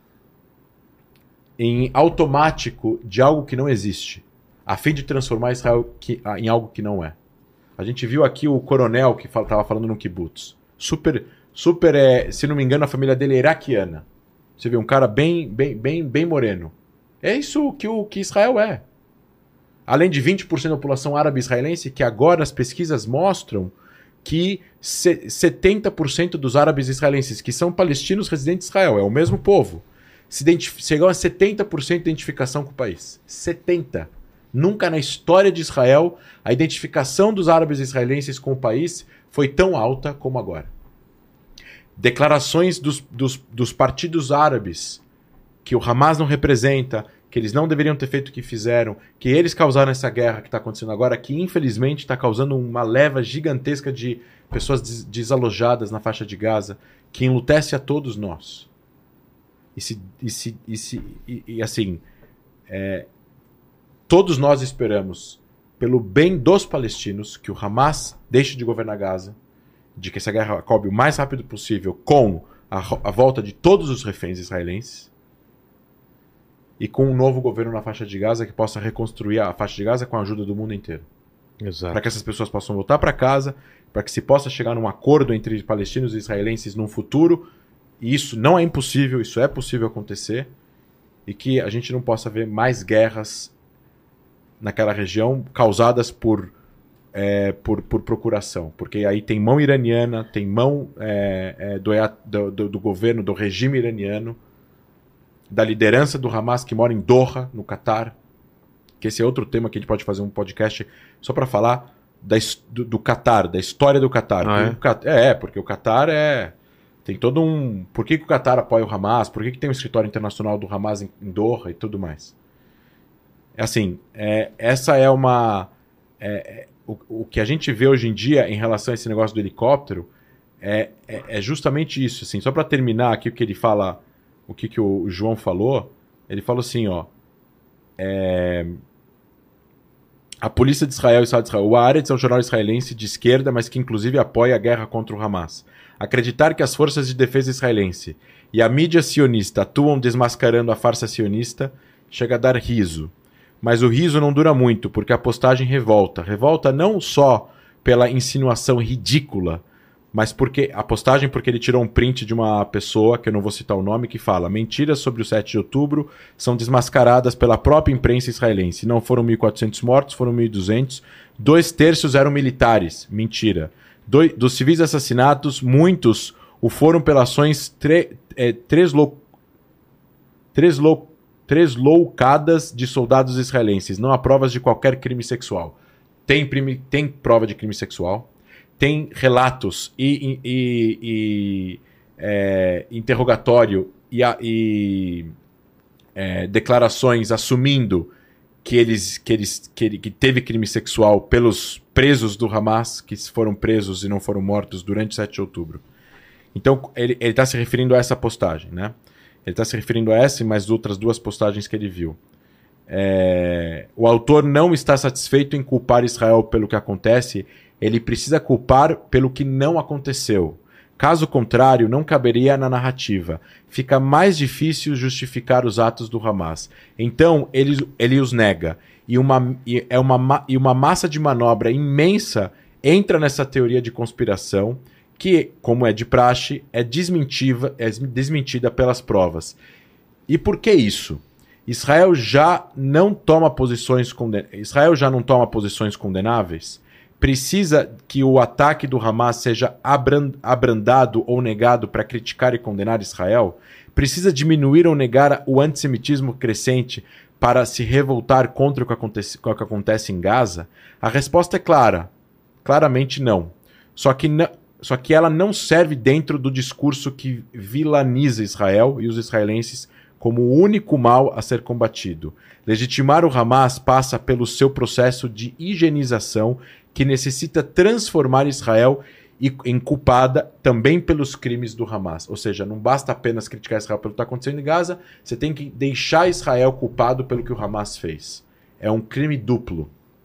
em automático de algo que não existe, a fim de transformar Israel que, em algo que não é. A gente viu aqui o coronel que estava falando no kibbutz. Super, super é, se não me engano, a família dele é iraquiana. Você vê um cara bem, bem, bem, bem moreno. É isso que, o, que Israel é. Além de vinte por cento da população árabe israelense, que agora as pesquisas mostram que setenta por cento dos árabes israelenses que são palestinos residentes em Israel, é o mesmo povo, se chegam a setenta por cento de identificação com o país. setenta por cento. Nunca na história de Israel a identificação dos árabes israelenses com o país foi tão alta como agora. Declarações dos, dos, dos partidos árabes que o Hamas não representa, que eles não deveriam ter feito o que fizeram, que eles causaram essa guerra que está acontecendo agora, que infelizmente está causando uma leva gigantesca de pessoas des desalojadas na faixa de Gaza, que enlutece a todos nós. E, se, e, se, e, se, e, e assim, é, todos nós esperamos, pelo bem dos palestinos, que o Hamas deixe de governar Gaza, de que essa guerra acabe o mais rápido possível com a, a volta de todos os reféns israelenses, e com um novo governo na faixa de Gaza que possa reconstruir a faixa de Gaza com a ajuda do mundo inteiro. Exato. Para que essas pessoas possam voltar para casa, para que se possa chegar num acordo entre palestinos e israelenses num futuro. E isso não é impossível, isso é possível acontecer. E que a gente não possa ver mais guerras naquela região causadas por, é, por, por procuração. Porque aí tem mão iraniana, tem mão é, é, do, do, do governo, do regime iraniano, da liderança do Hamas que mora em Doha, no Catar, que esse é outro tema que a gente pode fazer um podcast só para falar da, do, do Catar, da história do Catar. Ah, é? é, porque o Catar é... Tem todo um... Por que, que o Catar apoia o Hamas? Por que, que tem um escritório internacional do Hamas em, em Doha e tudo mais? É assim, é, essa é uma... É, é, o, o que a gente vê hoje em dia em relação a esse negócio do helicóptero é, é, é justamente isso. Assim, só para terminar aqui o que ele fala... O que, que o João falou, ele falou assim, ó, é, a polícia de Israel e o Estado de Israel, o Haaretz é um jornal israelense de esquerda, mas que inclusive apoia a guerra contra o Hamas. Acreditar que as forças de defesa israelense e a mídia sionista atuam desmascarando a farsa sionista chega a dar riso. Mas o riso não dura muito, porque a postagem revolta. Revolta não só pela insinuação ridícula, mas porque a postagem, porque ele tirou um print de uma pessoa, que eu não vou citar o nome, que fala: mentiras sobre o sete de outubro são desmascaradas pela própria imprensa israelense. Não foram mil e quatrocentos mortos, foram mil e duzentos. Dois terços eram militares. Mentira. Dois, dos civis assassinatos, muitos o foram pelas ações tre, é, três lo, três lo, três loucadas de soldados israelenses. Não há provas de qualquer crime sexual. Tem, prime, tem prova de crime sexual. Tem relatos e, e, e, e é, interrogatório e, e é, declarações assumindo que, eles, que, eles, que, ele, que teve crime sexual pelos presos do Hamas, que foram presos e não foram mortos durante sete de outubro. Então, ele está se referindo a essa postagem, né? Ele está se referindo a essa e mais outras duas postagens que ele viu. É... O autor não está satisfeito em culpar Israel pelo que acontece, ele precisa culpar pelo que não aconteceu. Caso contrário, não caberia na narrativa. Fica mais difícil justificar os atos do Hamas. Então, ele, ele os nega. E uma, e é uma, e uma massa de manobra imensa entra nessa teoria de conspiração que, como é de praxe, é, desmentiva, é desmentida pelas provas. E por que isso? Israel já não toma posições conden... Israel já não toma posições condenáveis? Precisa que o ataque do Hamas seja abrandado ou negado para criticar e condenar Israel? Precisa diminuir ou negar o antissemitismo crescente para se revoltar contra o que acontece, o que acontece em Gaza? A resposta é clara. Claramente não. Só que, não, só que ela não serve dentro do discurso que vilaniza Israel e os israelenses como o único mal a ser combatido. Legitimar o Hamas passa pelo seu processo de higienização que necessita transformar Israel em culpada também pelos crimes do Hamas. Ou seja, não basta apenas criticar Israel pelo que está acontecendo em Gaza, você tem que deixar Israel culpado pelo que o Hamas fez. É um crime duplo.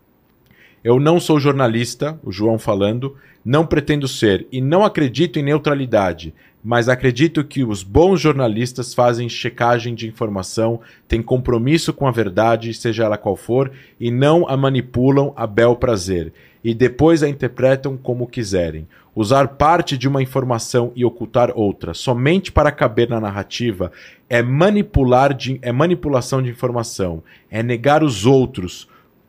Eu não sou jornalista, o João falando, não pretendo ser e não acredito em neutralidade, mas acredito que os bons jornalistas fazem checagem de informação, têm compromisso com a verdade, seja ela qual for, e não a manipulam a bel prazer, e depois a interpretam como quiserem. Usar parte de uma informação e ocultar outra, somente para caber na narrativa, é, manipular de, é manipulação de informação, é negar os outros.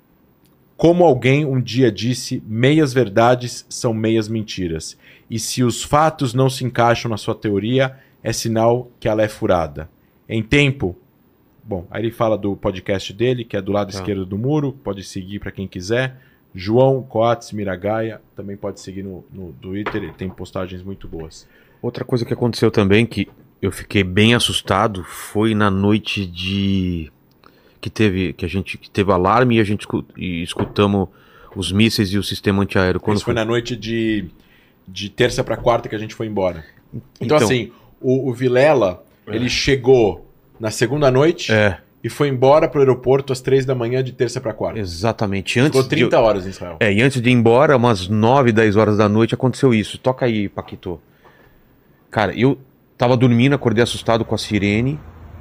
Como alguém um dia disse, meias verdades são meias mentiras. E se os fatos não se encaixam na sua teoria, é sinal que ela é furada. Em tempo... Bom, aí ele fala do podcast dele, que é do lado tá. esquerdo do muro, pode seguir para quem quiser. João Coates Miragaia, também pode seguir no, no Twitter, ele tem postagens muito boas. Outra coisa que aconteceu também, que eu fiquei bem assustado, foi na noite de... que teve, que a gente que teve alarme e a gente escut, e escutamos os mísseis e o sistema antiaéreo. Quando Isso foi, foi na noite de... de terça para quarta que a gente foi embora. Então, então assim, o, o Vilela, é. ele chegou na segunda noite é. e foi embora pro aeroporto às três da manhã de terça para quarta. Exatamente. Antes Ficou trinta de, horas em Israel. É, e antes de ir embora, umas nove, dez horas da noite, aconteceu isso. Toca aí, Paquito. Cara, eu tava dormindo, acordei assustado com a sirene.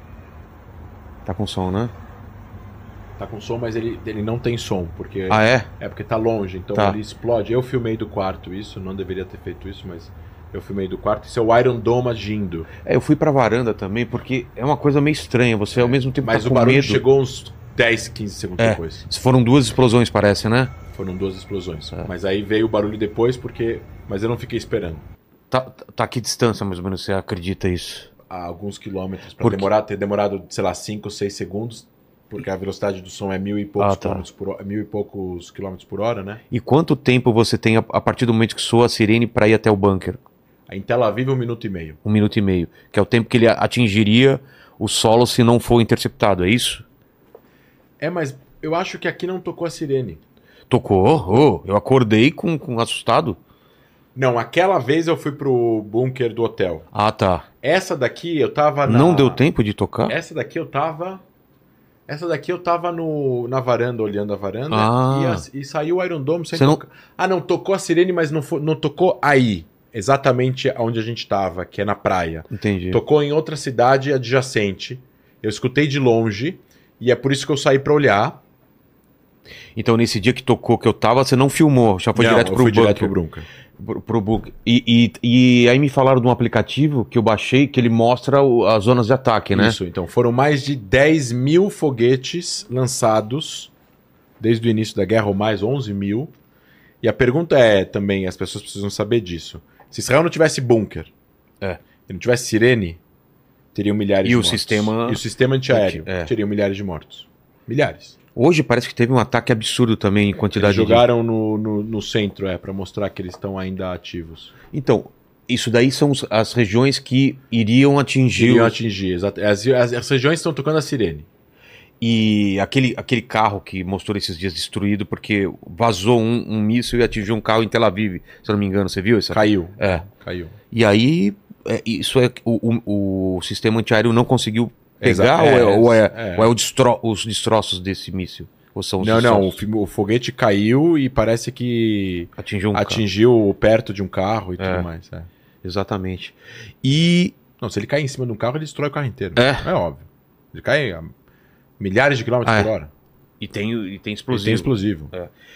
Tá com som, né? Tá com som, mas ele, ele não tem som, porque ah, é? é porque tá longe, então tá. ele explode. Eu filmei do quarto isso, não deveria ter feito isso, mas eu filmei do quarto. Isso é o Iron Dome agindo. É, eu fui pra varanda também, porque é uma coisa meio estranha, você é. ao mesmo tempo mas tá o com barulho medo. chegou uns dez, quinze segundos é. depois. Foram duas explosões, parece, né? Foram duas explosões, é. mas aí veio o barulho depois, porque mas eu não fiquei esperando. Tá, tá a que distância, mais ou menos, você acredita isso? A alguns quilômetros, pra porque... demorar, ter demorado, sei lá, cinco ou seis segundos. Porque a velocidade do som é mil e poucos, ah, tá. quilômetros, por, mil e poucos quilômetros por hora, né? E quanto tempo você tem a, a partir do momento que soa a sirene para ir até o bunker? Em Tel Aviv, um minuto e meio. Um minuto e meio. Que é o tempo que ele atingiria o solo se não for interceptado, é isso? É, mas eu acho que aqui não tocou a sirene. Tocou? Oh, eu acordei com, com assustado. Não, aquela vez eu fui pro bunker do hotel. Ah, tá. Essa daqui eu tava na... Não deu tempo de tocar? Essa daqui eu tava... Essa daqui eu tava no, na varanda, olhando a varanda, ah. e, a, e saiu o Iron Dome sem Você tocar. Não... Ah, não, tocou a sirene, mas não, foi, não tocou aí, exatamente onde a gente tava, que é na praia. Entendi. Tocou em outra cidade adjacente, eu escutei de longe, e é por isso que eu saí pra olhar. Então nesse dia que tocou, que eu tava, você não filmou, já foi não, direto eu pro fui bunker. direto pro bunker. Pro, pro bunker. E, e, e aí me falaram de um aplicativo que eu baixei que ele mostra o, as zonas de ataque, né? Isso, então foram mais de dez mil foguetes lançados desde o início da guerra, ou mais onze mil. E a pergunta é também, as pessoas precisam saber disso. Se Israel não tivesse bunker é. e não tivesse sirene, teriam milhares E de o mortos. sistema- E o sistema antiaéreo É. teriam milhares de mortos. Milhares. Hoje parece que teve um ataque absurdo também em Eles quantidade de... jogaram no, no, no centro, é, para mostrar que eles estão ainda ativos. Então, isso daí são os- as regiões que iriam atingir... Iriam os- atingir, exato. As, as, as regiões estão tocando a sirene. E aquele, aquele carro que mostrou esses dias destruído porque vazou um, um míssil e atingiu um carro em Tel Aviv, se eu não me engano, você viu isso? Caiu. É. Caiu. E aí, é, isso é o, o, o sistema antiaéreo não conseguiu pegar Exa- ou, é, é, ou, é, é. ou é o destro, os destroços desse míssil? Ou são os Não, não, o, destroços? fi- o foguete caiu e parece que Atingiu um carro. atingiu perto de um carro e É. tudo mais. É. Exatamente. E Não, se ele cair em cima de um carro, ele destrói o carro inteiro. É. É óbvio. Ele cai a milhares de quilômetros Ah, é. por hora. E tem, e tem Ele explosivo. tem explosivo.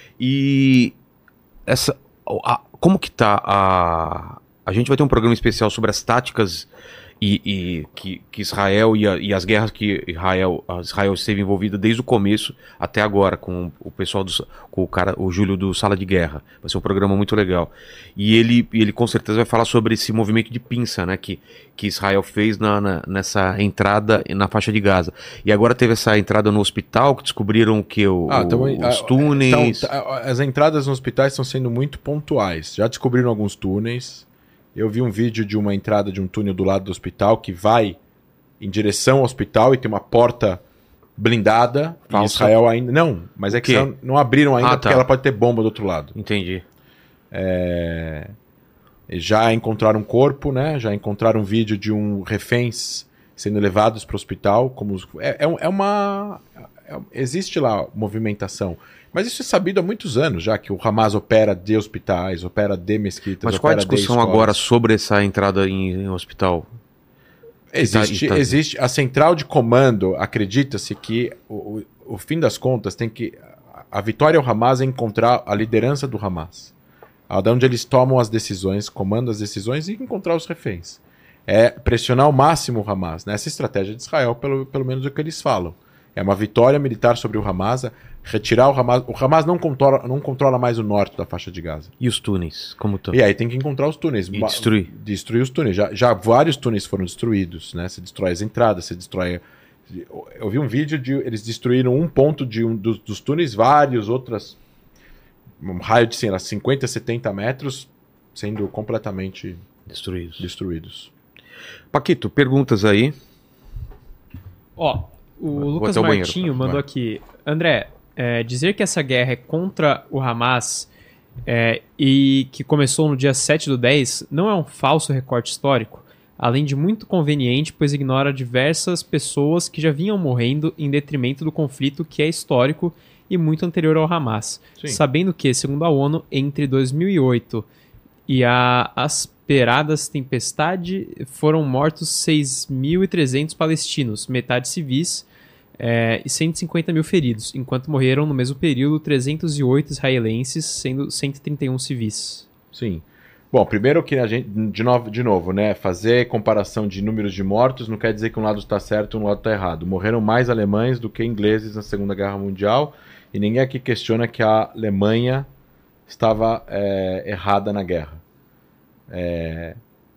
E essa, a- como que tá a... A gente vai ter um programa especial sobre as táticas e, e que, que Israel e, a- e as guerras que Israel, a Israel esteve envolvida desde o começo até agora com o pessoal do, com o cara, o Júlio do Sala de Guerra. Vai ser um programa muito legal. E ele, ele com certeza vai falar sobre esse movimento de pinça, né, que, que Israel fez na, na- nessa entrada na faixa de Gaza. E agora teve essa entrada no hospital que descobriram que o, Ah, então, o- os ah, túneis. então, tá, as entradas nos hospitais estão sendo muito pontuais. Já descobriram alguns túneis. Eu vi um vídeo de uma entrada de um túnel do lado do hospital que vai em direção ao hospital e tem uma porta blindada. E Falsa. Israel ainda. Não, mas é que quê? não, não abriram ainda Ah, porque tá. ela pode ter bomba do outro lado. Entendi. É, já encontraram um corpo, né? Já encontraram um vídeo de um reféns sendo levados para o hospital. Como os- é, é um- é uma. é- existe lá movimentação. Mas isso é sabido há muitos anos já, que o Hamas opera de hospitais, opera de mesquitas. Mas qual é a opera de discussão escolas. agora sobre essa entrada em, em hospital? Existe, E tá- e tá- existe a central de comando, acredita-se que o, o, o fim das contas tem que. A a vitória ao Hamas é encontrar a liderança do Hamas. A- De onde eles tomam as decisões, comandam as decisões e encontrar os reféns. É pressionar ao máximo o Hamas. Nessa estratégia de Israel, pelo, pelo menos é o que eles falam. É uma vitória militar sobre o Hamas, retirar o Hamas. O Hamas não controla, não controla mais o norte da faixa de Gaza. E os túneis? Como estão? E aí tem que encontrar os túneis. E Ma- destruir. Destruir os túneis. Já, já vários túneis foram destruídos, né? Você destrói as entradas, você destrói... Eu vi um vídeo de... Eles destruíram um ponto de um dos, dos túneis, vários outras... Um raio de, sei lá, cinquenta, setenta metros sendo completamente Destruídos. destruídos. Paquito, perguntas aí. Ó, o Vou Lucas até o banheiro, Martinho tá? mandou Vai. aqui. André, é, dizer que essa guerra é contra o Hamas é, e que começou no dia sete do dez não é um falso recorte histórico? Além de muito conveniente, pois ignora diversas pessoas que já vinham morrendo em detrimento do conflito que é histórico e muito anterior ao Hamas. Sim. Sabendo que, segundo a ONU, entre dois mil e oito e a Asperadas Tempestade foram mortos seis mil e trezentos palestinos, metade civis, é, e cento e cinquenta mil feridos, enquanto morreram no mesmo período trezentos e oito israelenses, sendo cento e trinta e um civis. Sim. Bom, primeiro que a gente, de novo, de novo, né, fazer comparação de números de mortos não quer dizer que um lado está certo e um lado está errado. Morreram mais alemães do que ingleses na Segunda Guerra Mundial e ninguém aqui questiona que a Alemanha estava é, errada na guerra. É...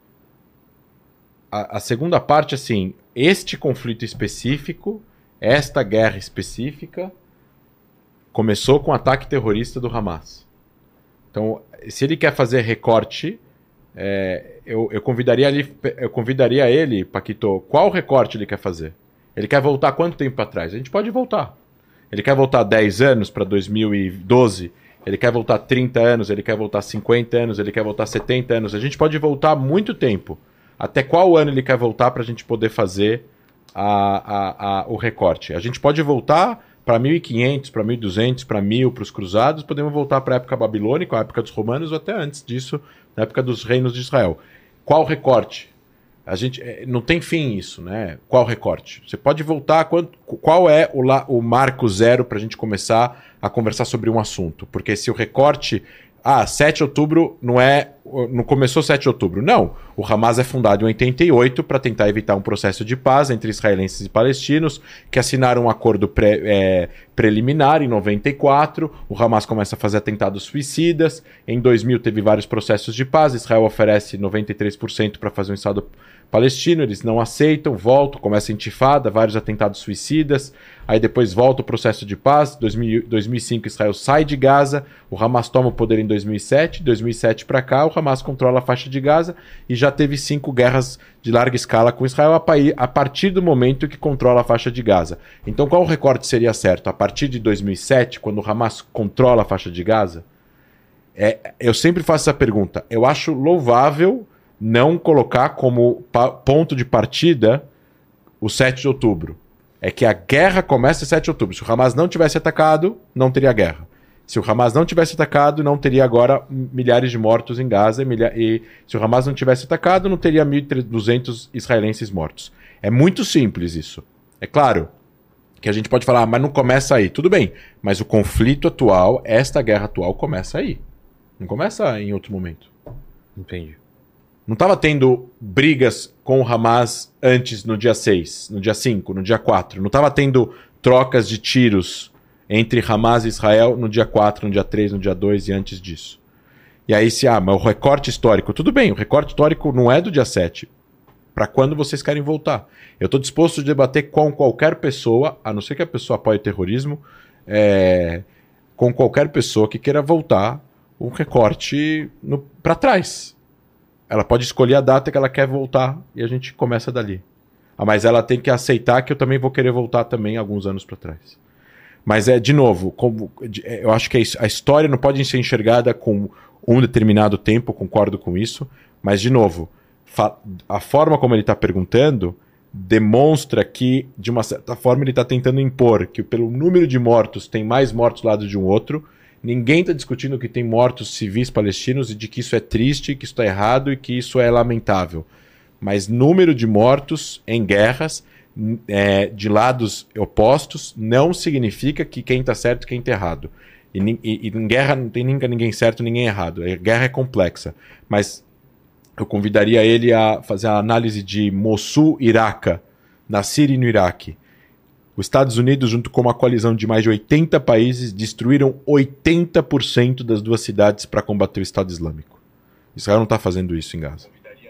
A, a segunda parte, assim, este conflito específico, esta guerra específica, começou com o ataque terrorista do Hamas. Então, se ele quer fazer recorte, é, eu, eu, convidaria ele, eu convidaria ele, Paquito, qual recorte ele quer fazer? Ele quer voltar quanto tempo para trás? A gente pode voltar. Ele quer voltar dez anos para dois mil e doze? Ele quer voltar trinta anos? Ele quer voltar cinquenta anos? Ele quer voltar setenta anos? A gente pode voltar muito tempo. Até qual ano ele quer voltar para a gente poder fazer a, a, a, o recorte? A gente pode voltar para mil e quinhentos, para mil e duzentos, para mil, para os cruzados, podemos voltar para a época babilônica, a época dos romanos, ou até antes disso, na época dos reinos de Israel. Qual recorte? A gente não tem fim isso, né? Qual recorte? Você pode voltar, quanto, qual é o, la, o marco zero para a gente começar a conversar sobre um assunto? Porque se o recorte, ah, sete de outubro não é não começou sete de outubro. Não. O Hamas é fundado em oitenta e oito para tentar evitar um processo de paz entre israelenses e palestinos, que assinaram um acordo pré, é, preliminar em noventa e quatro. O Hamas começa a fazer atentados suicidas. Em dois mil teve vários processos de paz. Israel oferece noventa e três por cento para fazer um Estado palestino, eles não aceitam, voltam, começa a intifada, vários atentados suicidas, aí depois volta o processo de paz, dois mil, dois mil e cinco Israel sai de Gaza, o Hamas toma o poder em dois mil e sete, dois mil e sete para cá, o Hamas controla a faixa de Gaza e já teve cinco guerras de larga escala com Israel a, a partir do momento que controla a faixa de Gaza. Então qual o recorte seria certo? A partir de dois mil e sete, quando o Hamas controla a faixa de Gaza? É, eu sempre faço essa pergunta, eu acho louvável não colocar como ponto de partida o sete de outubro. É que a guerra começa em sete de outubro. Se o Hamas não tivesse atacado, não teria guerra. Se o Hamas não tivesse atacado, não teria agora milhares de mortos em Gaza. E, milha... e se o Hamas não tivesse atacado, não teria mil e duzentos israelenses mortos. É muito simples isso. É claro que a gente pode falar, ah, mas não começa aí. Tudo bem, mas o conflito atual, esta guerra atual, começa aí. Não começa em outro momento. Entendi. Não estava tendo brigas com o Hamas antes, no dia seis, no dia cinco, no dia quatro. Não estava tendo trocas de tiros entre Hamas e Israel no dia quatro, no dia três, no dia dois e antes disso. E aí se, ah, mas o recorte histórico. Tudo bem, o recorte histórico não é do dia sete. Para quando vocês querem voltar? Eu estou disposto a debater com qualquer pessoa, a não ser que a pessoa apoie o terrorismo, é, com qualquer pessoa que queira voltar um recorte para trás. Ela pode escolher a data que ela quer voltar e a gente começa dali. Ah, mas ela tem que aceitar que eu também vou querer voltar também alguns anos para trás. Mas é, de novo, como, eu acho que a história não pode ser enxergada com um determinado tempo, concordo com isso, mas, de novo, a forma como ele está perguntando demonstra que, de uma certa forma, ele está tentando impor que pelo número de mortos tem mais mortos do lado de um outro. Ninguém está discutindo que tem mortos civis palestinos e de que isso é triste, que isso está errado e que isso é lamentável. Mas número de mortos em guerras é, de lados opostos não significa que quem está certo e quem está errado. E, e, e em guerra não tem nunca ninguém certo e ninguém errado. A guerra é complexa. Mas eu convidaria ele a fazer a análise de Mossul e Raqqa, na Síria e no Iraque. Os Estados Unidos, junto com uma coalizão de mais de oitenta países, destruíram oitenta por cento das duas cidades para combater o Estado Islâmico. Israel não está fazendo isso em Gaza.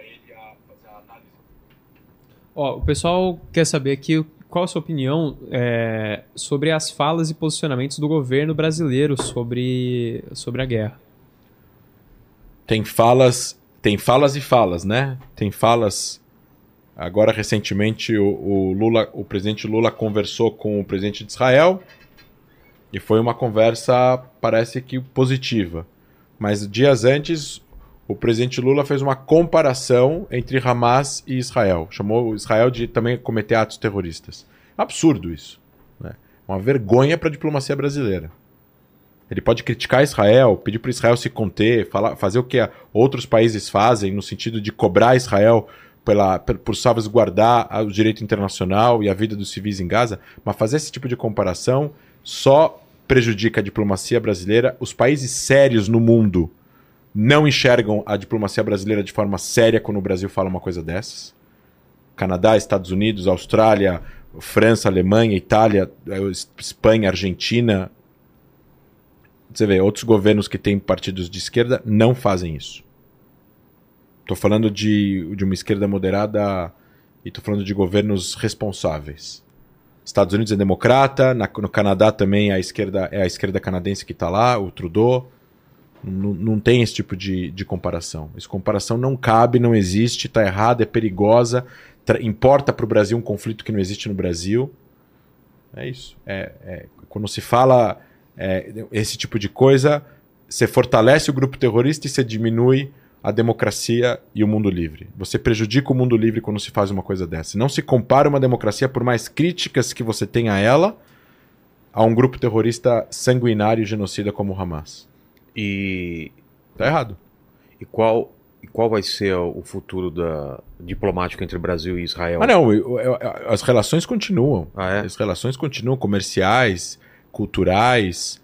Ó, o pessoal quer saber aqui qual a sua opinião é, sobre as falas e posicionamentos do governo brasileiro sobre, sobre a guerra. Tem falas, tem falas e falas, né? Tem falas... Agora, recentemente, o, o, Lula, o presidente Lula conversou com o presidente de Israel e foi uma conversa, parece que positiva. Mas dias antes, o presidente Lula fez uma comparação entre Hamas e Israel. Chamou Israel de também cometer atos terroristas. Absurdo isso. Né? Uma vergonha para a diplomacia brasileira. Ele pode criticar Israel, pedir para Israel se conter, falar, fazer o que outros países fazem, no sentido de cobrar Israel Pela, por salvaguardar o direito internacional e a vida dos civis em Gaza, mas fazer esse tipo de comparação só prejudica a diplomacia brasileira. Os países sérios no mundo não enxergam a diplomacia brasileira de forma séria quando o Brasil fala uma coisa dessas. Canadá, Estados Unidos, Austrália, França, Alemanha, Itália, Espanha, Argentina. Você vê, outros governos que têm partidos de esquerda não fazem isso. Estou falando de, de uma esquerda moderada e estou falando de governos responsáveis. Estados Unidos é democrata, na, no Canadá também a esquerda, é a esquerda canadense que está lá, o Trudeau. N- não tem esse tipo de, de comparação. Essa comparação não cabe, não existe, está errada, é perigosa, tra- importa para o Brasil um conflito que não existe no Brasil. É isso. É, é, quando se fala é, esse tipo de coisa, você fortalece o grupo terrorista e você diminui a democracia e o mundo livre. Você prejudica o mundo livre quando se faz uma coisa dessa. Não se compara uma democracia, por mais críticas que você tenha a ela, a um grupo terrorista sanguinário e genocida como o Hamas. E... Tá errado. E qual, e qual vai ser o futuro da... diplomático entre Brasil e Israel? Ah, não. Eu, eu, as relações continuam. Ah, é? As relações continuam comerciais, culturais,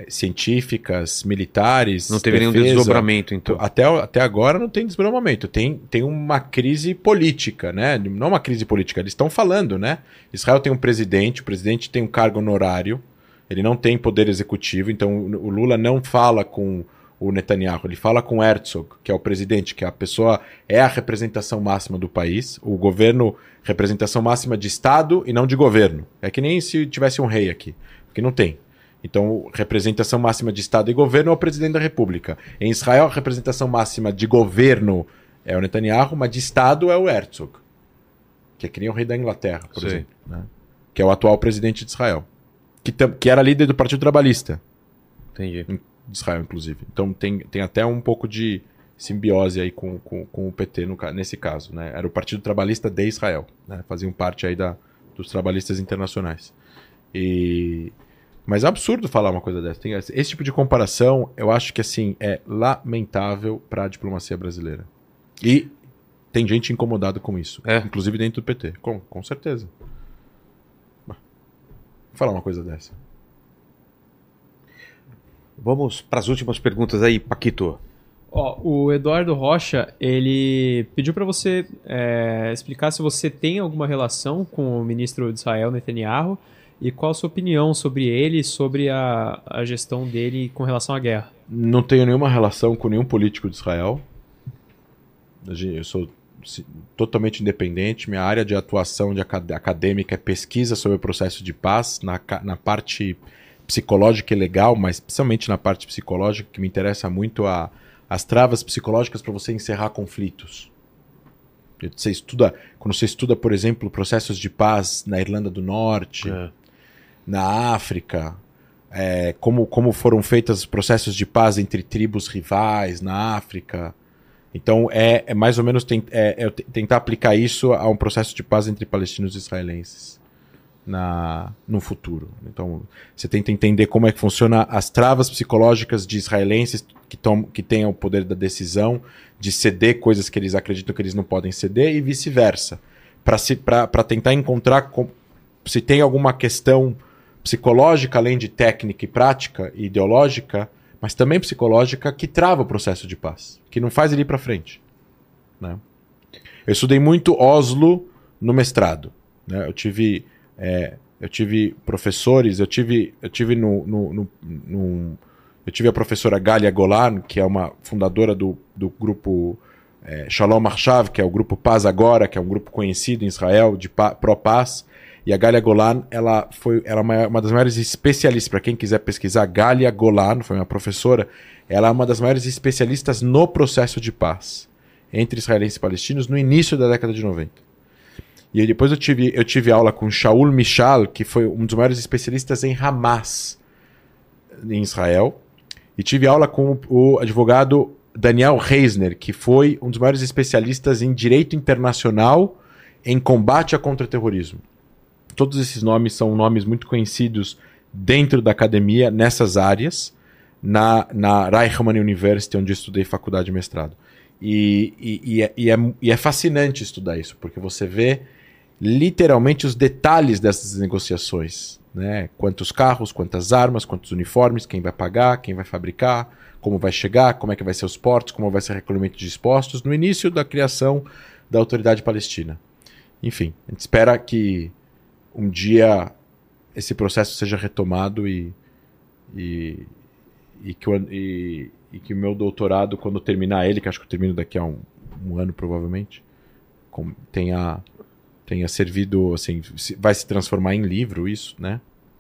científicas, militares. Não teve defesa, nenhum desdobramento, então. Até, até agora não tem desdobramento. Tem, tem uma crise política, né? Não uma crise política, eles estão falando, né? Israel tem um presidente, o presidente tem um cargo honorário, ele não tem poder executivo, então o Lula não fala com o Netanyahu, ele fala com Herzog, que é o presidente, que é a pessoa, é a representação máxima do país, o governo, representação máxima de Estado e não de governo. É que nem se tivesse um rei aqui, porque não tem. Então, representação máxima de Estado e governo é o presidente da República. Em Israel, a representação máxima de governo é o Netanyahu, mas de Estado é o Herzog, que é que nem o rei da Inglaterra, por Sim. exemplo, né? Que é o atual presidente de Israel, que, que era líder do Partido Trabalhista. Entendi. De Israel, inclusive. Então, tem, tem até um pouco de simbiose aí com, com, com o P T no, nesse caso, né? Era o Partido Trabalhista de Israel, né? Faziam parte aí da, dos trabalhistas internacionais. E... Mas é absurdo falar uma coisa dessa. Tem esse tipo de comparação, eu acho que assim é lamentável para a diplomacia brasileira. E tem gente incomodada com isso, é. Inclusive dentro do P T. Com, com certeza. Vou falar uma coisa dessa. Vamos para as últimas perguntas aí, Paquito. Ó, o Eduardo Rocha, ele pediu para você é, explicar se você tem alguma relação com o ministro de Israel, Netanyahu, e qual a sua opinião sobre ele, sobre a, a gestão dele com relação à guerra? Não tenho nenhuma relação com nenhum político de Israel. Eu sou totalmente independente. Minha área de atuação de acad- acadêmica é pesquisa sobre o processo de paz, na, na parte psicológica e legal, mas especialmente na parte psicológica, que me interessa muito a, as travas psicológicas para você encerrar conflitos. Você estuda, quando você estuda, por exemplo, processos de paz na Irlanda do Norte... É. Na África, é, como, como foram feitos processos de paz entre tribos rivais na África. Então, é, é mais ou menos tent, é, é tentar aplicar isso a um processo de paz entre palestinos e israelenses na, no futuro. Então, você tenta entender como é que funciona as travas psicológicas de israelenses que, tom, que têm o poder da decisão de ceder coisas que eles acreditam que eles não podem ceder e vice-versa. Para tentar encontrar com, se tem alguma questão psicológica, além de técnica e prática e ideológica, mas também psicológica, que trava o processo de paz, que não faz ele ir para frente. Né? Eu estudei muito Oslo no mestrado. Né? Eu tive, é, eu tive professores, eu tive, eu tive no, no, no, no eu tive a professora Galia Golan, que é uma fundadora do, do grupo é, Shalom Arshav, que é o grupo Paz Agora, que é um grupo conhecido em Israel de pró-paz. E a Galia Golan, ela foi ela é uma, uma das maiores especialistas, para quem quiser pesquisar, Galia Golan, foi uma professora, ela é uma das maiores especialistas no processo de paz entre israelenses e palestinos no início da década de noventa. E depois eu tive, eu tive aula com Shaul Michal, que foi um dos maiores especialistas em Hamas em Israel, e tive aula com o advogado Daniel Reisner, que foi um dos maiores especialistas em direito internacional em combate a contra-terrorismo. Todos esses nomes são nomes muito conhecidos dentro da academia, nessas áreas, na, na Reichman University, onde eu estudei faculdade de mestrado. E, e, e, é, e, é, e é fascinante estudar isso, porque você vê literalmente os detalhes dessas negociações. Né? Quantos carros, quantas armas, quantos uniformes, quem vai pagar, quem vai fabricar, como vai chegar, como é que vai ser os portos, como vai ser o recolhimento de expostos, no início da criação da Autoridade Palestina. Enfim, a gente espera que um dia esse processo seja retomado e, e, e, que, o, e, e que o meu doutorado, quando terminar ele, que acho que eu termino daqui a um, um ano provavelmente, com, tenha, tenha servido, assim, vai se transformar em livro isso, né?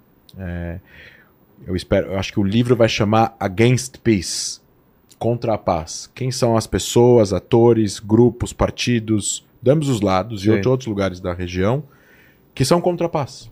É, eu espero, eu acho que o livro vai chamar Against Peace, Contra a Paz. Quem são as pessoas, atores, grupos, partidos, de ambos os lados e de outros lugares da região, que são contra a paz.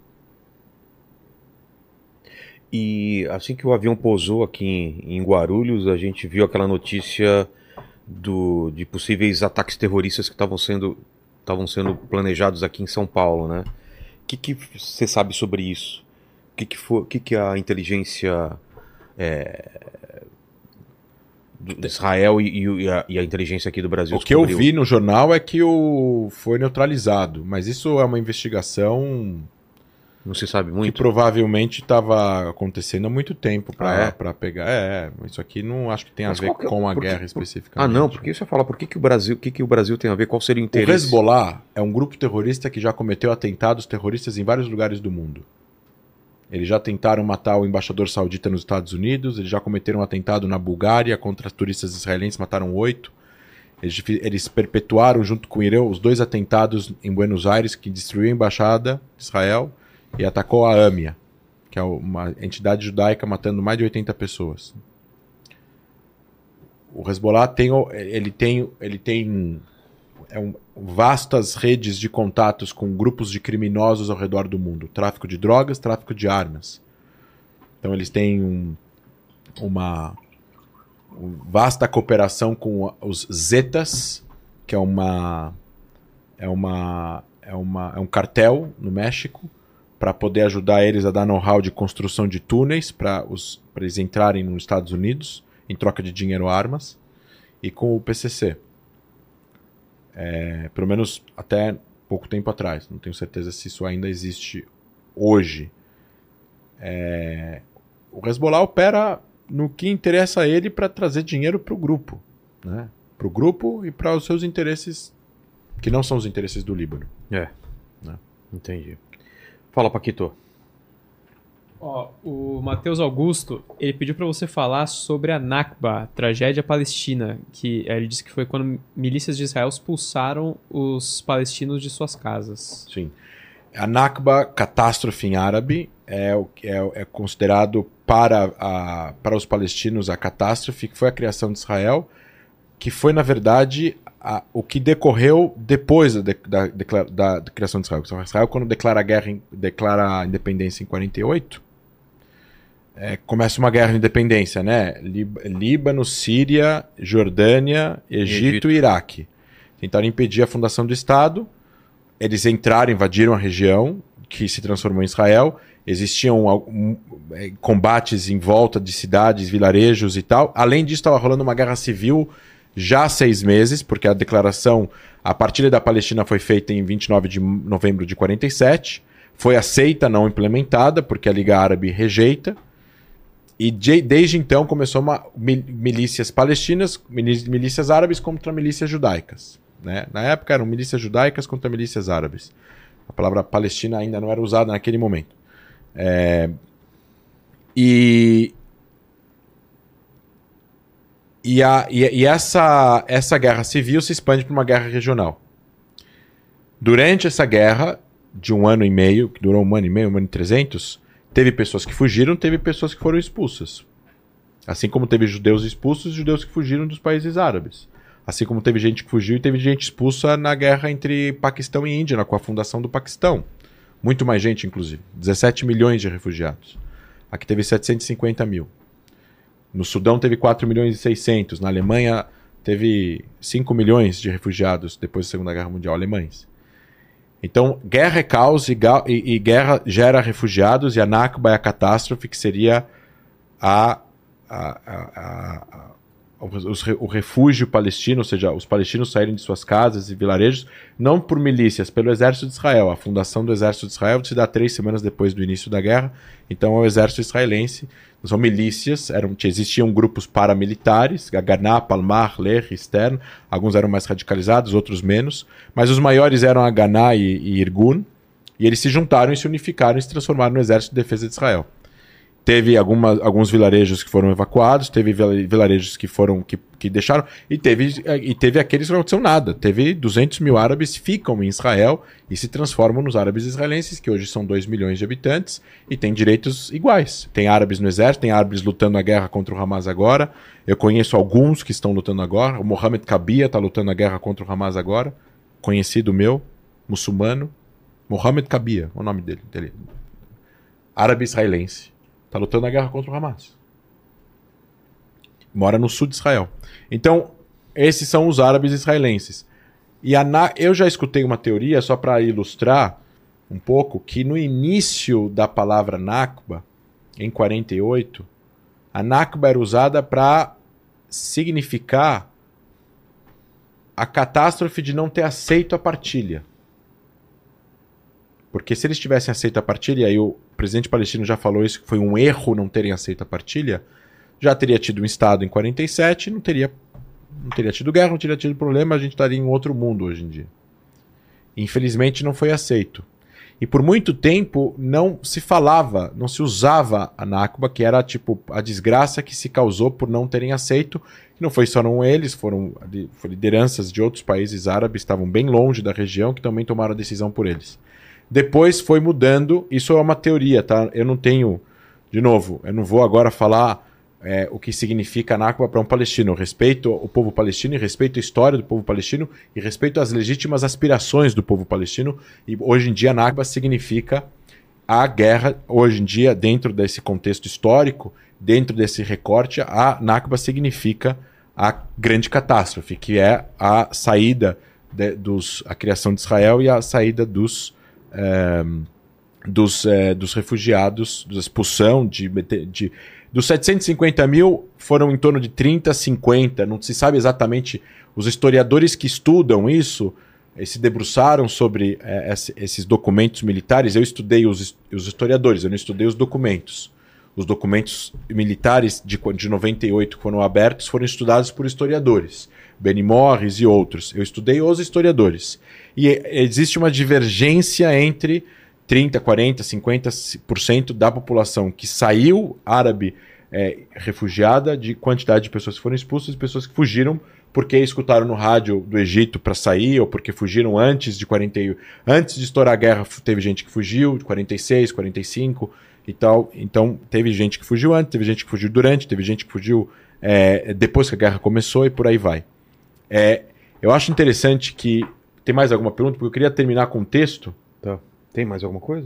E assim que o avião pousou aqui em, em Guarulhos, a gente viu aquela notícia do, de possíveis ataques terroristas que estavam sendo, estavam sendo planejados aqui em São Paulo, né? O que que você sabe sobre isso? O que que, foi, que, que a inteligência é, do Israel e, e, a, e a inteligência aqui do Brasil O que eu vi no jornal é que o foi neutralizado, mas isso é uma investigação Não se sabe Que muito? provavelmente estava acontecendo há muito tempo para Ah, é? pegar. É, isso aqui não acho que tem Mas a ver qual que é- com a por que- guerra por- especificamente. Ah, não, porque isso eu ia falar, por que, que, o Brasil, que, que o Brasil tem a ver? Qual seria o O interesse? Hezbollah é um grupo terrorista que já cometeu atentados terroristas em vários lugares do mundo. Eles já tentaram matar o embaixador saudita nos Estados Unidos, eles já cometeram um atentado na Bulgária contra turistas israelenses, mataram oito. Eles, fi- eles perpetuaram, junto com o Irã, os dois atentados em Buenos Aires, que destruiu a embaixada de Israel e atacou a AMIA, que é uma entidade judaica matando mais de oitenta pessoas. O Hezbollah tem, o- ele tem, ele tem é um, vastas redes de contatos com grupos de criminosos ao redor do mundo. Tráfico de drogas, tráfico de armas. Então eles têm um, uma um, vasta cooperação com os Zetas, que é uma é uma é uma é um cartel no México, para poder ajudar eles a dar know-how de construção de túneis para os para eles entrarem nos Estados Unidos em troca de dinheiro ou armas, e com o P C C. É, pelo menos até pouco tempo atrás. Não tenho certeza se isso ainda existe hoje. É, o Hezbollah opera no que interessa a ele para trazer dinheiro para o grupo, né? Para o grupo e para os seus interesses, que não são os interesses do Líbano. É, né? Entendi. Fala, Paquito. Ó, o Matheus Augusto, ele pediu pra você falar sobre a Nakba, tragédia palestina, que eh, ele disse que foi quando milícias de Israel expulsaram os palestinos de suas casas. Sim. A Nakba, catástrofe em árabe, é, o- é, é considerado para, a, para os palestinos a catástrofe que foi a criação de Israel, que foi, na verdade, a- o que decorreu depois da, de- da, decla- da- da criação de Israel. Então, Israel, quando declara a guerra, em- declara a independência em quarenta e oito, é, começa uma guerra de independência, né? Lí- Líbano, Síria, Jordânia, Egito, Egito. e Iraque. Tentaram impedir a fundação do Estado. Eles entraram, invadiram a região, que se transformou em Israel. Existiam al- um, eh, combates em volta de cidades, vilarejos e tal. Além disso, estava rolando uma guerra civil já há seis meses, porque a declaração, a partilha da Palestina foi feita em vinte e nove de novembro de quarenta e sete. Foi aceita, não implementada, porque a Liga Árabe rejeita. E de- desde então começou uma mil- milícias palestinas, mili- milícias árabes contra milícias judaicas, né? Na época eram milícias judaicas contra milícias árabes. A palavra Palestina ainda não era usada naquele momento. É, E, e, a- e- e essa, essa guerra civil se expande para uma guerra regional. Durante essa guerra, de um ano e meio, que durou um ano e meio, um ano e trezentos, teve pessoas que fugiram, teve pessoas que foram expulsas. Assim como teve judeus expulsos, judeus que fugiram dos países árabes. Assim como teve gente que fugiu e teve gente expulsa na guerra entre Paquistão e Índia, com a fundação do Paquistão. Muito mais gente, inclusive. dezessete milhões de refugiados. Aqui teve setecentos e cinquenta mil. No Sudão teve quatro milhões e seiscentos. Na Alemanha teve cinco milhões de refugiados depois da Segunda Guerra Mundial, alemães. Então, guerra é caos e, ga- e- e guerra gera refugiados, e a Nakba é a catástrofe, que seria a, a- a- a- a- os re- o refúgio palestino, ou seja, os palestinos saírem de suas casas e vilarejos, não por milícias, pelo exército de Israel. A fundação do exército de Israel se dá três semanas depois do início da guerra, então é o exército israelense. Não são milícias, eram, existiam grupos paramilitares, Haganah, Palmach, Lech, Stern, alguns eram mais radicalizados, outros menos, mas os maiores eram Haganah e, e Irgun, e eles se juntaram e se unificaram e se transformaram no Exército de Defesa de Israel. Teve alguma, alguns vilarejos que foram evacuados, teve vila- vilarejos que foram que, que deixaram, e teve, e teve aqueles que não aconteceu nada. Teve duzentos mil árabes que ficam em Israel e se transformam nos árabes israelenses, que hoje são dois milhões de habitantes, e têm direitos iguais. Tem árabes no exército, tem árabes lutando a guerra contra o Hamas agora. Eu conheço alguns que estão lutando agora. O Mohamed Kabia está lutando a guerra contra o Hamas agora. Conhecido meu, muçulmano. Mohamed Kabia, o nome dele. dele. Árabe israelense. Está lutando a guerra contra o Hamas. Mora no sul de Israel. Então, esses são os árabes israelenses. E a Na... eu já escutei uma teoria, só para ilustrar um pouco, que no início da palavra Nakba, em quarenta e oito, a Nakba era usada para significar a catástrofe de não ter aceito a partilha. Porque se eles tivessem aceito a partilha, e o presidente palestino já falou isso, que foi um erro não terem aceito a partilha, já teria tido um Estado em quarenta e sete, não teria, não teria tido guerra, não teria tido problema, a gente estaria em outro mundo hoje em dia. Infelizmente não foi aceito. E por muito tempo não se falava, não se usava a Nakba, que era tipo a desgraça que se causou por não terem aceito. Não foi só não eles, foram, foram lideranças de outros países árabes, estavam bem longe da região, que também tomaram a decisão por eles. Depois foi mudando, isso é uma teoria, tá? Eu não tenho, de novo, eu não vou agora falar é, o que significa a Nakba para um palestino. Eu respeito o povo palestino e respeito a história do povo palestino e respeito as legítimas aspirações do povo palestino. E hoje em dia a Nakba significa a guerra, hoje em dia, dentro desse contexto histórico, dentro desse recorte, a Nakba significa a grande catástrofe, que é a saída de, dos, a criação de Israel e a saída dos, é, dos, é, dos refugiados, da expulsão de, de dos setecentos e cinquenta mil foram em torno de trinta, cinquenta, não se sabe exatamente. Os historiadores que estudam isso eh, se debruçaram sobre eh, esses documentos militares. Eu estudei os, os historiadores, eu não estudei os documentos. Os documentos militares de, de noventa e oito que foram abertos foram estudados por historiadores, Benny Morris e outros. Eu estudei os historiadores. E eh, existe uma divergência entre trinta, quarenta, cinquenta por cento da população que saiu árabe é, refugiada, de quantidade de pessoas que foram expulsas e pessoas que fugiram porque escutaram no rádio do Egito para sair ou porque fugiram antes de quarenta e um. Antes de estourar a guerra, teve gente que fugiu, de quarenta e seis, quarenta e cinco e tal. Então, teve gente que fugiu antes, teve gente que fugiu durante, teve gente que fugiu é, depois que a guerra começou e por aí vai. É, eu acho interessante que... Tem mais alguma pergunta? Porque eu queria terminar com um texto. Tá. Tem mais alguma coisa?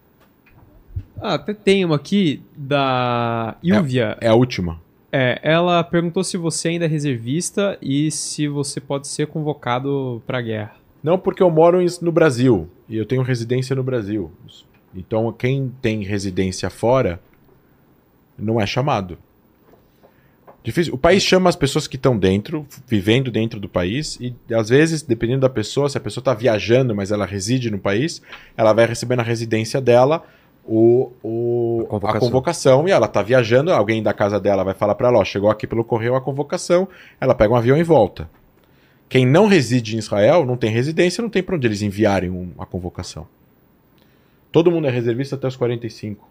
Ah, até tem uma aqui da Ilvia. É, é a última. É, ela perguntou se você ainda é reservista e se você pode ser convocado para a guerra. Não, porque eu moro no Brasil e eu tenho residência no Brasil. Então quem tem residência fora não é chamado. Difícil. O país chama as pessoas que estão dentro, vivendo dentro do país, e às vezes, dependendo da pessoa, se a pessoa está viajando, mas ela reside no país, ela vai receber na residência dela o, o, a, convocação. a convocação, e ela está viajando, alguém da casa dela vai falar para ela, ó, chegou aqui pelo correio a convocação, ela pega um avião e volta. Quem não reside em Israel, não tem residência, não tem para onde eles enviarem um, a convocação. Todo mundo é reservista até os quarenta e cinco.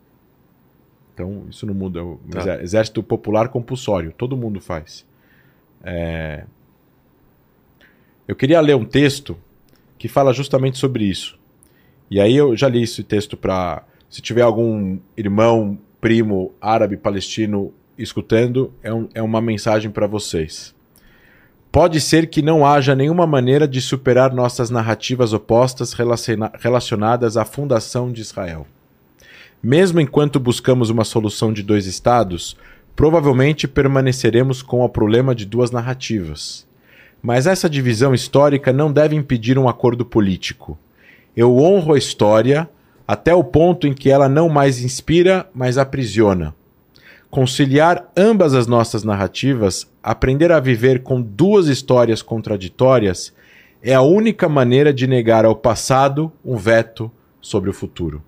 Então, isso não muda. O tá. Exército popular compulsório. Todo mundo faz. É... Eu queria ler um texto que fala justamente sobre isso. E aí eu já li esse texto para... Se tiver algum irmão, primo, árabe, palestino escutando, é, um, é uma mensagem para vocês. Pode ser que não haja nenhuma maneira de superar nossas narrativas opostas relaciona- relacionadas à fundação de Israel. Mesmo enquanto buscamos uma solução de dois estados, provavelmente permaneceremos com o problema de duas narrativas. Mas essa divisão histórica não deve impedir um acordo político. Eu honro a história até o ponto em que ela não mais inspira, mas aprisiona. Conciliar ambas as nossas narrativas, aprender a viver com duas histórias contraditórias, é a única maneira de negar ao passado um veto sobre o futuro.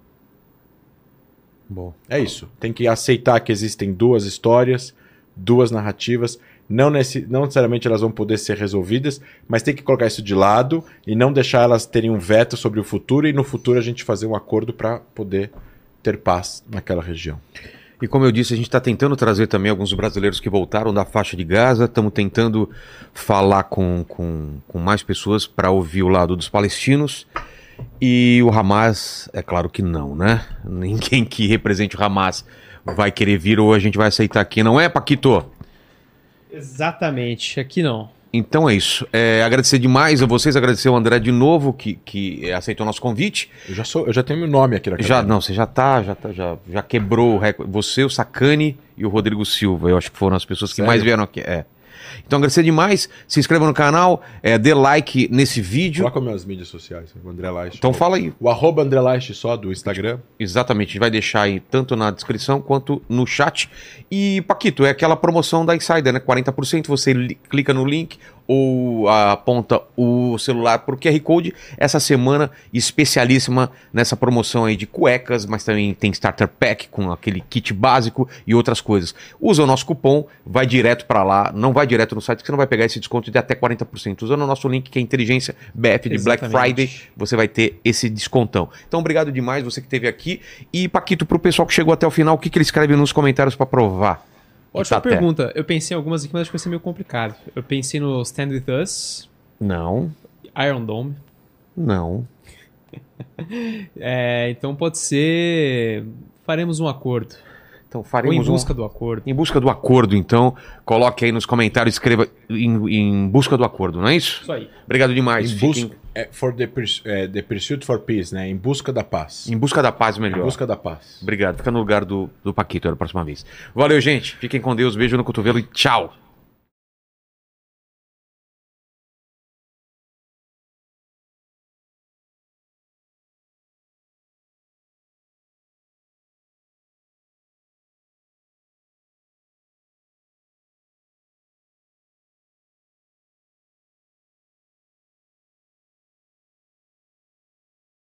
Bom, é isso. Tem que aceitar que existem duas histórias, duas narrativas. Não, nesse, não necessariamente elas vão poder ser resolvidas, mas tem que colocar isso de lado e não deixar elas terem um veto sobre o futuro e no futuro a gente fazer um acordo para poder ter paz naquela região. E como eu disse, a gente está tentando trazer também alguns brasileiros que voltaram da faixa de Gaza, estamos tentando falar com, com, com mais pessoas para ouvir o lado dos palestinos. E o Hamas, é claro que não, né? Ninguém que represente o Hamas vai querer vir ou a gente vai aceitar aqui, não é, Paquito? Exatamente, aqui não. Então é isso. É, agradecer demais a vocês, agradecer ao André de novo, que, que aceitou o nosso convite. Eu já, sou, eu já tenho meu nome aqui na já Não, você já tá, já, tá, já, já quebrou o recorde. Você, o Sacani e o Rodrigo Silva, eu acho que foram as pessoas que Sério? mais vieram aqui. É. Então agradecer demais, se inscreva no canal, é, dê like nesse vídeo. Coloca minhas mídias sociais, o André Laich. Então fala aí. O arroba André Laich só do Instagram. Exatamente, a gente vai deixar aí tanto na descrição quanto no chat. E Paquito, é aquela promoção da Insider, né? quarenta por cento, você li- clica no link ou aponta o celular pro Q R Code. Essa semana especialíssima nessa promoção aí de cuecas, mas também tem Starter Pack com aquele kit básico e outras coisas. Usa o nosso cupom, vai direto para lá, não vai direto no site que você não vai pegar esse desconto de até quarenta por cento. Usando o nosso link que é Inteligência B F de Exatamente. Black Friday, você vai ter esse descontão. Então obrigado demais você que esteve aqui. E Paquito, pro pessoal que chegou até o final, o que, que ele escreve nos comentários para provar? Ótima Tá pergunta. Eu pensei em algumas aqui, mas acho que vai ser meio complicado. Eu pensei no Stand With Us. Não. Iron Dome. Não. É, então pode ser... Faremos um acordo. Então faremos Ou em busca um... do acordo. Em busca do acordo, então. Coloque aí nos comentários, escreva em, em busca do acordo, não é isso? Isso aí. Obrigado demais. Em Fiquem... busca, é, for the, purs- é, the Pursuit for Peace, né? Em busca da paz. Em busca da paz, Em melhor. busca da paz. Obrigado. Fica no lugar do, do Paquito da próxima vez. Valeu, gente. Fiquem com Deus. Beijo no cotovelo e tchau.